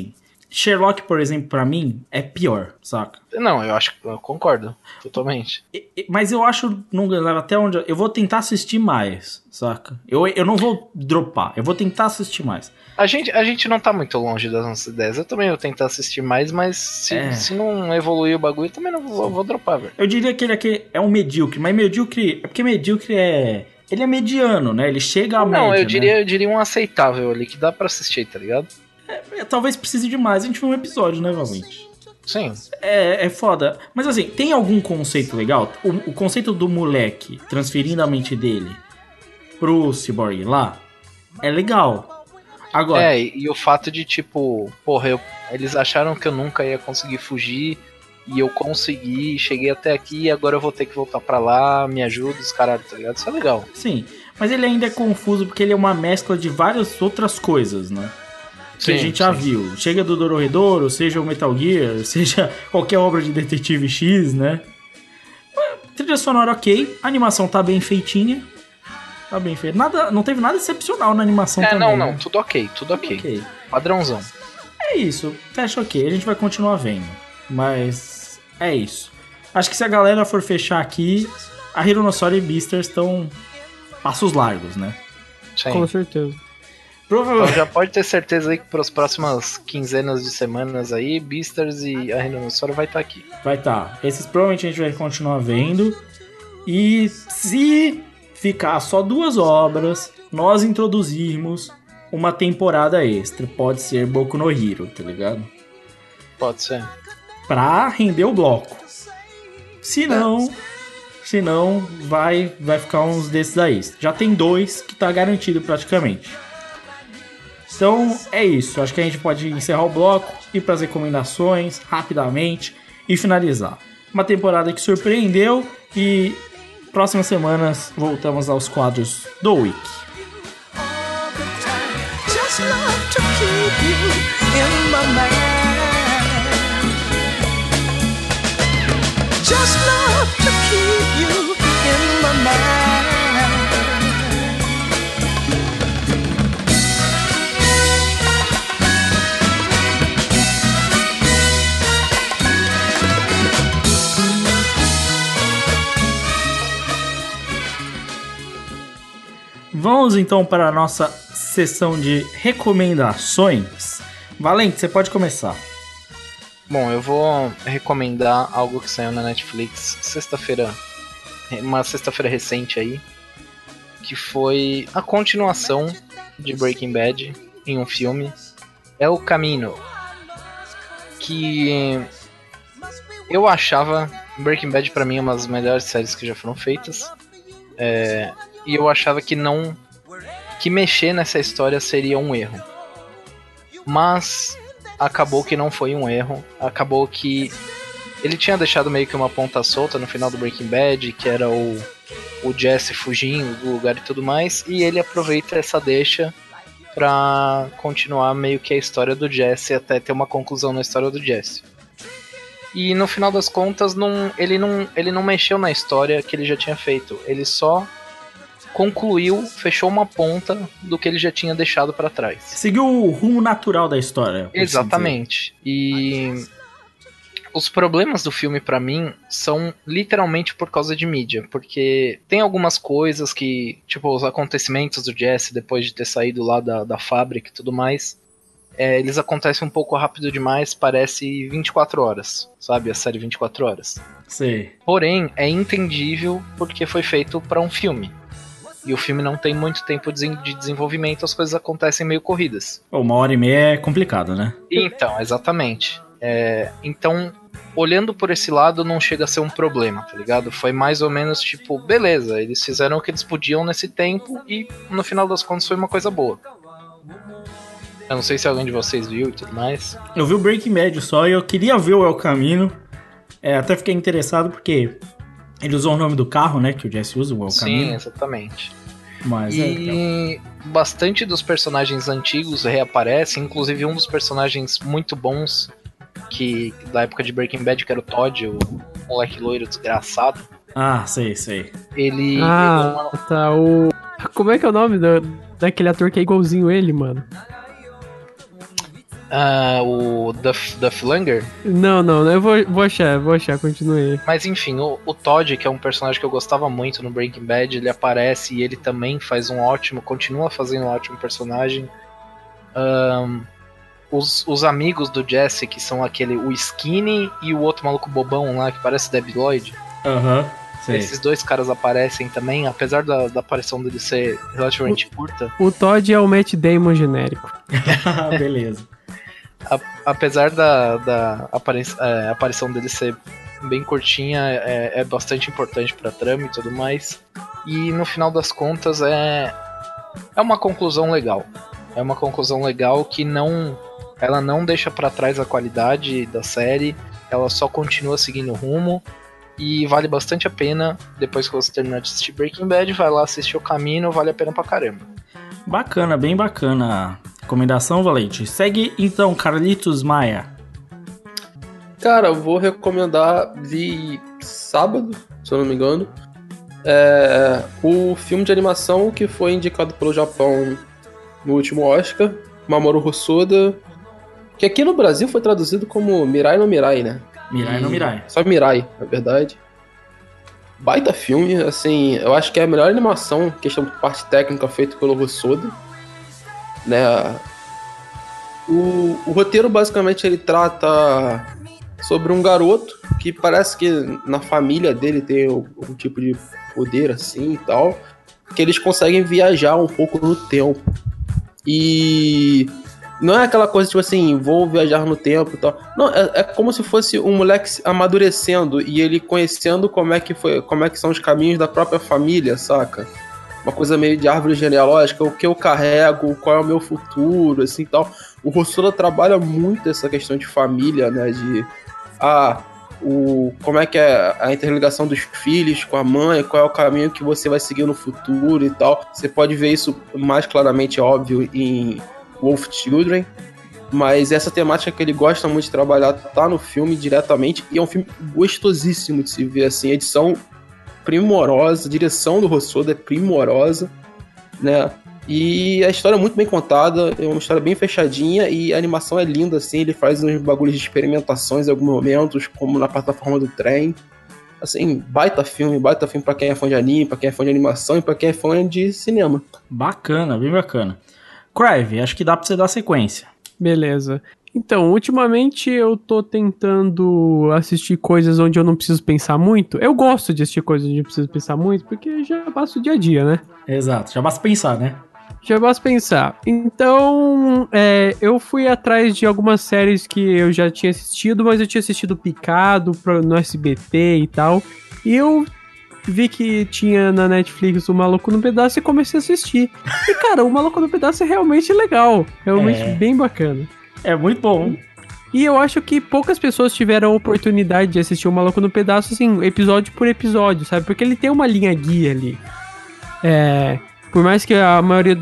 Sherlock, por exemplo, pra mim, é pior, saca? Não, eu concordo, totalmente. Mas eu acho, até onde... Eu vou tentar assistir mais, saca? Eu não vou dropar, eu vou tentar assistir mais. A gente não tá muito longe das nossas ideias. Eu também vou tentar assistir mais, mas se não evoluir o bagulho, eu também não vou dropar, velho. Eu diria que ele aqui é um medíocre, mas medíocre... É porque medíocre é... Ele é mediano, né? Ele chega à média, eu diria um aceitável ali, que dá pra assistir, tá ligado? Talvez precise de mais. A gente viu um episódio, né, Valente? Sim. É foda. Mas assim, tem algum conceito legal? O conceito do moleque transferindo a mente dele pro Cyborg lá é legal. Agora... e o fato de, tipo, porra, eles acharam que eu nunca ia conseguir fugir e eu consegui, cheguei até aqui e agora eu vou ter que voltar pra lá, me ajuda, os caralho, tá ligado? Isso é legal. Sim, mas ele ainda é confuso porque ele é uma mescla de várias outras coisas, né? Que a gente já viu. Chega do Dororedoro, seja o Metal Gear, seja qualquer obra de Detetive X, né? Trilha sonora ok, a animação tá bem feitinha. Tá bem feita. Não teve nada excepcional na animação também. Não, né? tudo ok. Padrãozão. É isso, fecha ok, a gente vai continuar vendo. Mas é isso. Acho que se a galera for fechar aqui, a Hironosauri e Beastars estão passos largos, né? Sim. Com certeza. Então já pode ter certeza aí que para as próximas quinzenas de semanas aí, Beastars e a Rinossoro vai estar aqui. Vai estar. Esses provavelmente a gente vai continuar vendo. E se ficar só 2 obras, nós introduzirmos uma temporada extra. Pode ser Boku no Hero, tá ligado? Pode ser. Pra render o bloco. Se não, vai ficar uns desses aí. Já tem 2 que tá garantido praticamente. Então é isso, acho que a gente pode encerrar o bloco, ir para as recomendações rapidamente e finalizar. Uma temporada que surpreendeu e próximas semanas voltamos aos quadros do Wiki. Vamos então para a nossa sessão de recomendações. Valente, você pode começar. Bom, eu vou recomendar algo que saiu na Netflix uma sexta-feira recente aí, que foi a continuação de Breaking Bad em um filme. É o Camino, que eu achava Breaking Bad pra mim uma das melhores séries que já foram feitas. E eu achava que mexer nessa história seria um erro. Mas acabou que não foi um erro. Acabou que ele tinha deixado meio que uma ponta solta no final do Breaking Bad, que era o Jesse fugindo do lugar e tudo mais. E ele aproveita essa deixa pra continuar meio que a história do Jesse, até ter uma conclusão na história do Jesse. E no final das contas, ele não mexeu na história que ele já tinha feito. Ele só concluiu, fechou uma ponta do que ele já tinha deixado pra trás. Seguiu o rumo natural da história. Exatamente. E os problemas do filme pra mim são literalmente por causa de mídia, porque tem algumas coisas que, tipo, os acontecimentos do Jesse depois de ter saído lá da fábrica e tudo mais, eles acontecem um pouco rápido demais, parece 24 horas, sabe? A série 24 horas. Sim. Porém, é entendível porque foi feito pra um filme. E o filme não tem muito tempo de desenvolvimento, as coisas acontecem meio corridas. 1h30 é complicado, né? Então, exatamente. Então, olhando por esse lado, não chega a ser um problema, tá ligado? Foi mais ou menos tipo, beleza, eles fizeram o que eles podiam nesse tempo e no final das contas foi uma coisa boa. Eu não sei se alguém de vocês viu e tudo mais. Eu vi o Breaking Bad só e eu queria ver o El Camino. Até fiquei interessado porque ele usou o nome do carro, né? Que o Jesse usa, o El Camino. Sim, exatamente. Mas bastante dos personagens antigos reaparecem, inclusive um dos personagens muito bons da época de Breaking Bad, que era o Todd, o moleque loiro desgraçado. Ah, sei. Ele... tá, Como é que é o nome daquele ator que é igualzinho ele, mano? O Duff Langer. Não, eu vou achar, continue. Mas enfim, o Todd, que é um personagem que eu gostava muito no Breaking Bad, ele aparece e ele também continua fazendo um ótimo personagem. Os amigos do Jesse, que são o Skinny e o outro maluco bobão lá, que parece Debi Lloyd. Esses dois caras aparecem também, apesar da aparição dele ser relativamente curta. O Todd é o Matt Damon genérico. Beleza. Apesar da aparição dele ser bem curtinha, é bastante importante pra trama e tudo mais. E no final das contas é uma conclusão legal. É uma conclusão legal que ela não deixa pra trás a qualidade da série, ela só continua seguindo o rumo. E vale bastante a pena, depois que você terminar de assistir Breaking Bad, vai lá assistir O Caminho, vale a pena pra caramba. Bacana, bem bacana a recomendação, Valente. Segue então, Carlitos Maia. Cara, eu vou recomendar de sábado, se eu não me engano, o filme de animação que foi indicado pelo Japão no último Oscar, Mamoru Hosoda, que aqui no Brasil foi traduzido como Mirai no Mirai, né? Mirai no Mirai. Só Mirai, na verdade. Baita filme, assim, eu acho que é a melhor animação, questão de parte técnica, feita pelo Hosoda, né? O roteiro, basicamente, ele trata sobre um garoto que parece que na família dele tem algum tipo de poder, assim, e tal, que eles conseguem viajar um pouco no tempo. E não é aquela coisa tipo assim, vou viajar no tempo e tal. Não, é como se fosse um moleque amadurecendo e ele conhecendo como é que são os caminhos da própria família, saca? Uma coisa meio de árvore genealógica, o que eu carrego, qual é o meu futuro, assim e tal. O Hosoda trabalha muito essa questão de família, né? De como é que é a interligação dos filhos com a mãe, qual é o caminho que você vai seguir no futuro e tal. Você pode ver isso mais claramente, óbvio, em Wolf Children, mas essa temática que ele gosta muito de trabalhar tá no filme diretamente, e é um filme gostosíssimo de se ver, assim, edição primorosa, a direção do Hosoda é primorosa, né, e a história é muito bem contada, é uma história bem fechadinha, e a animação é linda, assim, ele faz uns bagulhos de experimentações em alguns momentos, como na plataforma do trem, assim, baita filme pra quem é fã de anime, pra quem é fã de animação e pra quem é fã de cinema. Bacana, bem bacana. Crive, acho que dá pra você dar sequência. Beleza. Então, ultimamente eu tô tentando assistir coisas onde eu não preciso pensar muito. Eu gosto de assistir coisas onde eu preciso pensar muito, porque já basta o dia a dia, né? Exato, já basta pensar, né? Já basta pensar. Então, eu fui atrás de algumas séries que eu já tinha assistido, mas eu tinha assistido picado no SBT e tal. E eu vi que tinha na Netflix o Maluco no Pedaço e comecei a assistir. E, cara, o Maluco no Pedaço é realmente legal. Realmente bem bacana. É muito bom. E eu acho que poucas pessoas tiveram a oportunidade de assistir o Maluco no Pedaço, assim, episódio por episódio, sabe? Porque ele tem uma linha guia ali. Por mais que a maioria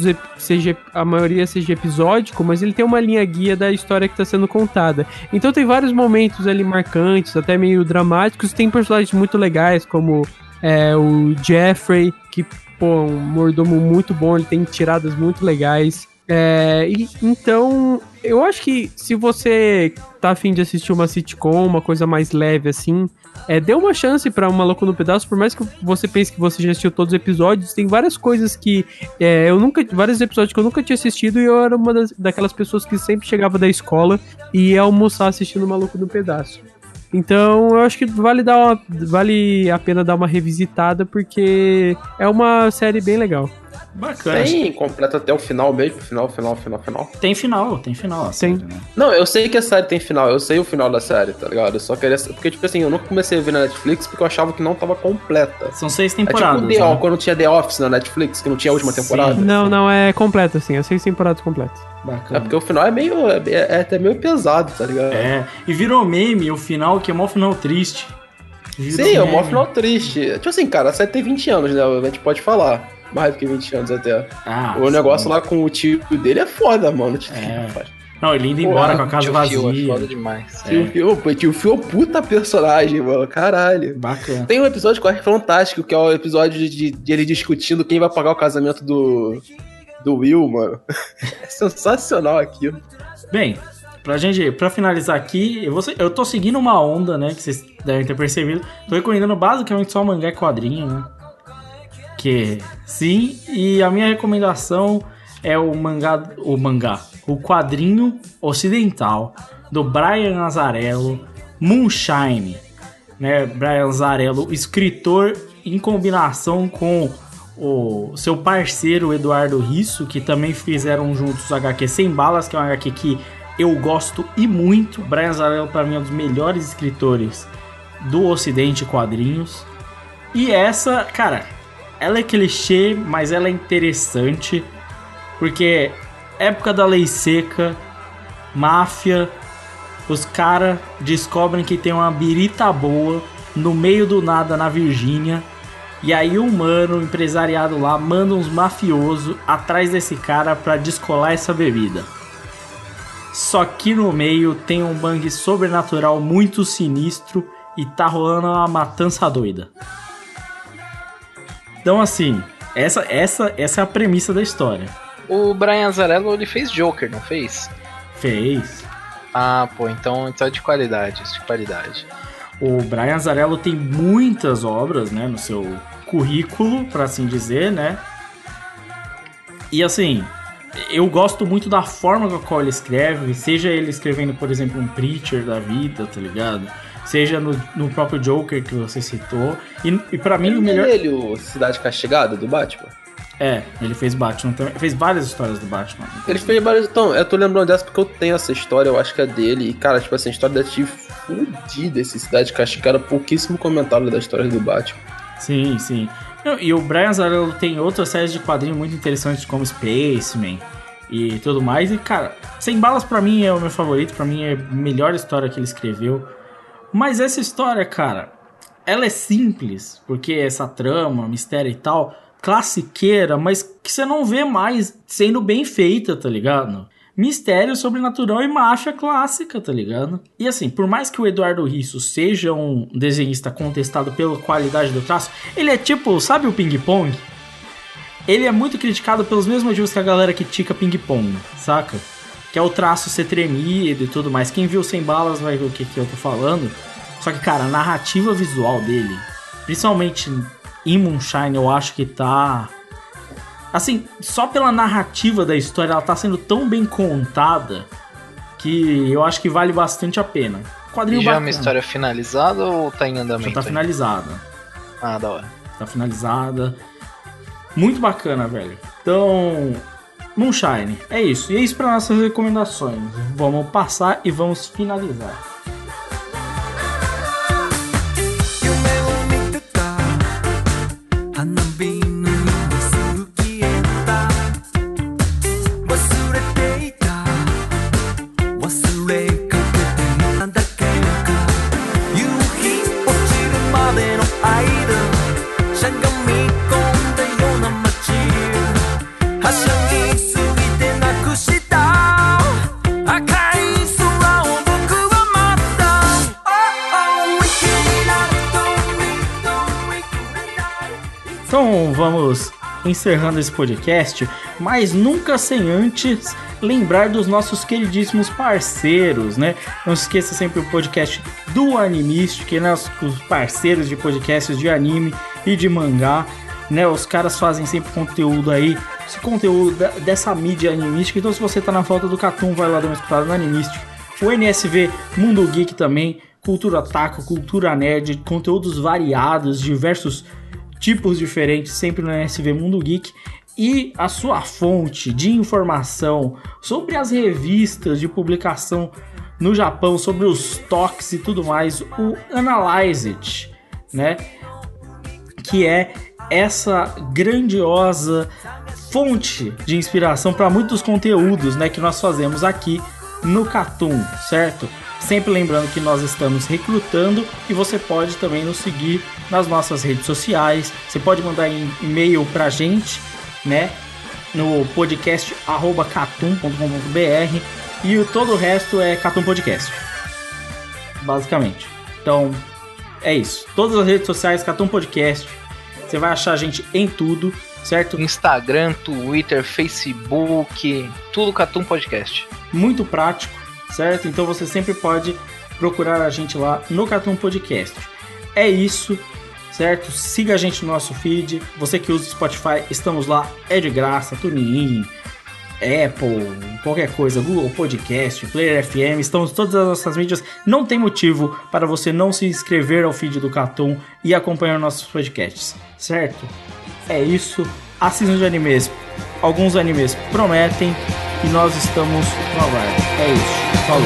seja episódico, mas ele tem uma linha guia da história que está sendo contada. Então tem vários momentos ali marcantes, até meio dramáticos. Tem personagens muito legais, como o Jeffrey, que, pô, um mordomo muito bom, ele tem tiradas muito legais. Então, eu acho que se você tá afim de assistir uma sitcom, uma coisa mais leve assim, dê uma chance pra Um Maluco no Pedaço, por mais que você pense que você já assistiu todos os episódios, tem várias coisas que vários episódios que eu nunca tinha assistido, e eu era uma daquelas pessoas que sempre chegava da escola e ia almoçar assistindo Um Maluco no Pedaço. Então eu acho que vale a pena dar uma revisitada, porque é uma série bem legal. Bacana. Tem completa até o final mesmo? Final. Tem final. Série, né? Não, eu sei que a série tem final, eu sei o final da série, tá ligado? Eu só queria... Porque, tipo assim, eu nunca comecei a ver na Netflix porque eu achava que não tava completa. São 6 temporadas. É tipo quando tinha The Office na Netflix, que não tinha a última temporada. Não, é completa, assim, é 6 temporadas completas. Bacana. É porque o final é até meio pesado, tá ligado? E virou meme o final, que é um final triste. Sim, é um final triste. Tipo assim, cara, a série tem 20 anos, né? A gente pode falar. Mais do que 20 anos até. O negócio lá com o tio dele é foda, mano. Não, ele indo embora com a casa vazia. É foda demais. Tio Phil é um puta personagem, mano. Caralho. Bacana. Tem um episódio que eu acho fantástico, que é o episódio de ele discutindo quem vai pagar o casamento do Will, mano. É sensacional aquilo. Bem, pra finalizar aqui, eu tô seguindo uma onda, né, que vocês devem ter percebido. Tô recomendando basicamente só mangá e quadrinho, né? Que sim, e a minha recomendação é o quadrinho ocidental do Brian Azzarello, Moonshine, né? Brian Azzarello, escritor em combinação com o seu parceiro Eduardo Risso, que também fizeram juntos o HQ Sem Balas, que é um HQ que eu gosto e muito. Brian Azzarello para mim é um dos melhores escritores do Ocidente quadrinhos. E essa, cara, ela é clichê, mas ela é interessante, porque época da lei seca, máfia, os caras descobrem que tem uma birita boa no meio do nada na Virgínia. E aí um mano, empresariado lá, manda uns mafiosos atrás desse cara pra descolar essa bebida. Só que no meio tem um bang sobrenatural muito sinistro e tá rolando uma matança doida. Então assim, essa é a premissa da história. O Brian Azzarello, ele fez Joker, não fez? Fez. Ah, pô, então é de qualidade, O Brian Azzarello tem muitas obras, né, no seu currículo, pra assim dizer, né? E assim, eu gosto muito da forma com a qual ele escreve, seja ele escrevendo, por exemplo, um Preacher da vida, tá ligado? Seja no próprio Joker que você citou. E pra mim o melhor... Ele, o Cidade Castigada, do Batman? Ele fez Batman também. Fez várias histórias do Batman. Ele fez várias... Então, eu tô lembrando dessa porque eu tenho essa história, eu acho que é dele. E, cara, tipo assim, a história da Tive fudida, esse Cidade Castigada, pouquíssimo comentário da história do Batman. Sim, sim. E o Brian Azzarello tem outras séries de quadrinhos muito interessantes, como Spaceman e tudo mais. E, cara, Sem Balas pra mim é o meu favorito. Pra mim é a melhor história que ele escreveu. Mas essa história, cara, ela é simples, porque essa trama, mistério e tal, classiqueira, mas que você não vê mais sendo bem feita, tá ligado? Mistério, sobrenatural e máfia clássica, tá ligado? E assim, por mais que o Eduardo Risso seja um desenhista contestado pela qualidade do traço, ele é tipo, sabe o Ping Pong? Ele é muito criticado pelos mesmos motivos que a galera critica Ping Pong, saca? Que é o traço ser tremido e tudo mais. Quem viu Sem Balas vai ver o que eu tô falando. Só que, cara, a narrativa visual dele, principalmente em Moonshine, eu acho que tá... Assim, só pela narrativa da história, ela tá sendo tão bem contada que eu acho que vale bastante a pena. Quadrinho e já bacana. É uma história finalizada ou tá em andamento? Já tá finalizada. Ah, da hora. Tá finalizada. Muito bacana, velho. Então... Moonshine, é isso. E é isso para nossas recomendações. Vamos passar e vamos finalizar. Então vamos encerrando esse podcast, mas nunca sem antes lembrar dos nossos queridíssimos parceiros, né? Não se esqueça sempre o podcast do Animistic, né? Os parceiros de podcasts de anime e de mangá, né? Os caras fazem sempre conteúdo aí, esse conteúdo dessa mídia animística. Então se você tá na falta do Catum, vai lá dar uma escutada no Animistic. O NSV Mundo Geek também, Cultura Taco, Cultura Nerd, conteúdos variados, diversos tipos diferentes, sempre no NSV Mundo Geek. E a sua fonte de informação sobre as revistas de publicação no Japão, sobre os toques e tudo mais, o Analyze It, né? Que é essa grandiosa fonte de inspiração para muitos conteúdos, né, que nós fazemos aqui no Catum, certo? Sempre lembrando que nós estamos recrutando e você pode também nos seguir nas nossas redes sociais. Você pode mandar e-mail pra gente, né, no podcast @catum.com.br, e todo o resto é Catum Podcast, basicamente. Então é isso. Todas as redes sociais, Catum Podcast. Você vai achar a gente em tudo, certo? Instagram, Twitter, Facebook, tudo Catum Podcast. Muito prático. certo? Então você sempre pode procurar a gente lá no Cartoon Podcast. É isso, certo? Siga a gente no nosso feed. Você que usa o Spotify, estamos lá, é de graça, TuneIn, Apple, qualquer coisa, Google Podcast, Player FM, estamos em todas as nossas mídias. Não tem motivo para você não se inscrever ao feed do Cartoon e acompanhar nossos podcasts, certo? É isso, assistam de animes. Alguns animes prometem e nós estamos no aguardo. É isso, falou!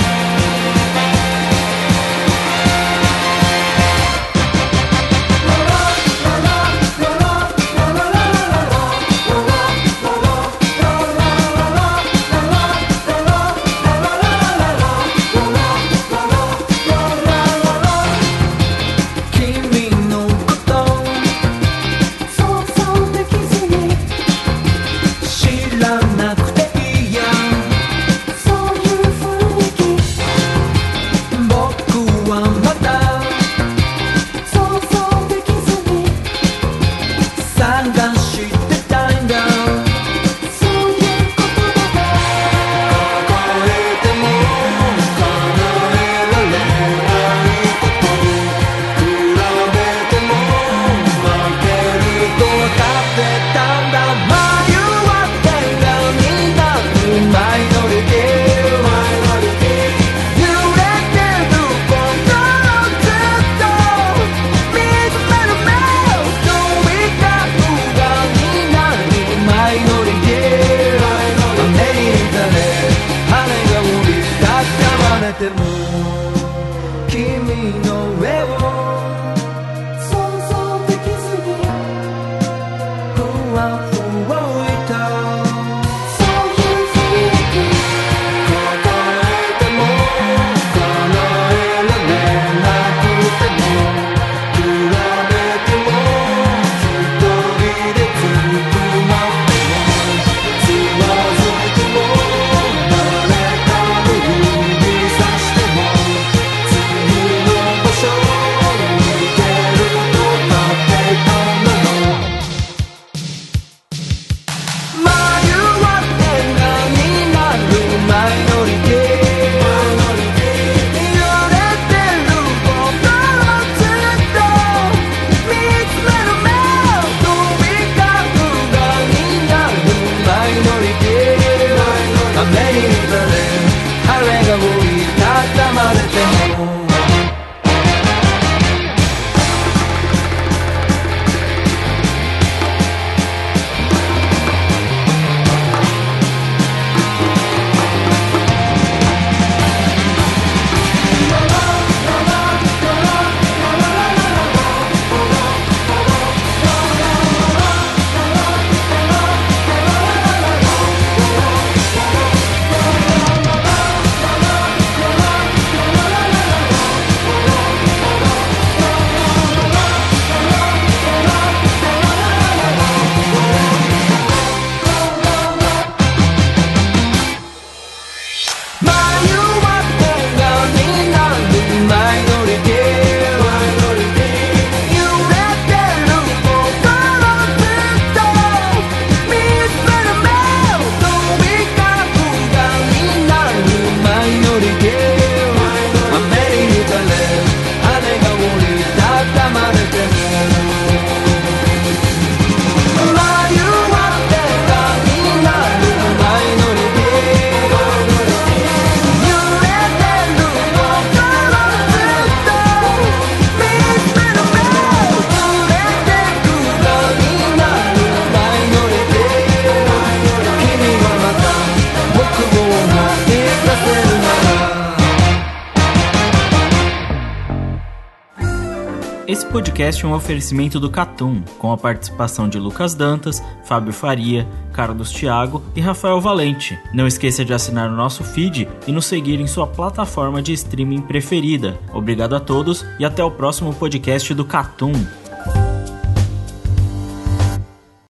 Esse podcast é um oferecimento do Cartoon, com a participação de Lucas Dantas, Fábio Faria, Carlos Thiago e Rafael Valente. Não esqueça de assinar o nosso feed e nos seguir em sua plataforma de streaming preferida. Obrigado a todos e até o próximo podcast do Cartoon.